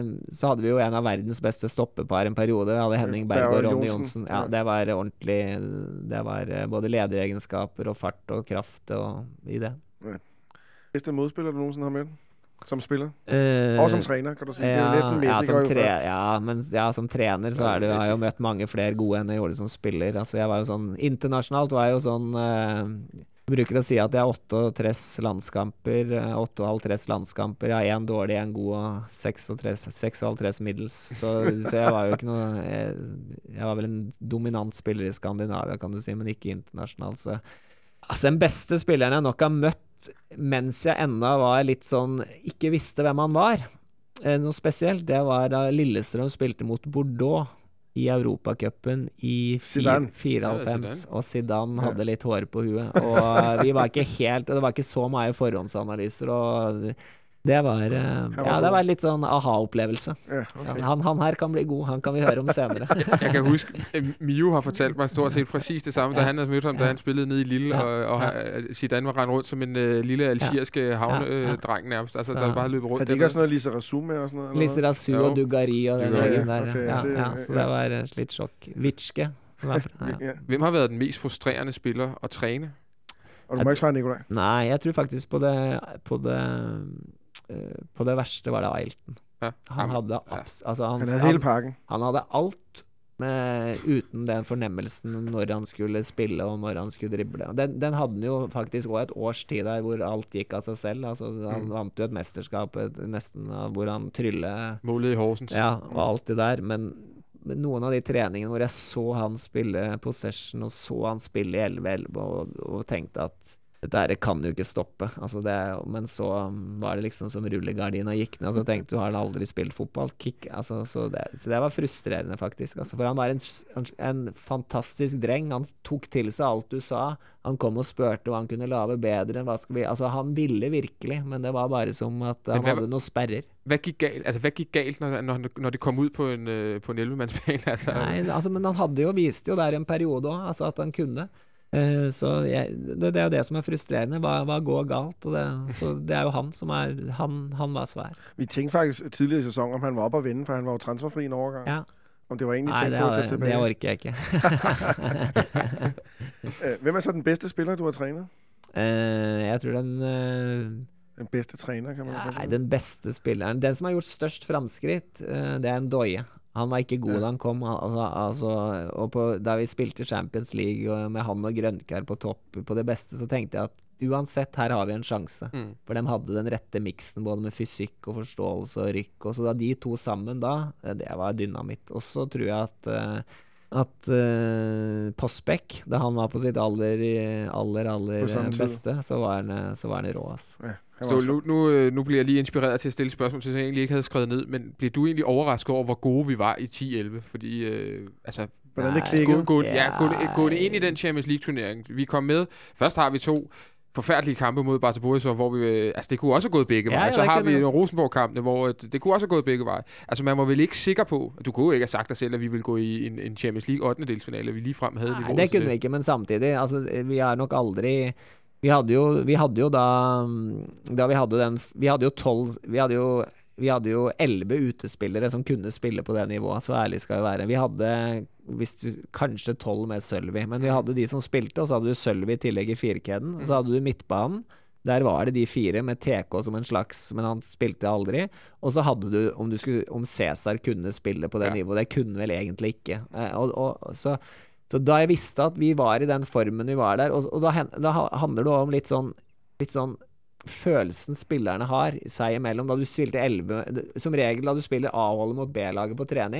så hadde vi jo en av verdens beste stoppepar en periode. Vi hadde Henning Berg og Ronny Johnsen. Ja, det var ordentlig, det var både lederegenskaper og fart og kraft og i det. Ja. Bedste modspiller, du nogensinde har mødt som spiller? Uh, og som træner, kan du sige. Ja, det er jo næsten ja, Messi. som tre, ja, men ja, som trener så er det, jeg har jo møtt mange flere gode enn jeg gjorde som spiller. Altså, jeg var jo sånn, internasjonalt var jeg jo sånn, uh, jeg bruker å si at jeg har åtte og tres landskamper, åtte og halv tres landskamper, jeg har en dårlig, en god og seks og halv tres middels. Så, så jeg var jo ikke noe, jeg, jeg var vel en dominant spiller i Skandinavia, kan du si, men ikke internasjonalt, så altså den beste spilleren jeg nok har møtt mens jeg enda var litt sånn ikke visste hvem han var, eh, noe spesielt, det var da Lillestrøm spilte mot Bordeaux i Europacupen i fireoghalvfems, og Zidane hadde litt hår på huet, og vi var ikke helt, det var ikke så mye forhåndsanalyser, og det var, ja, det var litt sånn aha-opplevelse. Ja, okay. han, han her kan bli god, han kan vi høre om senere. Jeg kan huske, Mio har fortalt mig stort set præcis det samme, da han havde mødt ham, da han spillede nede i Lille, ja, og, og ja. Zidane var rendt rundt som en uh, lille algeriske ja. havnedreng ja. nærmest, altså, der bare løbet rundt. Er det ikke også noget Lisa Razou med? Og sådan noget, Lisa Razou og Dugari og den egen der. Okay, ja, det, ja, så det var litt sjokk. Vitske. Ja. Hvem har været den mest frustrerende spiller at træne? Og du må ikke svare, Nikolaj. Nej, jeg tror faktisk på det, på det på det verste var det Ailton. Ja. Han hadde abs- altså han, han hadde hele pakken. Han, han hadde alt med, uten den fornemmelsen når han skulle spille og når han skulle drible. Den, den hadde han jo faktisk også et års tid der hvor alt gikk av seg selv. Altså, han mm. vant jo et mesterskap et, nesten hvor han trylle målet i Horsens. Ja, og alt det der, men men noen av de treningene hvor jeg så han spille possession og så han spille i elleve elleve og, og tenkte at dette her kan jo ikke stoppe, altså det, men så var det liksom som rullegardina gikk ned, og så tenkte du, har han aldri spilt fotball? Kick, altså, så, det, så det var frustrerende faktisk, altså, for han var en, en fantastisk dreng, han tok til seg alt du sa, han kom og spørte hva han kunne lave bedre, hva skal vi, altså han ville virkelig, men det var bare som at han hadde noen sperrer. Hvad gik galt, altså hvad gik galt, når, når, når det kom ud på en, på en elleve-mandsbane? Altså? Nei, altså, men han hadde jo, viste jo der en periode også, altså at han kunne. Uh, så jeg, det, det er jo det som er frustrerende. Hva, hva går galt? Og det, så det er jo han som er han, han var svær. Vi tænkte faktisk tidligere i sæsonen, om han var oppe at vinde, for han var jo transferfri en overgang. Ja. Om det var egentlig Nei, tænkt på at tage tilbage. Det orker jeg ikke. uh, Hvem er så den bedste spiller, du har trænet? Uh, jeg tror den uh, Den bedste træner, kan man ja, Nei, den beste spilleren. Den som har gjort størst fremskritt, uh, det er en Doye. Han var ikke god ja. da han kom, altså, altså, og på, da vi spilte Champions League og med han og Grønkær på topp på det beste, så tenkte jeg at uansett, her har vi en sjanse. Mm. For de hadde den rette miksen både med fysikk og forståelse og rykk, og så da de to sammen da, det var dynamitt. Og så tror jeg at uh, at uh, Postbæk, da han var på sitt aller aller, aller beste, så var han, så var han rå, altså. Ja. Så nu, nu, nu bliver jeg lige inspireret til at stille spørgsmål, som jeg egentlig ikke havde skrevet ned, men blev du egentlig overrasket over, hvor gode vi var i ti elleve? Fordi, øh, altså... Hvordan det klikkede? Gå, gå, ja, gå, gå ind i den Champions League-turnering. Vi kom med. Først har vi to forfærdelige kampe mod Barca Borisov, hvor vi... Altså, det kunne også have gået begge veje. Ja, så har vi en Rosenborg-kampene, hvor det, det kunne også have gået begge veje. Altså, man var vel ikke sikker på... Du kunne jo ikke have sagt dig selv, at vi ville gå i en, en Champions League ottende delsfinale, vi lige frem havde niveau. Nej, det kunne vi ikke, men samtidig... Altså, vi har nok aldri... Vi hadde jo, vi hadde jo da, da vi hadde den, vi hadde jo tolv, vi hadde jo, vi hadde jo elleve utespillere som kunne spille på det nivået, så ærlig skal vi være. Vi hadde hvis du, kanskje tolv med Sølvi, men vi hadde de som spilte, og så hadde du Sølvi i tillegg i firkjeden, og så hadde du midtbanen, der var det de fire med T K som en slags, men han spilte aldri, og så hadde du, om, du skulle, om Cæsar kunne spille på det ja. nivået, det kunne vel egentlig ikke, og, og så... Så da jeg visste at vi var i den formen vi var der, og, og da, da handler det om litt sånn, litt sånn følelsen spillerne har seg imellom, da du spilte elleve, som regel da du spiller A-holdet mot B-laget på trening,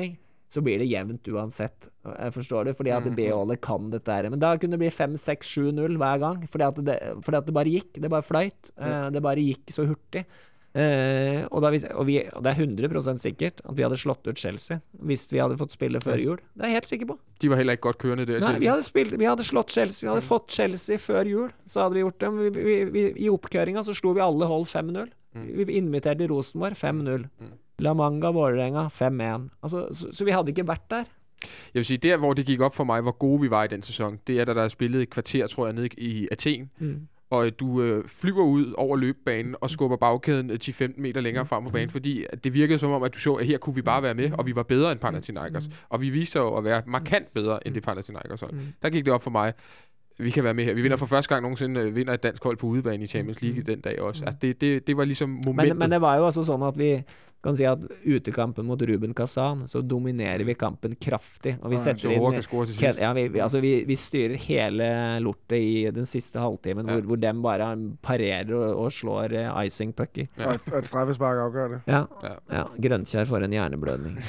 så blir det jevnt uansett. Jeg forstår det, fordi at B-holdet kan dette her. Men da kunne det bli fem seks sju null hver gang, fordi at det, fordi at det bare gikk, det bare fløyt. Uh, det bare gikk så hurtig. Uh, og, da vi, og, vi, og det er hundre prosent sikkert at vi hadde slått ut Chelsea hvis vi hadde fått spille før jul. Det er jeg helt sikker på. De var heller ikke godt kørende der. Nei, vi hadde, spilt, vi hadde slått Chelsea. Vi hadde mm. fått Chelsea før jul. Så hadde vi gjort det. Vi, vi, vi, I oppkøringa så slo vi alle hold fem null. Mm. Vi inviterte Rosenborg fem null. Mm. La Manga, Vålerenga fem en. Altså, så, så vi hadde ikke vært der. Jeg vil sige, der hvor det gik op for mig, hvor gode vi var i den sæson, det er, da der er spillet et kvarter, tror jeg, nede i Athen. Mm. Og du øh, flyver ud over løbebanen og skubber bagkæden ti til femten meter længere frem på banen, fordi det virkede som om, at du så, at her kunne vi bare være med, og vi var bedre end Panathinaikos. Og vi viste jo at være markant bedre end det Panathinaikos. Der gik det op for mig, vi kan være med her. Vi vinder for første gang nogensinde, vinder et dansk hold på udebane i Champions League den dag også. Altså det, det, det var ligesom momentet. Men, men det var jo også sådan, at vi kan si at utekampen mot Ruben Kazan, så dominerer vi kampen kraftig. Og vi setter inn... Ja, vi, vi, altså vi, vi styrer hele lortet i den siste halvtimen, ja. hvor, hvor dem bare parerer og, og slår uh, icing-pucker. Ja. Og et, et straffespark afgør det. Ja, ja. ja. Grønkjær for en hjerneblødning.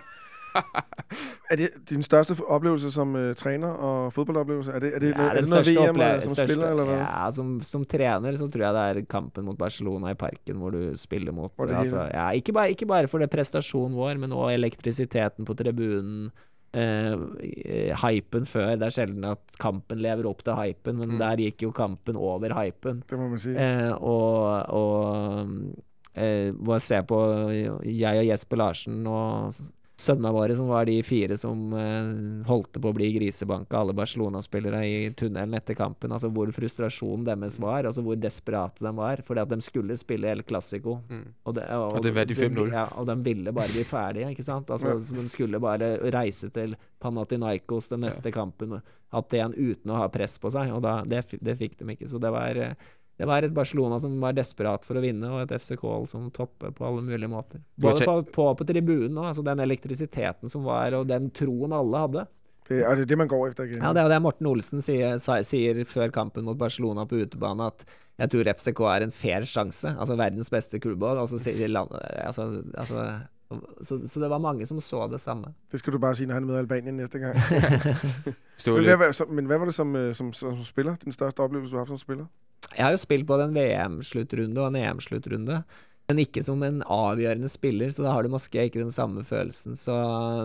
Er det din største oplevelse som uh, træner og fodboldoplevelse? Er det, er det, ja, er det det noget V M opplevelse, som største, spiller, eller hvad? Ja, som, som træner så tror jeg det er kampen mot Barcelona i Parken, hvor du spiller mot... Altså, ja, ikke, bare, ikke bare for det prestasjonen vår, men også elektrisiteten på tribunen, uh, hypen før. Det er sjelden at kampen lever opp til hypen, men mm. der gikk jo kampen over hypen. Det må man si. Uh, og... og uh, hvor jeg ser på jeg og Jesper Larsen og... sønnene våre, som var de fire som uh, holdt på å bli grisebanka, alle Barcelona-spillere i tunnelen etter kampen, altså hvor frustrasjonen deres var, altså hvor desperate de var, fordi at de skulle spille El Clasico. Mm. Og, det, og, og det var de fem null. Ja, og de ville bare bli ferdige, ikke sant? Altså, ja. Så de skulle bare reise til Panathinaikos den neste ja. kampen, hatt det igjen uten å ha press på seg, og da, det, det fikk de ikke. Så det var... Det var et Barcelona som var desperat for å vinne, og et F C K som topper på alle mulige måter. Både på, på, på tribunen, altså den elektrisiteten som var, og den troen alle hadde. Det er det, det man går efter. Ikke? Ja, det er det Morten Olsen sier, sier før kampen mot Barcelona på utebane, at jeg tror F C K er en fair sjanse, altså verdens beste klubblag, altså, altså, altså Så, så det var mange som så det samme. Det skal du bare sige, når han er med i Albanien næste gang. men, hvad, så, men hvad var det som, som, som spiller? Den største oplevelse, du har haft som spiller? Jeg har jo spilt på en V M-sluttrunde og en E M-sluttrunde, men ikke som en avgjørende spiller, så da har du måske ikke den samme følelsen. Så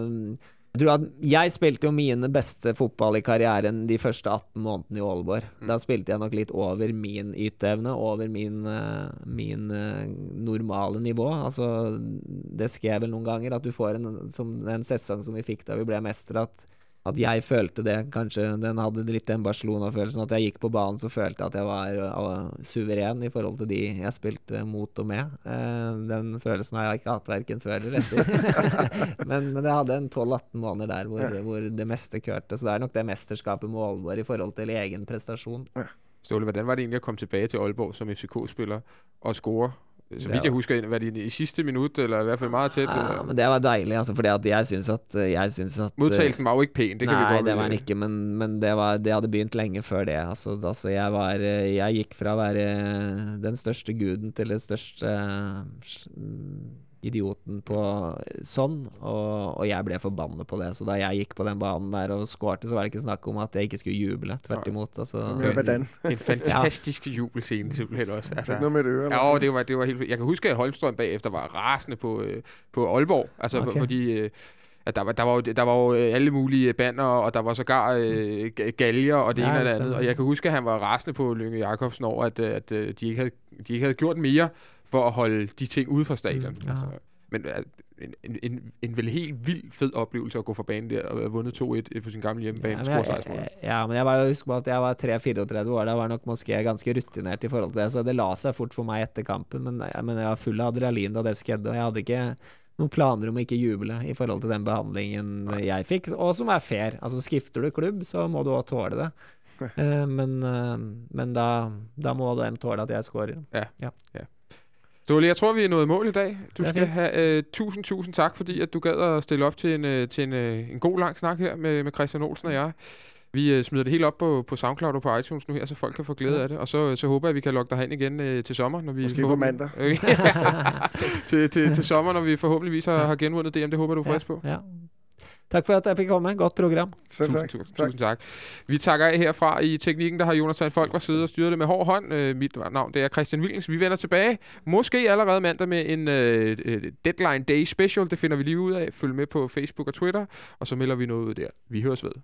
jeg tror at jeg spilte jo mine beste fotball i karrieren de første atten månedene i Aalborg. Da spilte jeg nok litt over min yteevne, over min, min normale nivå. Altså, det skrev vel noen ganger at du får en, som en sesong som vi fikk da vi ble mestre, at at jeg følte det, kanskje den hadde litt den Barcelona-følelsen, at jeg gikk på banen så følte jeg at jeg var uh, suveren i forhold til de jeg spilte mot og med. Uh, den følelsen har jeg ikke hatt hverken før eller etter. men, men jeg hadde en tolv atten måneder der hvor, ja. hvor det meste kørte, så det er nok det mesterskapet med Aalborg i forhold til egen prestasjon. Ja. Ståle, hvordan var det egentlig at komme tilbage til Aalborg som F C K-spiller og score? Så vidt jeg husker, var det i sidste minut, eller i hvert fald meget tæt? Ja, eller? Men det var dejligt, altså, fordi at jeg synes at... Jeg synes at modtagelsen var jo ikke pæn, det kan nej, vi godt... Nej, det var den ikke, men, men det, var, det hadde begynt lenge før det. Altså, altså jeg, var, jeg gikk fra å være den største guden til den største idioten på sånn, og, og jeg ble forbannet på det. Så da jeg gikk på den banen der og skårte, så var det ikke snakk om at jeg ikke skulle juble, tvert imot. Altså, hvordan? En fantastisk ja. jubelscene simpelthen også. Altså, noget med det øre? Ja, det var, det var helt... Jeg kan huske, at Holmstrøm bagefter var rasende på, på Aalborg, altså okay. fordi... At der var, der, var jo, der var jo alle mulige banner, og der var sågar øh, galger og det ja, ene og det andet. Og jeg kan huske, at han var rasende på Lynge Jacobsen over, at, at de, ikke havde, de ikke havde gjort mere for at holde de ting ude fra stadion. Mm, ja. altså, men en, en, en, en vel helt vild fed oplevelse at gå fra banen der og have vundet to et på sin gamle hjemmebane. Ja, jeg, jeg, ja, men jeg var jo husk på at jeg var tre fireogtredive år, da var nok måske ganske rutinert i forhold til det, så det la seg fort for meg etter kampen, men, men jeg var full av adrenalin da det skedde, og jeg hadde ikke noen planer om ikke juble i forhold til den behandlingen jeg fikk, og som er fair. Altså, skifter du klubb, så må du også tåle det. Uh, men uh, men da, da må de tåle at jeg scorer. Ja, ja. ja. Ståle, jeg tror, vi er nået mål i dag. Du skal have uh, tusind, tusind tak, fordi at du gad at stille op til en, til en, en god lang snak her med, med Christian Olsen og jeg. Vi uh, smider det helt op på, på SoundCloud og på iTunes nu her, så folk kan få glæde ja. af det. Og så, så håber jeg, at vi kan lokke dig hen igen uh, til sommer. Når vi Måske på mandag. til, til, til sommer, når vi forhåbentligvis har, har genvundet det. Det håber du er frisk på. Ja. Takk for at jeg fikk komme. Godt program. Selv Tusind, tak. tusind, tak. tusind tak. Vi takker af herfra i teknikken, der har Jonathan Folk var siddet og styret det med hård hånd. Øh, mit navn det er Christian Wilkens. Vi vender tilbage, måske allerede mandag med en øh, Deadline Day special. Det finder vi lige ud af. Følg med på Facebook og Twitter, og så melder vi noget ud der. Vi høres ved.